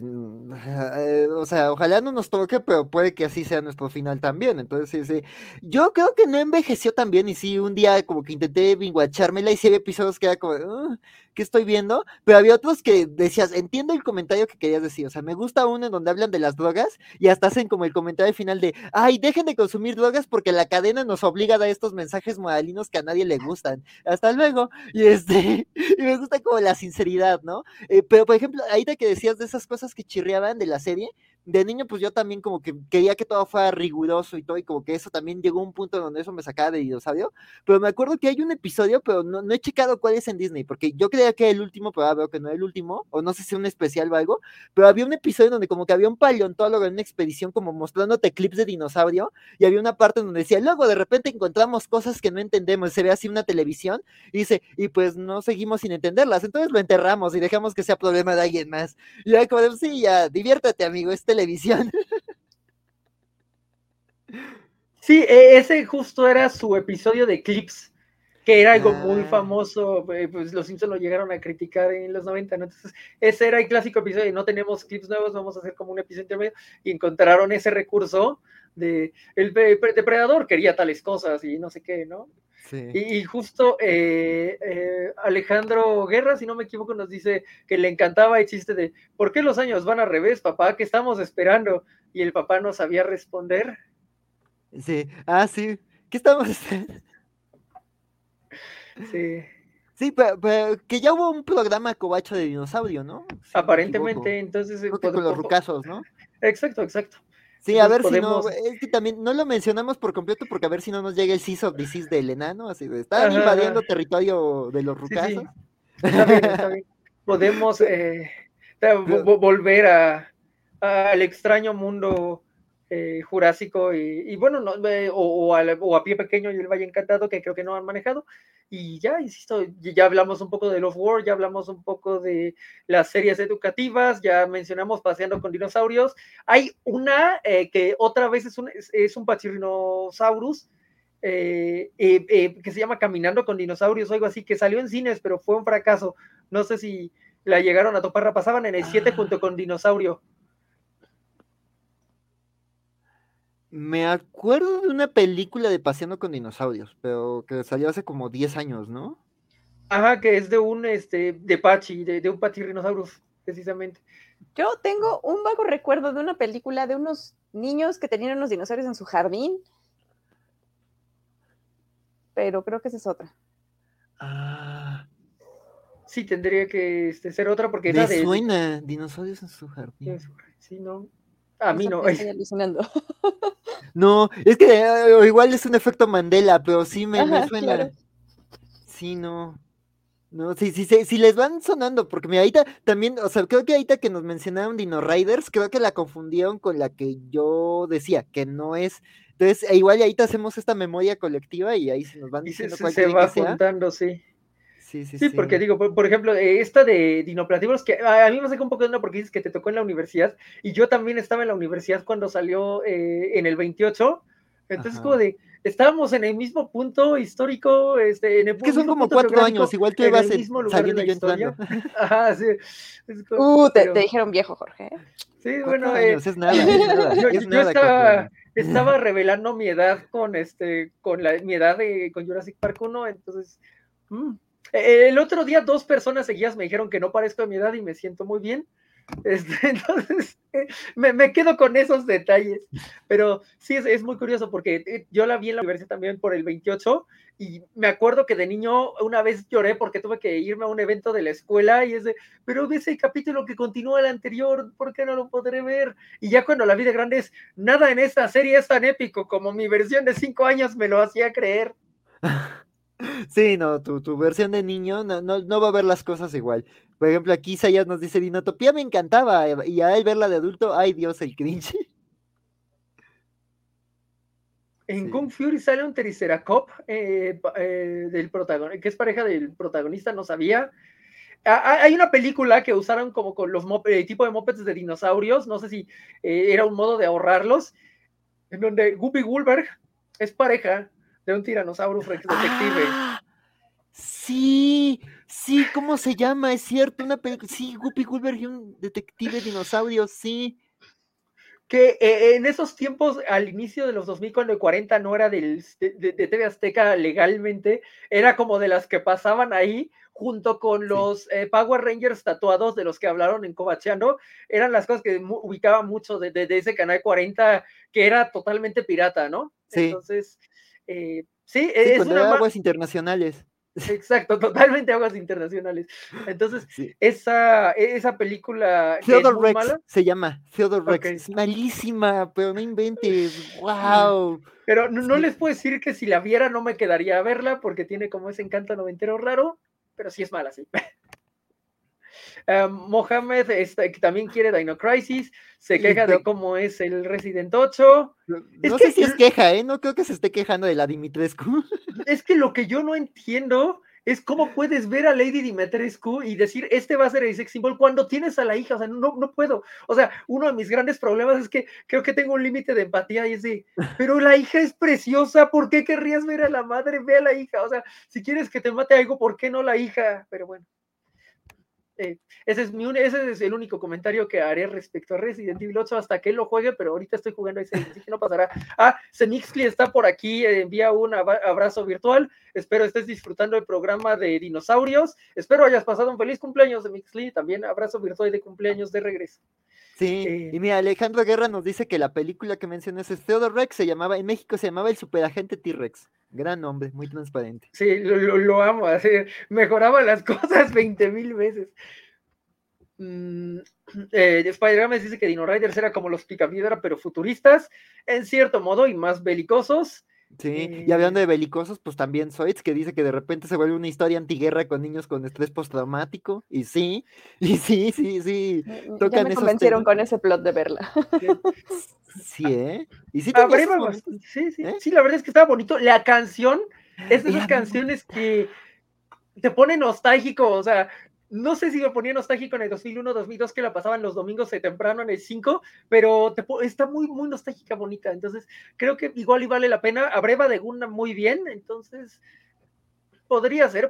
[SPEAKER 3] o sea, ojalá no nos toque, pero puede que así sea nuestro final también, entonces sí. Yo creo que no envejeció tan bien, y sí, un día como que intenté binguachármela y sí había episodios que era como, ¿qué estoy viendo? Pero había otros que decías, entiendo el comentario que querías decir, o sea, me gusta uno en donde hablan de las drogas y hasta hacen como el comentario final de, ay, dejen de consumir drogas porque la cadena nos obliga a dar estos mensajes moralinos que a nadie le gustan, hasta luego, y y me gusta como la sinceridad, ¿no? Pero por ejemplo, ahí de que decías de esas cosas que chirriaban de la serie, de niño pues yo también como que quería que todo fuera riguroso y todo, y como que eso también llegó a un punto donde eso me sacaba de dinosaurio, pero me acuerdo que hay un episodio, pero no he checado cuál es en Disney, porque yo creía que era el último, pero ahora veo que no era el último, o no sé si es un especial o algo, pero había un episodio donde como que había un paleontólogo en una expedición como mostrándote clips de dinosaurio, y había una parte donde decía, luego de repente encontramos cosas que no entendemos, se ve así una televisión, y dice, y pues no seguimos sin entenderlas, entonces lo enterramos y dejamos que sea problema de alguien más. Y ya como de, sí, ya, diviértete, amigo, es televisión.
[SPEAKER 1] Sí, ese justo era su episodio de Clips, que era algo muy famoso, pues los Simpsons lo llegaron a criticar en los 90, ¿no? Entonces, ese era el clásico episodio de no tenemos clips nuevos, vamos a hacer como un episodio intermedio, y encontraron ese recurso de el depredador quería tales cosas y no sé qué, ¿no?
[SPEAKER 3] Sí.
[SPEAKER 1] Y justo Alejandro Guerra, si no me equivoco, nos dice que le encantaba el chiste de ¿por qué los años van al revés, papá? ¿Qué estamos esperando? Y el papá no sabía responder.
[SPEAKER 3] Sí. Ah, sí. ¿Qué estamos haciendo?
[SPEAKER 1] Sí,
[SPEAKER 3] Sí, pero que ya hubo un programa covacho de dinosaurio, ¿no? Si no me equivoco.
[SPEAKER 1] aparentemente, entonces,
[SPEAKER 3] Creo que con los rucazos, ¿no?
[SPEAKER 1] exacto, exacto.
[SPEAKER 3] Sí, a
[SPEAKER 1] Entonces
[SPEAKER 3] ver si no,
[SPEAKER 1] podemos,
[SPEAKER 3] es que también no lo mencionamos por completo porque a ver si no nos llega el Cease of Disease del enano, así de, están
[SPEAKER 1] ajá,
[SPEAKER 3] invadiendo
[SPEAKER 1] ajá.
[SPEAKER 3] territorio de los
[SPEAKER 1] Sí, sí,
[SPEAKER 3] rucazos.
[SPEAKER 1] está bien, está bien. Podemos
[SPEAKER 3] Pero-
[SPEAKER 1] volver al extraño mundo jurásico y bueno, no, o a Pie Pequeño y el Valle Encantado, que creo que no han manejado. Y ya, insisto, ya hablamos un poco de Love War, ya hablamos un poco de las series educativas, ya mencionamos Paseando con Dinosaurios. Hay una que otra vez es un Pachyrhinosaurus, que se llama Caminando con Dinosaurios o algo así, que salió en cines, pero fue un fracaso. No sé si la llegaron a topar, la pasaban en el 7 junto con Dinosaurio.
[SPEAKER 3] Me acuerdo de una película de Paseando con Dinosaurios, pero que salió hace como 10 años, ¿no?
[SPEAKER 1] Ajá, que es de un de Pachi, de un Pachyrhinosaurus, precisamente.
[SPEAKER 2] Yo tengo un vago recuerdo de una película de unos niños que tenían unos dinosaurios en su jardín, pero creo que esa es otra.
[SPEAKER 3] Ah,
[SPEAKER 1] Sí, tendría que ser otra, porque
[SPEAKER 3] me
[SPEAKER 1] esa
[SPEAKER 3] suena, Dinosaurios en su jardín.
[SPEAKER 1] sí, no. A mí
[SPEAKER 2] Esa
[SPEAKER 1] no.
[SPEAKER 2] estoy alucinando.
[SPEAKER 3] No, es que igual es un efecto Mandela, pero sí me
[SPEAKER 2] Ajá, claro.
[SPEAKER 3] suena. Sí, no. No, sí, sí, sí, sí les van sonando, porque mira, ahorita también, o sea, creo que ahorita que nos mencionaron Dino Riders, creo que la confundieron con la que yo decía, que no es. Entonces, igual y ahorita hacemos esta memoria colectiva y ahí se nos van
[SPEAKER 1] Y
[SPEAKER 3] diciendo cuál
[SPEAKER 1] se
[SPEAKER 3] creen que
[SPEAKER 1] va
[SPEAKER 3] sea.
[SPEAKER 1] juntando, sí.
[SPEAKER 3] Sí, sí,
[SPEAKER 1] Sí, porque
[SPEAKER 3] sí.
[SPEAKER 1] digo, por ejemplo, esta de Dinoplatíbulos, que a mí me saca un poco de onda porque dices que te tocó en la universidad, y yo también estaba en la universidad cuando salió en el 28, entonces como
[SPEAKER 3] Ajá.
[SPEAKER 1] de, estábamos en el mismo punto histórico, en el
[SPEAKER 3] Es que son
[SPEAKER 1] mismo
[SPEAKER 3] como
[SPEAKER 1] punto
[SPEAKER 3] 4 años,
[SPEAKER 1] geográfico,
[SPEAKER 3] igual tú
[SPEAKER 1] en
[SPEAKER 3] ibas
[SPEAKER 1] el mismo lugar de
[SPEAKER 3] saliendo y
[SPEAKER 1] la
[SPEAKER 3] yo entrando.
[SPEAKER 1] historia. Ajá, sí.
[SPEAKER 2] Te
[SPEAKER 1] Pero,
[SPEAKER 2] dijeron viejo, Jorge. ¿Eh?
[SPEAKER 1] sí,
[SPEAKER 3] Cuatro
[SPEAKER 1] bueno,
[SPEAKER 3] años, es
[SPEAKER 1] yo
[SPEAKER 3] nada 4 años.
[SPEAKER 1] estaba revelando mi edad mi edad con Jurassic Park 1, entonces, mm. El otro día 2 personas seguidas me dijeron que no parezco de mi edad y me siento muy bien. Entonces, me quedo con esos detalles. Pero sí, es muy curioso porque yo la vi en la universidad también por el 28 y me acuerdo que de niño una vez lloré porque tuve que irme a un evento de la escuela y es de, pero ves el capítulo que continúa el anterior, ¿por qué no lo podré ver? Y ya cuando la vi de grande es, nada en esta serie es tan épico como mi versión de 5 años me lo hacía creer.
[SPEAKER 3] Sí, no, tu versión de niño no va a ver las cosas igual. Por ejemplo, aquí Sayas nos dice, Dinotopía me encantaba, y al verla de adulto, ay Dios, el cringe.
[SPEAKER 1] En Kung
[SPEAKER 3] Sí.
[SPEAKER 1] Fury sale un Triceracop del protagonista, que es pareja del protagonista, no sabía. Hay una película que usaron como con los tipo de mopeds de dinosaurios, no sé si era un modo de ahorrarlos, en donde Guppy Goldberg es pareja de un Tyrannosaurus Rex detective.
[SPEAKER 3] ¡Ah! Sí, sí, ¿cómo se llama? Es cierto, una película, sí, Guppy Gulliver y un detective dinosaurio, sí.
[SPEAKER 1] Que en esos tiempos, al inicio de los 2000, cuando el 40 no era de TV Azteca legalmente, era como de las que pasaban ahí, junto con
[SPEAKER 3] Sí.
[SPEAKER 1] los Power Rangers tatuados de los que hablaron en Covacheando, eran las cosas que ubicaba mucho de ese canal 40, que era totalmente pirata, ¿no?
[SPEAKER 3] Sí,
[SPEAKER 1] Entonces, sí,
[SPEAKER 3] sí,
[SPEAKER 1] es
[SPEAKER 3] cuando
[SPEAKER 1] una...
[SPEAKER 3] era aguas internacionales.
[SPEAKER 1] Exacto, totalmente aguas internacionales. Entonces,
[SPEAKER 3] Sí.
[SPEAKER 1] esa película que es
[SPEAKER 3] Theodore
[SPEAKER 1] muy
[SPEAKER 3] Rex
[SPEAKER 1] mala,
[SPEAKER 3] se llama, Theodore
[SPEAKER 1] ok.
[SPEAKER 3] Rex. Es malísima, pero no inventes. ¡Wow!
[SPEAKER 1] Pero no
[SPEAKER 3] Sí.
[SPEAKER 1] les puedo decir que si la viera no me quedaría a verla porque tiene como ese encanto noventero raro, pero sí es mala, sí. Mohamed que también quiere Dino Crisis, se
[SPEAKER 3] Y,
[SPEAKER 1] queja de
[SPEAKER 3] pero,
[SPEAKER 1] cómo es el Resident 8. Es
[SPEAKER 3] no sé
[SPEAKER 1] que,
[SPEAKER 3] si es queja, ¿eh? No creo que se esté quejando de la Dimitrescu.
[SPEAKER 1] es que lo que yo no entiendo es cómo puedes ver a Lady Dimitrescu y decir, este va a ser el sex symbol cuando tienes a la hija, o sea, no puedo. O sea, uno de mis grandes problemas es que creo que tengo un límite de empatía y es de, pero la hija es preciosa, ¿por qué querrías ver a la madre? Ve a la hija, o sea, si quieres que te mate algo, ¿por qué no la hija? Pero bueno. Ese es el único comentario que haré respecto a Resident Evil 8 hasta que él lo juegue, pero ahorita estoy jugando ese, así que no pasará. Semixly está por aquí, envía un abrazo virtual. Espero estés disfrutando el programa de dinosaurios. Espero hayas pasado un feliz cumpleaños, Semixly. También abrazo virtual de cumpleaños de regreso.
[SPEAKER 3] Sí, y mira, Alejandro Guerra nos dice que la película que mencionas es Theodore Rex, en México se llamaba El Superagente T-Rex. Gran nombre, muy transparente.
[SPEAKER 1] Sí, lo amo, así, mejoraba las cosas 20,000 veces. Spider-Man dice que Dino Riders era como los Picapiedra, pero futuristas, en cierto modo, y más belicosos.
[SPEAKER 3] Sí, y hablando de belicosos, pues también Zoids, que dice que de repente se vuelve una historia antiguerra con niños con estrés postraumático, y sí,
[SPEAKER 2] Ya
[SPEAKER 3] tocan
[SPEAKER 2] me
[SPEAKER 3] esos
[SPEAKER 2] convencieron
[SPEAKER 3] temas.
[SPEAKER 2] con ese plot de verla.
[SPEAKER 3] Sí, y sí tenía esos momentos,
[SPEAKER 1] sí, la verdad es que estaba bonito. La canción es de esas canciones que te pone nostálgico, o sea, no sé si me ponía nostálgico en el 2001, 2002, que la pasaban los domingos de temprano en el 5, pero está muy, muy nostálgica, bonita. Entonces, creo que igual y vale la pena. A Breva de Gundam muy bien, entonces, podría ser.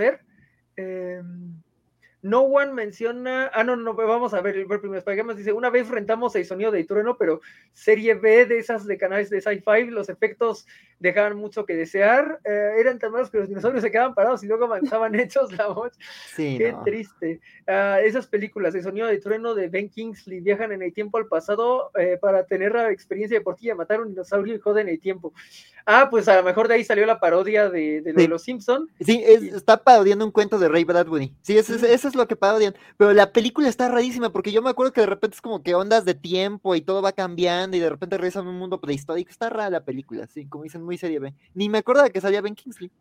[SPEAKER 1] No One menciona. No, vamos a ver primero. Spider-Man dice: una vez rentamos el sonido de trueno, pero serie B de esas de canales de sci-fi, los efectos dejaban mucho que desear. Eran tan malos que los dinosaurios se quedaban parados y luego avanzaban hechos la voz.
[SPEAKER 3] Sí,
[SPEAKER 1] Qué
[SPEAKER 3] no.
[SPEAKER 1] triste. Esas películas de sonido de trueno de Ben Kingsley viajan en el tiempo al pasado para tener la experiencia deportiva, matar a un dinosaurio y joden el tiempo. Pues a lo mejor de ahí salió la parodia de lo de los Simpsons.
[SPEAKER 3] Sí, está parodiando un cuento de Ray Bradbury. Sí, eso es lo que parodian. Pero la película está rarísima porque yo me acuerdo que de repente es como que ondas de tiempo y todo va cambiando y de repente regresan a un mundo prehistórico. Está rara la película, sí, como dicen, muy serie B. Ni me acuerdo de que salía Ben Kingsley.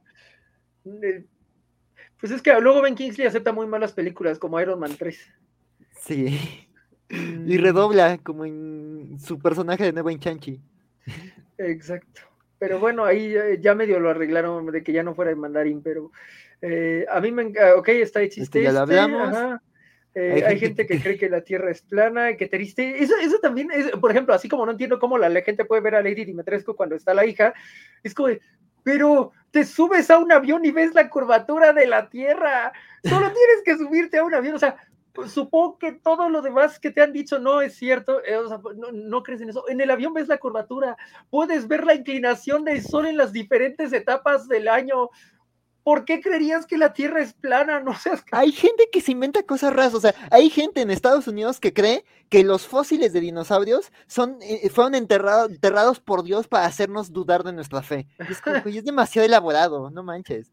[SPEAKER 1] Pues es que luego Ben Kingsley acepta muy malas películas como Iron Man 3.
[SPEAKER 3] Sí. Y redobla como en su personaje de nuevo en Chanchi.
[SPEAKER 1] Exacto. Pero bueno, ahí ya medio lo arreglaron de que ya no fuera el mandarín, pero a mí me ok, está el chiste
[SPEAKER 3] ya lo hablamos.
[SPEAKER 1] Ajá. Hay gente que cree que la Tierra es plana, que triste. Eso también es, por ejemplo, así como no entiendo cómo la gente puede ver a Lady Dimitrescu cuando está la hija, es como de, pero te subes a un avión y ves la curvatura de la Tierra. Solo tienes que subirte a un avión, o sea, pues, supongo que todo lo demás que te han dicho no es cierto, o sea, no crees en eso. En el avión ves la curvatura, puedes ver la inclinación del sol en las diferentes etapas del año. ¿Por qué creerías que la Tierra es plana? No seas...
[SPEAKER 3] Hay gente que se inventa cosas raras, o sea, hay gente en Estados Unidos que cree que los fósiles de dinosaurios fueron enterrados por Dios para hacernos dudar de nuestra fe. Y es como que es demasiado elaborado, no manches.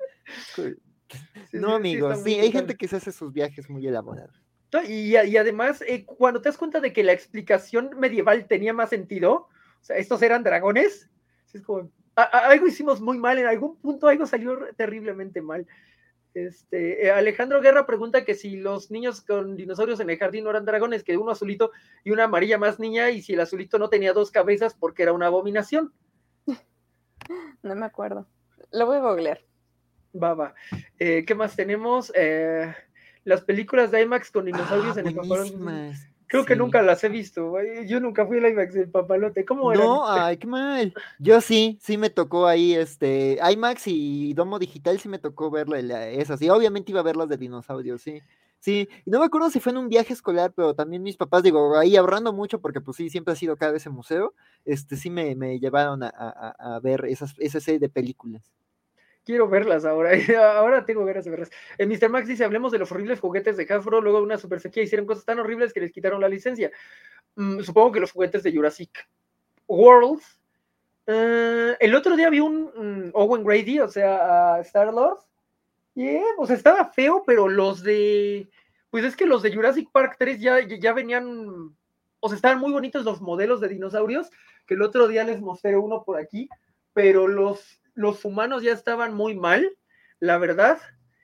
[SPEAKER 3] No, amigos, sí, hay gente que se hace sus viajes muy elaborados.
[SPEAKER 1] Y además, cuando te das cuenta de que la explicación medieval tenía más sentido, o sea, estos eran dragones, es como, algo hicimos muy mal, en algún punto algo salió terriblemente mal. Alejandro Guerra pregunta que si los niños con dinosaurios en el jardín no eran dragones, que uno azulito y una amarilla más niña, y si el azulito no tenía dos cabezas porque era una abominación.
[SPEAKER 2] No me acuerdo. Lo voy a googlear.
[SPEAKER 1] Va. ¿Qué más tenemos? Las películas de IMAX con dinosaurios en el papalote. Creo que nunca las he visto. Yo nunca fui al IMAX del papalote. ¿Cómo eran?
[SPEAKER 3] No, ay, qué mal. Yo sí me tocó ahí, IMAX y Domo Digital sí me tocó verla esas. Y obviamente iba a ver las de dinosaurios, sí. Sí, y no me acuerdo si fue en un viaje escolar, pero también mis papás, digo, ahí ahorrando mucho, porque pues sí, siempre ha sido cada vez ese museo, sí me llevaron a ver esa serie de películas.
[SPEAKER 1] Quiero verlas ahora. Ahora tengo ganas de verlas. Mr. Max dice: hablemos de los horribles juguetes de Hasbro. Luego de una super sequía hicieron cosas tan horribles que les quitaron la licencia. Supongo que los juguetes de Jurassic World. El otro día vi un Owen Grady, o sea, Star-Lord. Pues estaba feo, pero los de... Pues es que los de Jurassic Park 3 ya venían... O sea, estaban muy bonitos los modelos de dinosaurios, que el otro día les mostré uno por aquí, pero los humanos ya estaban muy mal, la verdad.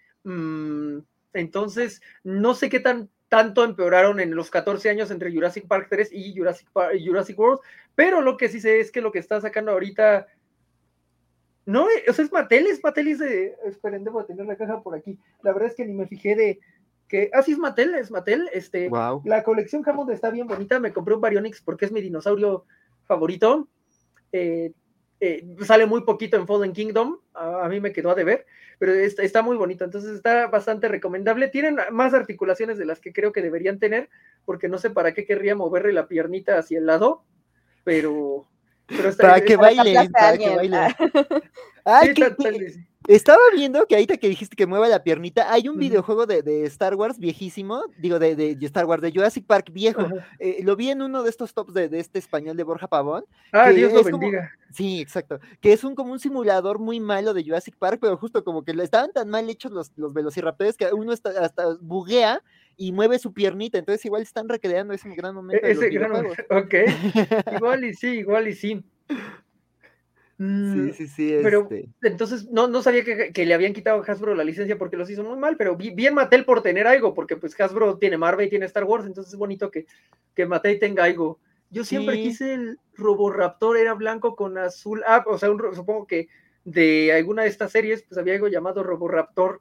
[SPEAKER 1] Entonces, no sé qué tanto empeoraron en los 14 años entre Jurassic Park 3 y Jurassic World, pero lo que sí sé es que lo que está sacando ahorita... No, o sea, es Mattel de... Esperen, debo tener la caja por aquí. La verdad es que ni me fijé de que... sí, es Mattel.
[SPEAKER 3] Wow.
[SPEAKER 1] La colección Hammond está bien bonita. Me compré un Baryonyx porque es mi dinosaurio favorito. Sale muy poquito en Fallen Kingdom. A mí me quedó a deber. pero está muy bonito, entonces está bastante recomendable. Tienen más articulaciones de las que creo que deberían tener, porque no sé para qué querría moverle la piernita hacia el lado, pero
[SPEAKER 3] Para que
[SPEAKER 2] Para que
[SPEAKER 3] bailen,
[SPEAKER 2] aplaste a
[SPEAKER 3] para que
[SPEAKER 2] alguien.
[SPEAKER 3] bailen.
[SPEAKER 1] sí,
[SPEAKER 3] Ay,
[SPEAKER 1] tal vez sí.
[SPEAKER 3] estaba viendo que ahorita que dijiste que mueva la piernita, hay un
[SPEAKER 1] Ujú.
[SPEAKER 3] videojuego de Star Wars viejísimo, digo, de Star Wars, de Jurassic Park viejo.
[SPEAKER 1] Ajá.
[SPEAKER 3] Lo vi en uno de estos tops de este español de Borja Pavón,
[SPEAKER 1] Dios
[SPEAKER 3] que
[SPEAKER 1] lo
[SPEAKER 3] es como,
[SPEAKER 1] bendiga.
[SPEAKER 3] sí, exacto, que es como un simulador muy malo de Jurassic Park, pero justo como que estaban tan mal hechos los velociraptores que uno hasta buguea y mueve su piernita, entonces igual están recreando ese gran momento de los
[SPEAKER 1] Ese gran,
[SPEAKER 3] videojuegos.
[SPEAKER 1] ok, igual y sí, igual y sí.
[SPEAKER 3] Sí,
[SPEAKER 1] Mm,
[SPEAKER 3] sí, sí,
[SPEAKER 1] pero entonces no sabía que le habían quitado a Hasbro la licencia porque los hizo muy mal, pero bien Mattel por tener algo, porque pues Hasbro tiene Marvel y tiene Star Wars, entonces es bonito que Mattel tenga algo. Yo siempre
[SPEAKER 3] sí.
[SPEAKER 1] quise el Roboraptor, era blanco con azul, o sea, supongo que de alguna de estas series, pues había algo llamado Roboraptor.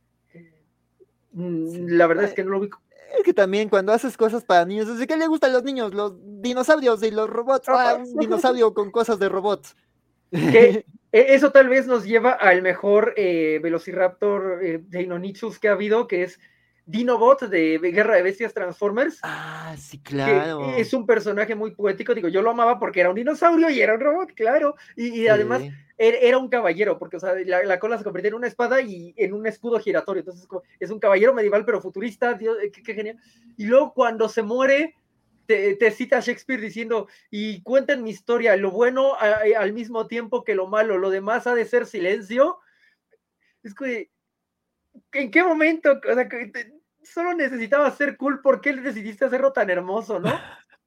[SPEAKER 3] Sí.
[SPEAKER 1] La verdad es que no lo vi.
[SPEAKER 3] Es que también cuando haces cosas para niños, ¿desde qué le gustan a los niños? Los dinosaurios y los robots. Ah, un dinosaurio con cosas de robots.
[SPEAKER 1] Que eso tal vez nos lleva al mejor Velociraptor de Inonichus que ha habido, que es Dinobot de Guerra de Bestias Transformers,
[SPEAKER 3] Ah, sí,
[SPEAKER 1] que
[SPEAKER 3] claro.
[SPEAKER 1] es un personaje muy poético. Digo, yo lo amaba porque era un dinosaurio y era un robot, claro. Y además
[SPEAKER 3] Sí.
[SPEAKER 1] era un caballero, porque o sea, la cola se convertía en una espada y en un escudo giratorio. Entonces es un caballero medieval pero futurista, Dios, qué genial. Y luego cuando se muere te cita Shakespeare diciendo, y cuenten mi historia, lo bueno al mismo tiempo que lo malo, lo demás ha de ser silencio. Es que, ¿en qué momento? O sea, solo necesitabas ser cool, ¿por qué decidiste hacerlo tan hermoso, no?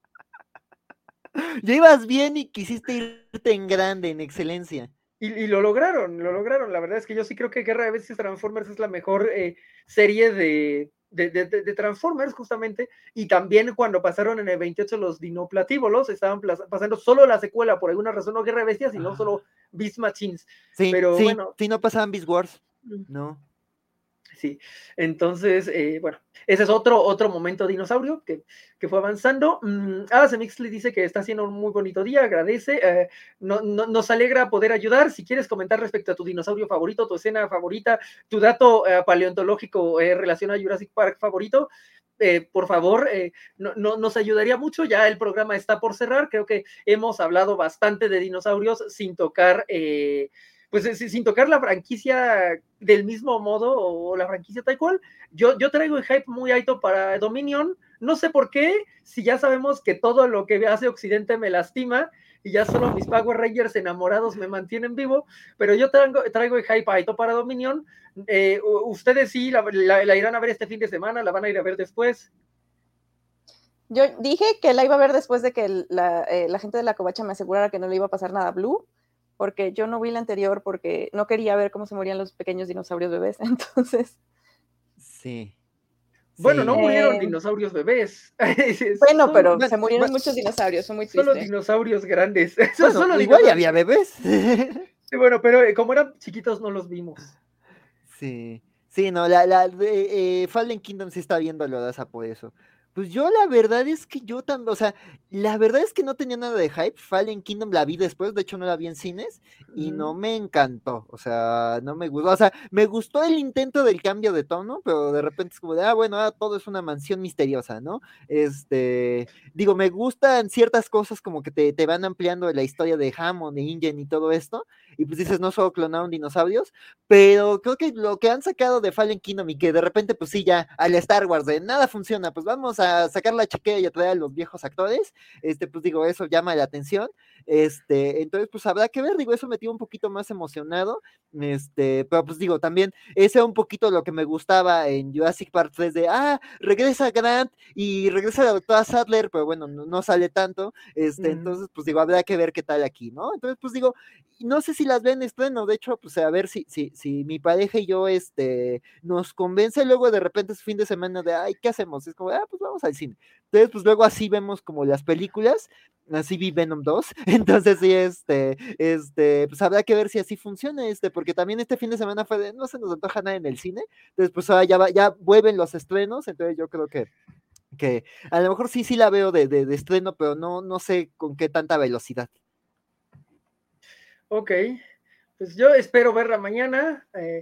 [SPEAKER 3] Ya ibas bien y quisiste irte en grande, en excelencia.
[SPEAKER 1] Y lo lograron, lo lograron. La verdad es que yo sí creo que Guerra de Bestias Transformers es la mejor serie de Transformers, justamente. Y también cuando pasaron en el 28 los Dinoplatívolos, estaban pasando solo la secuela, por alguna razón, no Guerra de Bestias, sino solo
[SPEAKER 3] Ah,
[SPEAKER 1] Beast Machines.
[SPEAKER 3] sí,
[SPEAKER 1] Pero
[SPEAKER 3] sí,
[SPEAKER 1] bueno,
[SPEAKER 3] sí, no pasaban Beast Wars. No.
[SPEAKER 1] sí, entonces, bueno, ese es otro momento dinosaurio que fue avanzando. Semixley dice que está haciendo un muy bonito día, agradece. Nos alegra poder ayudar. Si quieres comentar respecto a tu dinosaurio favorito, tu escena favorita, tu dato paleontológico relacionado a Jurassic Park favorito, por favor, nos ayudaría mucho. Ya el programa está por cerrar. Creo que hemos hablado bastante de dinosaurios sin tocar. Pues sin tocar la franquicia del mismo modo o la franquicia tal cual, yo traigo el hype muy alto para Dominion, no sé por qué, si ya sabemos que todo lo que hace Occidente me lastima y ya solo mis Power Rangers enamorados me mantienen vivo, pero yo traigo el hype alto para Dominion. Ustedes sí la irán a ver este fin de semana, la van a ir a ver después.
[SPEAKER 2] Yo dije que la iba a ver después de que la gente de la covacha me asegurara que no le iba a pasar nada a Blue, porque yo no vi la anterior porque no quería ver cómo se morían los pequeños dinosaurios bebés. Entonces,
[SPEAKER 3] Sí,
[SPEAKER 1] Bueno,
[SPEAKER 3] sí.
[SPEAKER 1] no murieron dinosaurios bebés,
[SPEAKER 2] bueno,
[SPEAKER 1] solo,
[SPEAKER 2] pero
[SPEAKER 3] Bueno,
[SPEAKER 2] se murieron muchos dinosaurios, fue muy
[SPEAKER 1] solo
[SPEAKER 2] triste.
[SPEAKER 1] dinosaurios grandes,
[SPEAKER 3] bueno,
[SPEAKER 1] solo
[SPEAKER 3] igual ya
[SPEAKER 1] dinosaurios.
[SPEAKER 3] había bebés.
[SPEAKER 1] Sí, bueno, pero como eran chiquitos no los vimos.
[SPEAKER 3] Sí, sí, no, la de Fallen Kingdom sí está viendo lo de esa por eso. Pues yo la verdad es que yo también, o sea, la verdad es que no tenía nada de hype. Fallen Kingdom la vi después, de hecho no la vi en cines y no
[SPEAKER 1] Ujú.
[SPEAKER 3] me encantó, o sea, no me gustó, o sea, me gustó el intento del cambio de tono, pero de repente es como de, bueno, todo es una mansión misteriosa, ¿no? Digo, me gustan ciertas cosas como que te van ampliando la historia de Hammond, de Ingen y todo esto, y pues dices, no solo clonaron dinosaurios, pero creo que lo que han sacado de Fallen Kingdom y que de repente, pues sí, ya al Star Wars de nada funciona, pues vamos a sacar la chequera y a traer a los viejos actores, pues digo, eso llama la atención. Entonces, pues habrá que ver, digo, eso me tiene un poquito más emocionado, pero pues digo, también, ese es un poquito lo que me gustaba en Jurassic Park 3 de, regresa Grant y regresa la doctora Sadler, pero bueno, no sale tanto, entonces, pues digo, habrá que ver qué tal aquí, ¿no? Entonces, pues digo, no sé si las ven estreno, de hecho, pues a ver si mi pareja y yo, nos convence luego de repente es fin de semana de, ay, ¿qué hacemos? Es como, pues vamos al cine. Entonces, pues luego así vemos como las películas, así vi Venom 2, entonces sí, pues habrá que ver si así funciona, porque también este fin de semana fue de, no se nos antoja nada en el cine, entonces pues ya vuelven los estrenos, entonces yo creo que a lo mejor sí la veo de estreno, pero no sé con qué tanta velocidad.
[SPEAKER 1] Ok, pues yo espero verla mañana.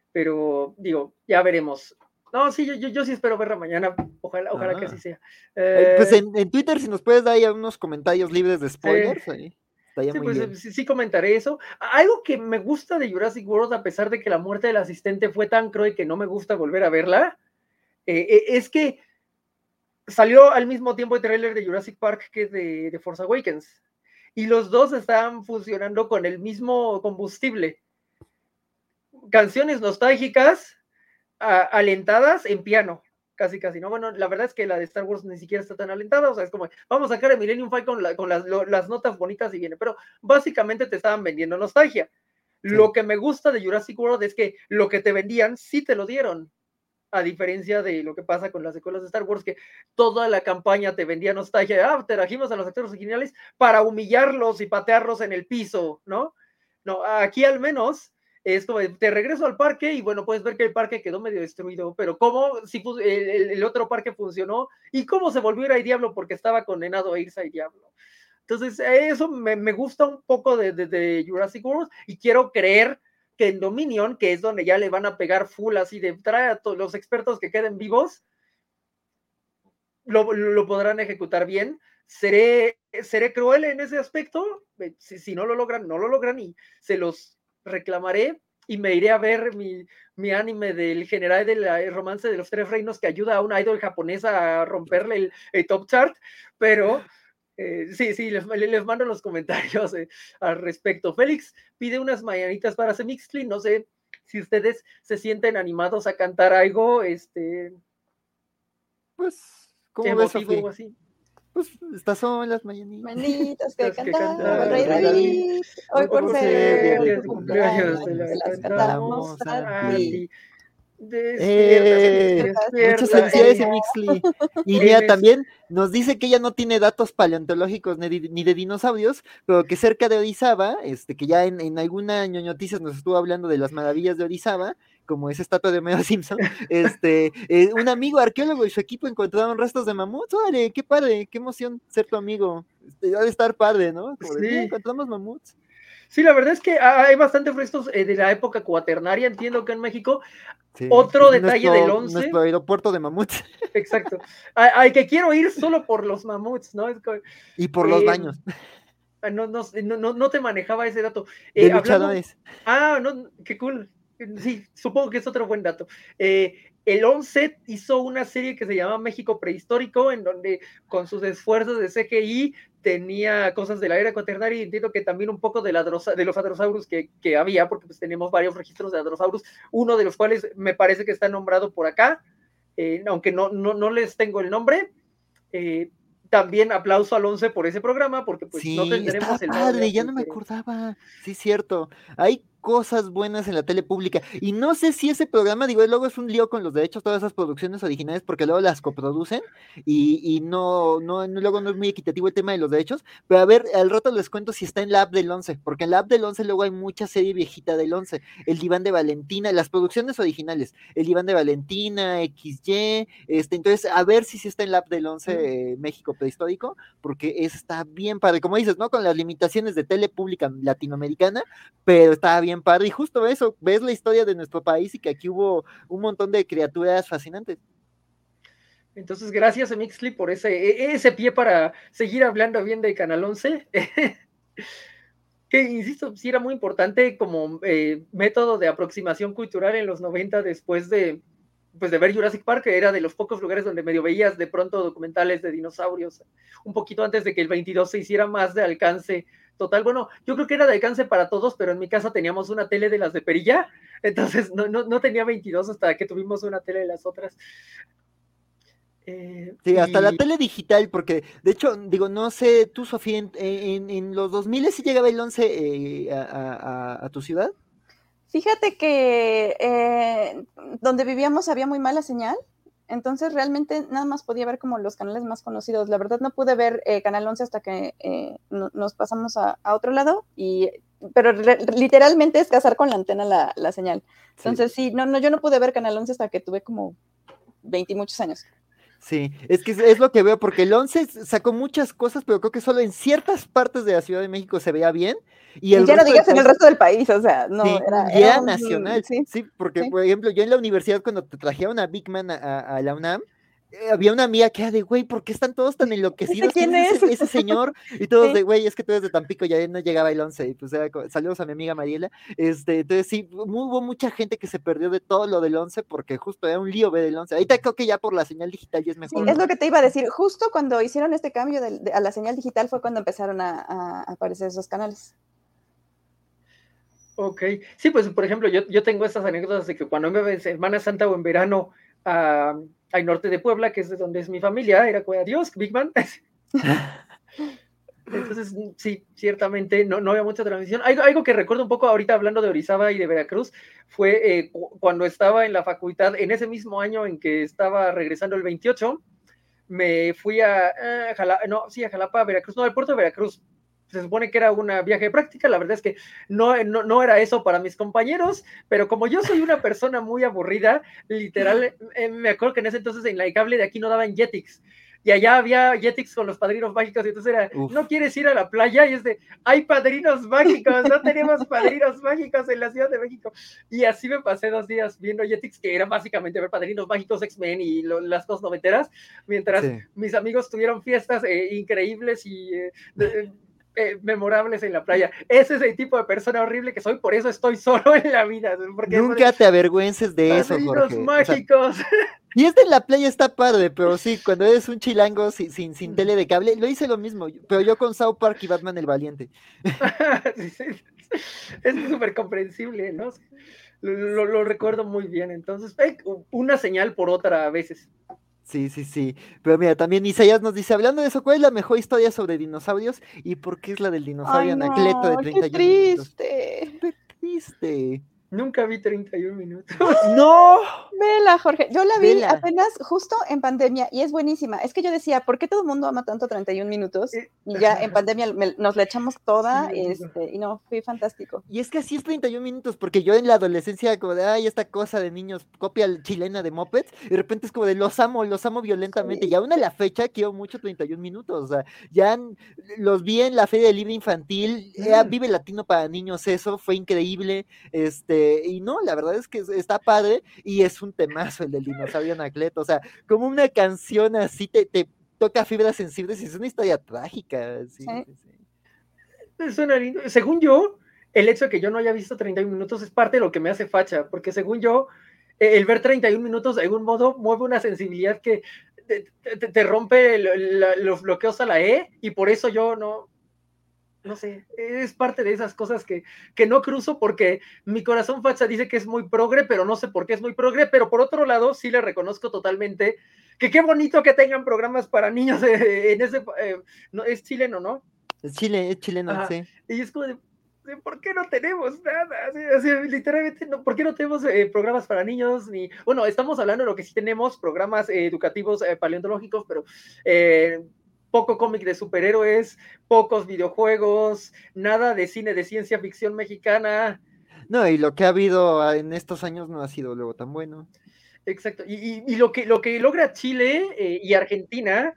[SPEAKER 1] pero digo, ya veremos. No, sí, yo sí espero verla mañana, ojalá que así sea.
[SPEAKER 3] Pues en Twitter, si nos puedes dar ahí unos comentarios libres de spoilers, ahí estaría muy
[SPEAKER 1] pues
[SPEAKER 3] bien.
[SPEAKER 1] sí comentaré eso. Algo que me gusta de Jurassic World, a pesar de que la muerte del asistente fue tan cruel que no me gusta volver a verla, es que salió al mismo tiempo el tráiler de Jurassic Park que de Force Awakens. Y los dos estaban funcionando con el mismo combustible. Canciones nostálgicas, alentadas en piano. Casi, ¿no? Bueno, la verdad es que la de Star Wars ni siquiera está tan alentada, o sea, es como, vamos a sacar el Millennium Falcon con las notas bonitas y viene, pero básicamente te estaban vendiendo nostalgia. Sí. Lo que me gusta de Jurassic World es que lo que te vendían sí te lo dieron, a diferencia de lo que pasa con las secuelas de Star Wars, que toda la campaña te vendía nostalgia, trajimos a los actores originales para humillarlos y patearlos en el piso, ¿no? No, aquí al menos es como, te regreso al parque y bueno, puedes ver que el parque quedó medio destruido, pero cómo si el otro parque funcionó y cómo se volvió a ir al diablo porque estaba condenado a irse al diablo. Entonces, eso me gusta un poco de Jurassic World y quiero creer que en Dominion, que es donde ya le van a pegar full así de trae a todos los expertos que queden vivos, lo podrán ejecutar bien. Seré cruel en ese aspecto, si no lo logran y se los reclamaré y me iré a ver mi anime del general del romance de los 3 reinos que ayuda a una idol japonesa a romperle el top chart, pero sí, les mando los comentarios al respecto. Félix pide unas mañanitas para Semixly, no sé si ustedes se sienten animados a cantar algo,
[SPEAKER 3] pues, ¿cómo ves, Sofía?
[SPEAKER 1] O así.
[SPEAKER 3] Pues estas son las mañanitas.
[SPEAKER 2] Mañanitas que cantaba el rey David. Hoy por ser de tu cumpleaños, te las cantamos a ti.
[SPEAKER 3] Muchas felicidades, Mixly. Y mira, también nos dice que ella no tiene datos paleontológicos ni de dinosaurios, pero que cerca de Orizaba, que ya en alguna noticias nos estuvo hablando de las maravillas de Orizaba, como esa estatua de Homero Simpson, un amigo arqueólogo y su equipo encontraron restos de mamuts. ¡Órale, qué padre, qué emoción ser tu amigo! Ha de estar padre, ¿no? Como de, mira, encontramos mamuts.
[SPEAKER 1] Sí, la verdad es que hay bastantes restos de la época cuaternaria, entiendo que en México.
[SPEAKER 3] Sí,
[SPEAKER 1] otro detalle del 11.
[SPEAKER 3] Nuestro aeropuerto de mamuts.
[SPEAKER 1] Exacto. Al que quiero ir solo por los mamuts, ¿no?
[SPEAKER 3] Y por los baños.
[SPEAKER 1] No te manejaba ese dato.
[SPEAKER 3] De luchadores.
[SPEAKER 1] No, qué cool. Sí, supongo que es otro buen dato. El 11 hizo una serie que se llama México Prehistórico, en donde con sus esfuerzos de CGI tenía cosas de la era cuaternaria y entiendo que también un poco de los hadrosaurus que había, porque pues tenemos varios registros de hadrosaurus, uno de los cuales me parece que está nombrado por acá, aunque no les tengo el nombre. También aplauso al 11 por ese programa, porque pues
[SPEAKER 3] sí,
[SPEAKER 1] no tendremos
[SPEAKER 3] el padre, ya no me acordaba. Sí, cierto. Hay cosas buenas en la tele pública. Y no sé si ese programa, luego es un lío con los derechos, todas esas producciones originales, porque luego las coproducen y luego no es muy equitativo el tema de los derechos. Pero a ver, al rato les cuento si está en la app del 11, porque en la app del 11 luego hay mucha serie viejita del 11. El Diván de Valentina, las producciones originales, el Diván de Valentina, XY, entonces a ver si está en la app del 11 México Prehistórico, porque está bien padre, como dices, ¿no? Con las limitaciones de tele pública latinoamericana, pero está bien padre, y justo eso, ves la historia de nuestro país y que aquí hubo un montón de criaturas fascinantes.
[SPEAKER 1] Entonces, gracias a Mixly por ese pie para seguir hablando bien de Canal 11. Que, insisto, sí era muy importante como método de aproximación cultural en los 90 después de ver Jurassic Park, que era de los pocos lugares donde medio veías de pronto documentales de dinosaurios, un poquito antes de que el 22 se hiciera más de alcance total. Bueno, yo creo que era de alcance para todos, pero en mi casa teníamos una tele de las de perilla, entonces no tenía 22 hasta que tuvimos una tele de las otras.
[SPEAKER 3] Sí, hasta la tele digital, porque de hecho, no sé, tú, Sofía, en los 2000 sí llegaba el 11 a tu ciudad.
[SPEAKER 2] Fíjate que donde vivíamos había muy mala señal, entonces realmente nada más podía ver como los canales más conocidos. La verdad no pude ver Canal 11 hasta que nos pasamos a otro lado, pero literalmente es cazar con la antena la señal. Entonces sí, yo no pude ver Canal 11 hasta que tuve como 20 y muchos años.
[SPEAKER 3] Sí, es que es lo que veo, porque el 11 sacó muchas cosas, pero creo que solo en ciertas partes de la Ciudad de México se veía bien, y
[SPEAKER 2] Y
[SPEAKER 3] el
[SPEAKER 2] ya no
[SPEAKER 3] resto del
[SPEAKER 2] digas en el
[SPEAKER 3] país,
[SPEAKER 2] resto del país, o sea, no,
[SPEAKER 3] sí, y
[SPEAKER 2] era
[SPEAKER 3] era
[SPEAKER 2] un,
[SPEAKER 3] nacional,
[SPEAKER 2] sí,
[SPEAKER 3] sí, porque,
[SPEAKER 2] sí,
[SPEAKER 3] por ejemplo, yo en la universidad, cuando te trajeron a Big Man a la UNAM, había una amiga que era de, güey, ¿por qué están todos tan
[SPEAKER 2] ¿este
[SPEAKER 3] enloquecidos? ¿Quién
[SPEAKER 2] quién
[SPEAKER 3] es
[SPEAKER 2] es?
[SPEAKER 3] ese señor? Y todos
[SPEAKER 2] Sí,
[SPEAKER 3] de, güey, es que tú eres de Tampico, ya no llegaba el 11 y pues era saludos a mi amiga Mariela, entonces sí, hubo mucha gente que se perdió de todo lo del 11 porque justo era un lío ver el 11. Ahorita creo que ya por la señal digital ya es
[SPEAKER 2] sí,
[SPEAKER 3] mejor,
[SPEAKER 2] es
[SPEAKER 3] ¿no?
[SPEAKER 2] lo que te iba a decir. Justo cuando hicieron este cambio a la señal digital fue cuando empezaron a aparecer esos canales.
[SPEAKER 1] Ok, sí, pues por ejemplo, yo tengo estas anécdotas de que cuando me ves Semana Santa o en verano al norte de Puebla, que es de donde es mi familia, era como, adiós, Big Man. Entonces, sí, ciertamente no había mucha transmisión. Algo que recuerdo un poco ahorita hablando de Orizaba y de Veracruz fue cuando estaba en la facultad, en ese mismo año en que estaba regresando el 28, me fui a Jalapa, Veracruz, no, al puerto de Veracruz. Se supone que era una viaje de práctica, la verdad es que no era eso para mis compañeros, pero como yo soy una persona muy aburrida, literal, me acuerdo que en ese entonces en la cable de aquí no daban Jetix, y allá había Jetix con los padrinos mágicos, y entonces era,
[SPEAKER 3] Uf.
[SPEAKER 1] ¿no quieres ir a la playa? Y es de, hay padrinos mágicos, no tenemos padrinos mágicos en la Ciudad de México. Y así me pasé 2 días viendo Jetix, que era básicamente ver padrinos mágicos, X-Men y las cosas noventeras, mientras
[SPEAKER 3] Sí.
[SPEAKER 1] mis amigos tuvieron fiestas increíbles y memorables en la playa. Ese es el tipo de persona horrible que soy, por eso estoy solo en la vida, porque
[SPEAKER 3] Nunca te avergüences de eso,
[SPEAKER 1] padrinos
[SPEAKER 3] Jorge. O sea,
[SPEAKER 1] mágicos.
[SPEAKER 3] y este en la playa está padre, pero sí, cuando eres un chilango sin tele de cable, lo hice lo mismo, pero yo con South Park y Batman el Valiente.
[SPEAKER 1] Sí, sí, es súper comprensible, ¿no? Lo recuerdo muy bien. Entonces, una señal por otra a veces.
[SPEAKER 3] Sí, sí, sí. Pero mira, también Isaías nos dice, hablando de eso, ¿cuál es la mejor historia sobre dinosaurios? ¿Y por qué es la del dinosaurio
[SPEAKER 2] Ay,
[SPEAKER 3] Anacleto de
[SPEAKER 2] no, qué
[SPEAKER 3] 31 minutos?
[SPEAKER 2] triste.
[SPEAKER 3] Súper triste.
[SPEAKER 1] Nunca vi 31 minutos.
[SPEAKER 3] ¡No!
[SPEAKER 2] Vela, Jorge. Yo la vi
[SPEAKER 3] Vela.
[SPEAKER 2] apenas justo en pandemia y es buenísima. Es que yo decía, ¿por qué todo el mundo ama tanto 31 minutos? Y ya en pandemia nos la echamos
[SPEAKER 1] Sí,
[SPEAKER 2] toda,
[SPEAKER 1] amigo.
[SPEAKER 2] y no, fue fantástico.
[SPEAKER 3] Y es que así es 31 minutos, porque yo en la adolescencia como de, ay, esta cosa de niños, copia chilena de Muppets, y de repente es como de, los amo violentamente, y
[SPEAKER 2] Sí.
[SPEAKER 3] aún a la fecha quiero mucho 31 minutos, o sea, ya los vi en la Feria del Libro Infantil, era Vive Latino para niños, eso fue increíble, y no, la verdad es que está padre, y es un temazo el del dinosaurio Anacleto, o sea, como una canción así te toca fibras sensibles, y es una historia trágica, sí,
[SPEAKER 2] Sí.
[SPEAKER 3] sí, sí.
[SPEAKER 1] Suena lindo. Según yo, el hecho de que yo no haya visto 31 minutos es parte de lo que me hace facha, porque según yo, el ver 31 minutos de algún modo mueve una sensibilidad que te rompe los bloqueos a la E, y por eso yo no sé, es parte de esas cosas que no cruzo porque mi corazón facha dice que es muy progre, pero no sé por qué es muy progre, pero por otro lado sí le reconozco totalmente que qué bonito que tengan programas para niños en ese, no, es chileno, ¿no?
[SPEAKER 3] Es Chile, es chileno,
[SPEAKER 1] Ajá.
[SPEAKER 3] sí.
[SPEAKER 1] Y es como de, ¿por qué no tenemos nada? Así, literalmente, ¿por qué no tenemos programas para niños? Bueno, estamos hablando de lo que sí tenemos, programas educativos paleontológicos, pero poco cómic de superhéroes, pocos videojuegos, nada de cine de ciencia ficción mexicana.
[SPEAKER 3] No, y lo que ha habido en estos años no ha sido luego tan bueno.
[SPEAKER 1] Exacto. Y lo que logra Chile y Argentina,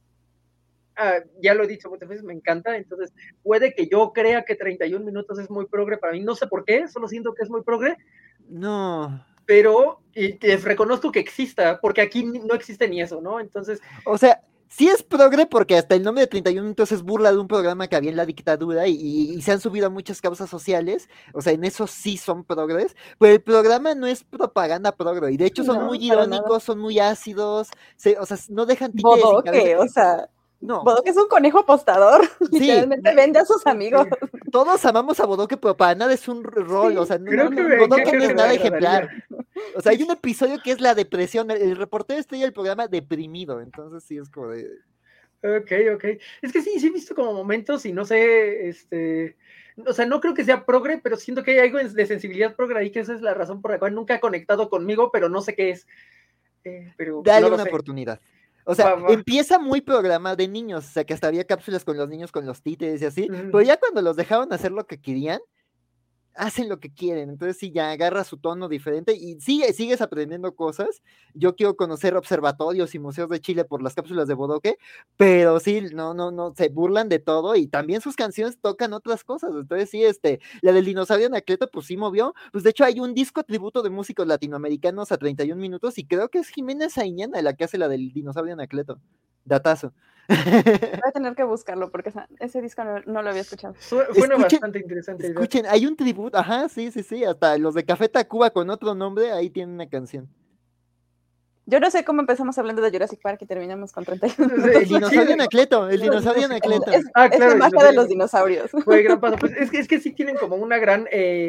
[SPEAKER 1] ya lo he dicho muchas veces, me encanta, entonces puede que yo crea que 31 minutos es muy progre para mí, no sé por qué, solo siento que es muy progre,
[SPEAKER 3] No,
[SPEAKER 1] pero que reconozco que exista, porque aquí no existe ni eso, ¿no? Entonces,
[SPEAKER 3] o sea, sí es progre porque hasta el nombre de 31 minutos es burla de un programa que había en la dictadura y se han subido a muchas causas sociales, o sea, en eso sí son progres, pero el programa no es propaganda progre, y de hecho son muy
[SPEAKER 2] No, para nada.
[SPEAKER 3] irónicos, son muy ácidos, o sea, no dejan títeres sin cabeza.
[SPEAKER 2] Bodoque, o sea,
[SPEAKER 3] No,
[SPEAKER 2] Bodoque es un conejo apostador.
[SPEAKER 3] sí,
[SPEAKER 2] Literalmente vende a sus amigos.
[SPEAKER 3] todos amamos a Bodoque, pero para nada es un rol, o
[SPEAKER 2] Sí,
[SPEAKER 3] sea,
[SPEAKER 2] no,
[SPEAKER 1] creo que
[SPEAKER 2] no,
[SPEAKER 1] me,
[SPEAKER 2] no,
[SPEAKER 1] creo
[SPEAKER 3] Bodoque
[SPEAKER 2] no,
[SPEAKER 3] no
[SPEAKER 1] que
[SPEAKER 3] es
[SPEAKER 2] no,
[SPEAKER 1] me
[SPEAKER 3] nada
[SPEAKER 2] no.
[SPEAKER 3] ejemplar.
[SPEAKER 1] agradaría.
[SPEAKER 3] O sea, hay un episodio que es la depresión, el reportero estrella del programa deprimido, entonces sí es como de...
[SPEAKER 1] Ok. Es que sí he visto como momentos y no sé, o sea, no creo que sea progre, pero siento que hay algo de sensibilidad progre ahí, que esa es la razón por la cual nunca ha conectado conmigo, pero no sé qué es, pero no
[SPEAKER 3] Dale
[SPEAKER 1] lo
[SPEAKER 3] una
[SPEAKER 1] sé.
[SPEAKER 3] oportunidad. O sea,
[SPEAKER 1] Va.
[SPEAKER 3] empieza muy programa de niños, o sea, que hasta había cápsulas con los niños con los títeres y así, pero
[SPEAKER 1] Mm.
[SPEAKER 3] ya cuando los dejaron hacer lo que querían, hacen lo que quieren, entonces sí, ya agarra su tono diferente y sigues aprendiendo cosas. Yo quiero conocer observatorios y museos de Chile por las cápsulas de Bodoque, pero sí, no, se burlan de todo y también sus canciones tocan otras cosas, entonces sí, la del dinosaurio Anacleto, pues sí movió, pues de hecho hay un disco tributo de músicos latinoamericanos a 31 minutos y creo que es Jimena Sariñana la que hace la del dinosaurio Anacleto, datazo.
[SPEAKER 2] Voy a tener que buscarlo porque ese disco no lo había escuchado.
[SPEAKER 1] Suena bastante interesante.
[SPEAKER 3] Escuchen, hay un tributo, ajá, sí, hasta los de Café Tacuba con otro nombre, ahí tienen una canción.
[SPEAKER 2] Yo no sé cómo empezamos hablando de Jurassic Park y terminamos con 31 minutos.
[SPEAKER 3] El dinosaurio Anacleto, el dinosaurio Anacleto.
[SPEAKER 2] Es la magia de los dinosaurios.
[SPEAKER 1] Fue gran paso. Pues es que sí tienen como una gran...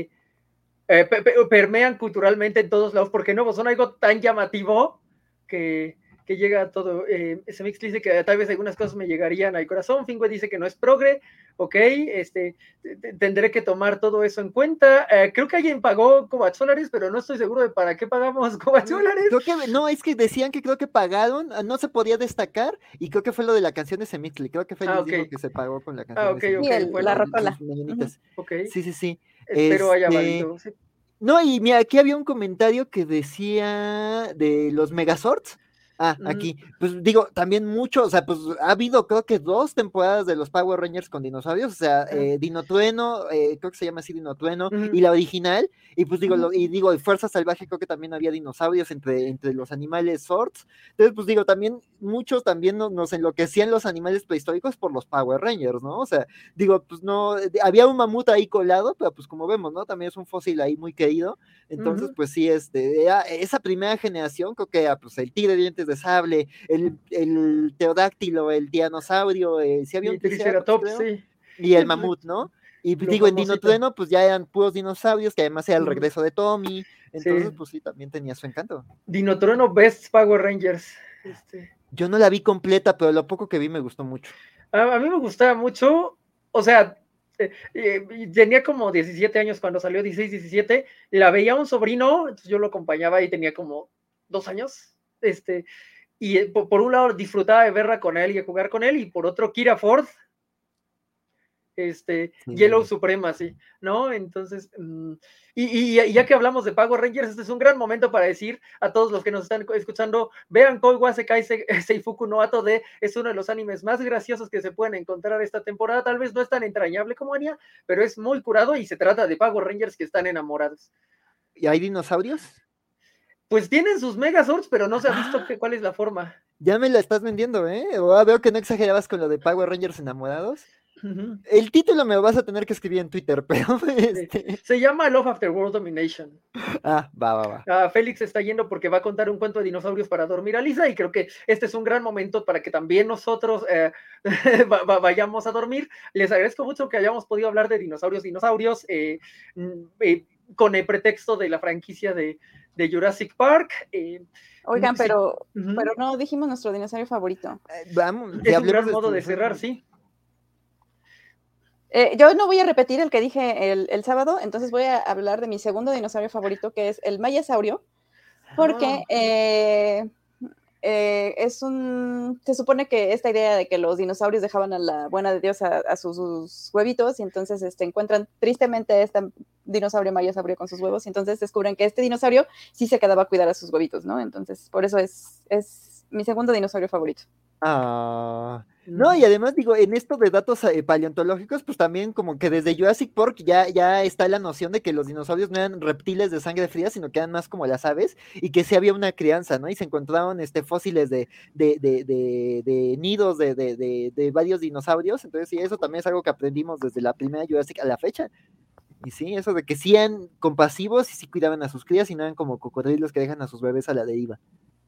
[SPEAKER 1] permean culturalmente en todos lados, porque no, son algo tan llamativo que llega a todo. Semix dice que tal vez algunas cosas me llegarían al corazón. Fingüe dice que no es progre. Ok, tendré que tomar todo eso en cuenta. Creo que alguien pagó $1,000, pero no estoy seguro de para qué pagamos $1,000.
[SPEAKER 3] Creo que, no, es que decían que creo que pagaron, no se podía destacar, y creo que fue lo de la canción de Semixli, creo que fue el mismo que se pagó con la canción de
[SPEAKER 2] Semixli.
[SPEAKER 3] Bueno,
[SPEAKER 2] la rocola.
[SPEAKER 3] Sí.
[SPEAKER 1] Espero haya valido. Sí.
[SPEAKER 3] No, y mira, aquí había un comentario que decía de los Megazords. Aquí, pues digo, también mucho, o sea, pues ha habido creo que 2 temporadas de los Power Rangers con dinosaurios, o sea, Dinotrueno, creo que se llama así Dinotrueno, y la original, y pues digo, Fuerza Salvaje creo que también había dinosaurios entre los animales Zords, entonces pues digo, también muchos también nos enloquecían los animales prehistóricos por los Power Rangers, ¿no? O sea, digo, pues no, había un mamut ahí colado, pero pues como vemos, ¿no? También es un fósil ahí muy querido, entonces pues sí, esa primera generación, creo que era pues el tigre de dientes de sable, el pterodáctilo, el tiranosaurio, sí había un triceratops, sí. Y el mamut, ¿no? Y pues, digo, en Dinotrueno, pues ya eran puros dinosaurios, que además era el regreso de Tommy, entonces pues sí, también tenía su encanto.
[SPEAKER 1] Dinotrueno Best Power Rangers.
[SPEAKER 3] Yo no la vi completa, pero lo poco que vi me gustó mucho.
[SPEAKER 1] A mí me gustaba mucho, o sea, tenía como 17 años cuando salió, 16, 17, la veía un sobrino, entonces yo lo acompañaba y tenía como 2 años, y por un lado disfrutaba de verla con él y de jugar con él, y por otro Kira Ford, Yellow Supremacy, ¿no? Entonces, y ya que hablamos de Power Rangers, este es un gran momento para decir a todos los que nos están escuchando, vean Koi wa Sekai Seifuku no Ato de, es uno de los animes más graciosos que se pueden encontrar esta temporada, tal vez no es tan entrañable como Anya, pero es muy curado y se trata de Power Rangers que están enamorados.
[SPEAKER 3] ¿Y hay dinosaurios?
[SPEAKER 1] Pues tienen sus Megazords, pero no se ha visto cuál es la forma.
[SPEAKER 3] Ya me la estás vendiendo, ¿eh? Veo que no exagerabas con lo de Power Rangers enamorados. El título me lo vas a tener que escribir en Twitter, pero...
[SPEAKER 1] Se llama Love After World Domination.
[SPEAKER 3] Va.
[SPEAKER 1] Félix está yendo porque va a contar un cuento de dinosaurios para dormir a Lisa y creo que este es un gran momento para que también nosotros vayamos a dormir. Les agradezco mucho que hayamos podido hablar de dinosaurios con el pretexto de la franquicia de Jurassic Park.
[SPEAKER 2] Oigan, pero no dijimos nuestro dinosaurio favorito.
[SPEAKER 3] Vamos,
[SPEAKER 1] es un gran modo de cerrar, sí.
[SPEAKER 2] Yo no voy a repetir el que dije el sábado, entonces voy a hablar de mi segundo dinosaurio favorito, que es el Mayasaurio, porque se supone que esta idea de que los dinosaurios dejaban a la buena de Dios a sus huevitos, y entonces encuentran tristemente a este dinosaurio Mayasaurio con sus huevos, y entonces descubren que este dinosaurio sí se quedaba a cuidar a sus huevitos, ¿no? Entonces, por eso es mi segundo dinosaurio favorito.
[SPEAKER 3] No, y además digo, en esto de datos paleontológicos, pues también como que desde Jurassic Park ya está la noción de que los dinosaurios no eran reptiles de sangre fría, sino que eran más como las aves, y que sí había una crianza, ¿no? Y se encontraron fósiles de nidos de varios dinosaurios, entonces sí, eso también es algo que aprendimos desde la primera Jurassic a la fecha. Y sí, eso de que sí eran compasivos y sí cuidaban a sus crías y no eran como cocodrilos que dejan a sus bebés a la deriva.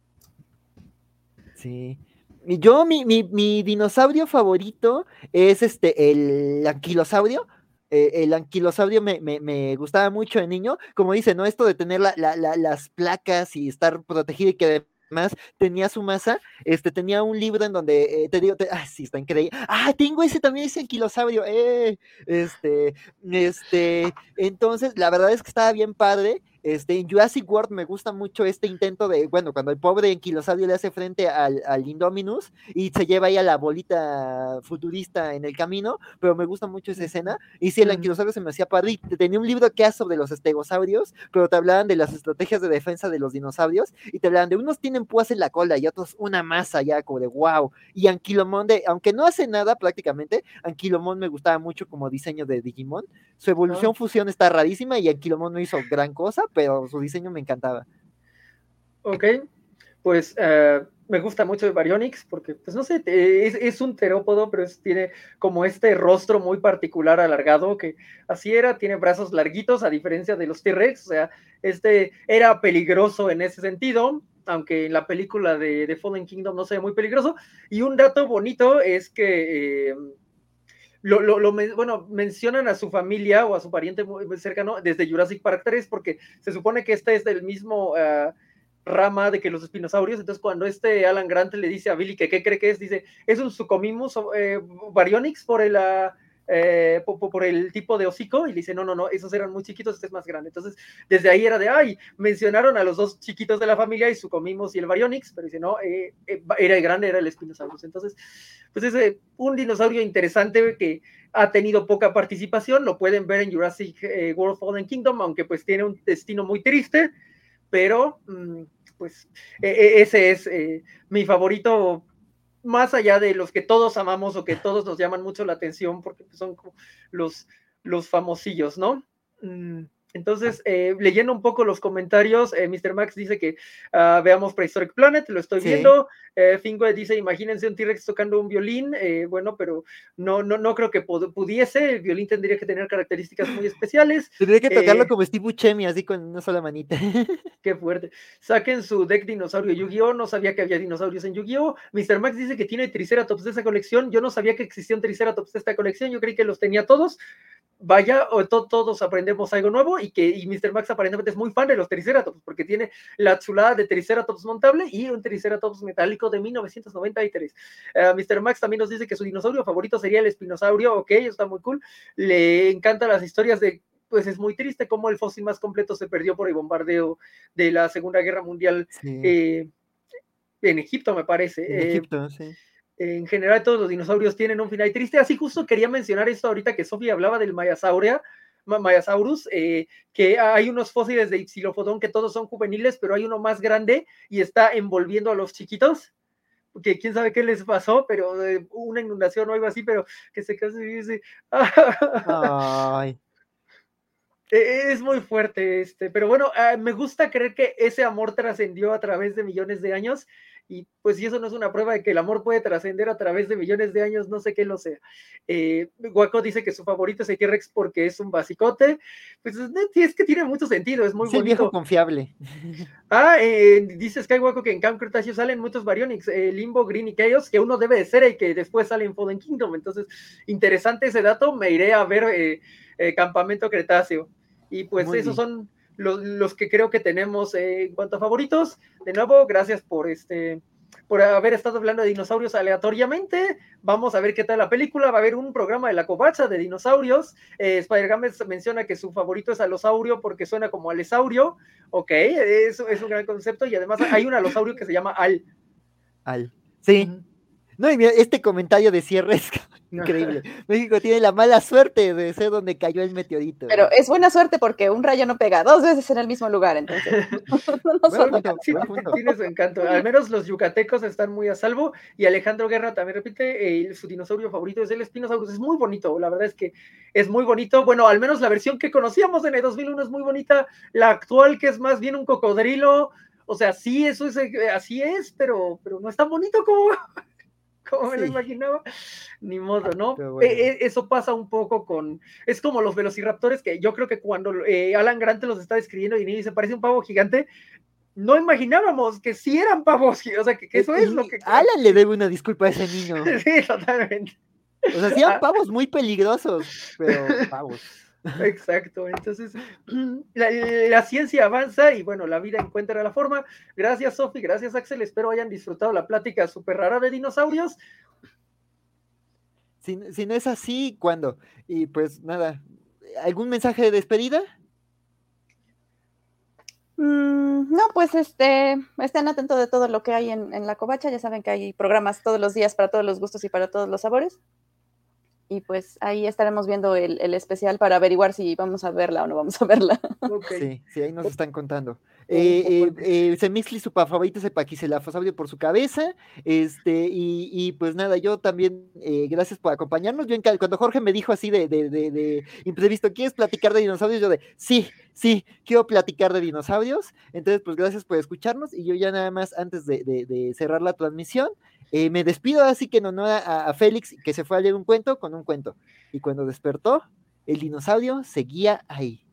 [SPEAKER 3] Sí. Yo, mi dinosaurio favorito es el anquilosaurio. El anquilosaurio me gustaba mucho de niño. Como dice, ¿no? Esto de tener las placas y estar protegido y que además tenía su masa. Tenía un libro en donde te digo, sí, está increíble. Tengo ese anquilosaurio. Entonces, la verdad es que estaba bien padre. En Jurassic World me gusta mucho este intento de, bueno, cuando el pobre anquilosaurio le hace frente al Indominus y se lleva ahí a la bolita futurista en el camino, pero me gusta mucho esa escena. Y sí, el anquilosaurio se me hacía padre. Tenía un libro que era sobre los estegosaurios, pero te hablaban de las estrategias de defensa de los dinosaurios y te hablaban de unos tienen púas en la cola y otros una masa ya como de wow. Y Anquilomón, aunque no hace nada prácticamente, Anquilomón me gustaba mucho como diseño de Digimon. Su evolución fusión está rarísima y Anquilomón no hizo gran cosa, pero su diseño me encantaba.
[SPEAKER 1] Ok, pues me gusta mucho de Baryonyx porque, pues no sé, es un terópodo, pero tiene como este rostro muy particular alargado, que así era, tiene brazos larguitos a diferencia de los T-Rex, o sea, era peligroso en ese sentido, aunque en la película de Fallen Kingdom no se ve muy peligroso. Y un dato bonito es que... bueno, mencionan a su familia o a su pariente muy cercano desde Jurassic Park 3, porque se supone que este es del mismo rama de que los espinosaurios. Entonces, cuando Alan Grant le dice a Billy que qué cree que es, dice, es un Suchomimus baryonyx por el tipo de hocico, y le dice, no, esos eran muy chiquitos, este es más grande. Entonces, desde ahí era mencionaron a los dos chiquitos de la familia, y Suchomimus y el baryonyx, pero dice, no, era el grande, era el Spinosaurus. Entonces, pues es un dinosaurio interesante que ha tenido poca participación, lo pueden ver en Jurassic World Fallen Kingdom, aunque pues tiene un destino muy triste, pero pues ese es mi favorito, más allá de los que todos amamos o que todos nos llaman mucho la atención, porque son como los famosillos, ¿no? Entonces, leyendo un poco los comentarios, Mr. Max dice que veamos Prehistoric Planet, lo estoy viendo. Fingue dice, imagínense un T-Rex tocando un violín. Bueno, pero no creo que pudiese. El violín tendría que tener características muy especiales.
[SPEAKER 3] Tendría que tocarlo como Steve Buscemi, así con una sola manita.
[SPEAKER 1] Qué fuerte. Saquen su deck dinosaurio Yu-Gi-Oh! No sabía que había dinosaurios en Yu-Gi-Oh! Mr. Max dice que tiene Triceratops de esa colección. Yo no sabía que existía un Triceratops de esta colección. Yo creí que los tenía todos. Vaya, todos aprendemos algo nuevo, y Mr. Max aparentemente es muy fan de los Triceratops, porque tiene la chulada de Triceratops montable y un Triceratops metálico de 1993. Mr. Max también nos dice que su dinosaurio favorito sería el espinosaurio. Ok, está muy cool. Le encantan las historias pues es muy triste cómo el fósil más completo se perdió por el bombardeo de la Segunda Guerra Mundial en Egipto, me parece.
[SPEAKER 3] En Egipto, sí.
[SPEAKER 1] En general todos los dinosaurios tienen un final triste. Así justo quería mencionar esto ahorita que Sofía hablaba del Mayasaurus, que hay unos fósiles de Ipsilophodon que todos son juveniles, pero hay uno más grande y está envolviendo a los chiquitos, que quién sabe qué les pasó, pero una inundación o algo así, pero que se casi dice...
[SPEAKER 3] Ay.
[SPEAKER 1] Es muy fuerte pero bueno, me gusta creer que ese amor trascendió a través de millones de años, y pues si eso no es una prueba de que el amor puede trascender a través de millones de años, no sé qué lo sea. Guaco dice que su favorito es el T-Rex porque es un basicote, pues es que tiene mucho sentido, es muy bonito.
[SPEAKER 3] Es el viejo confiable.
[SPEAKER 1] Dice Skywaco que en Camp Cretaceous salen muchos Baryonyx, Limbo, Green y Chaos, que uno debe de ser el que después sale en Fallen Kingdom. Entonces, interesante ese dato, me iré a ver Campamento Cretáceo. Y pues muy esos bien. Son los que creo que tenemos en cuanto a favoritos. De nuevo, gracias por haber estado hablando de dinosaurios aleatoriamente. Vamos a ver qué tal la película. Va a haber un programa de la covacha de dinosaurios. Spider-Games menciona que su favorito es alosaurio porque suena como alesaurio. Ok, es un gran concepto, y además hay un alosaurio que se llama Al.
[SPEAKER 3] Sí. No, y mira, este comentario de cierre es increíble. México tiene la mala suerte de ser donde cayó el meteorito.
[SPEAKER 2] Pero es buena suerte porque un rayo no pega 2 veces en el mismo lugar, entonces.
[SPEAKER 1] Tiene su encanto. Al menos los yucatecos están muy a salvo. Y Alejandro Guerra también repite, su dinosaurio favorito es el Spinosaurus. Es muy bonito, la verdad es que es muy bonito. Bueno, al menos la versión que conocíamos en el 2001 es muy bonita. La actual, que es más bien un cocodrilo, o sea, sí, eso es, así es, pero no es tan bonito como me lo imaginaba, ni modo, ¿no? Bueno. Eso pasa un poco es como los velociraptores, que yo creo que cuando Alan Grant los está describiendo y dice, parece un pavo gigante, no imaginábamos que sí eran pavos, o sea, que eso es lo que...
[SPEAKER 3] Alan le debe una disculpa a ese niño.
[SPEAKER 1] Sí, totalmente.
[SPEAKER 3] O sea, sí eran pavos muy peligrosos, pero pavos.
[SPEAKER 1] Exacto, entonces la ciencia avanza y bueno, la vida encuentra la forma. Gracias, Sofi, gracias, Axel, espero hayan disfrutado la plática súper rara de dinosaurios.
[SPEAKER 3] Si no es así, ¿cuándo? Y pues nada, ¿algún mensaje de despedida?
[SPEAKER 2] No, pues estén atentos de todo lo que hay en la covacha. Ya saben que hay programas todos los días para todos los gustos y para todos los sabores. Y pues ahí estaremos viendo el especial para averiguar si vamos a verla o no vamos a verla.
[SPEAKER 1] Ok.
[SPEAKER 3] Sí, ahí nos están contando.
[SPEAKER 1] Bueno.
[SPEAKER 3] Semixli, su favorito es el Paquicilafosaurio por su cabeza. Y pues nada, yo también, gracias por acompañarnos. Cuando Jorge me dijo así de imprevisto, ¿quieres platicar de dinosaurios? Yo sí, quiero platicar de dinosaurios. Entonces, pues gracias por escucharnos. Y yo ya nada más, antes de cerrar la transmisión, me despido así que en honor a Félix, que se fue a leer un cuento con un cuento. Y cuando despertó, el dinosaurio seguía ahí.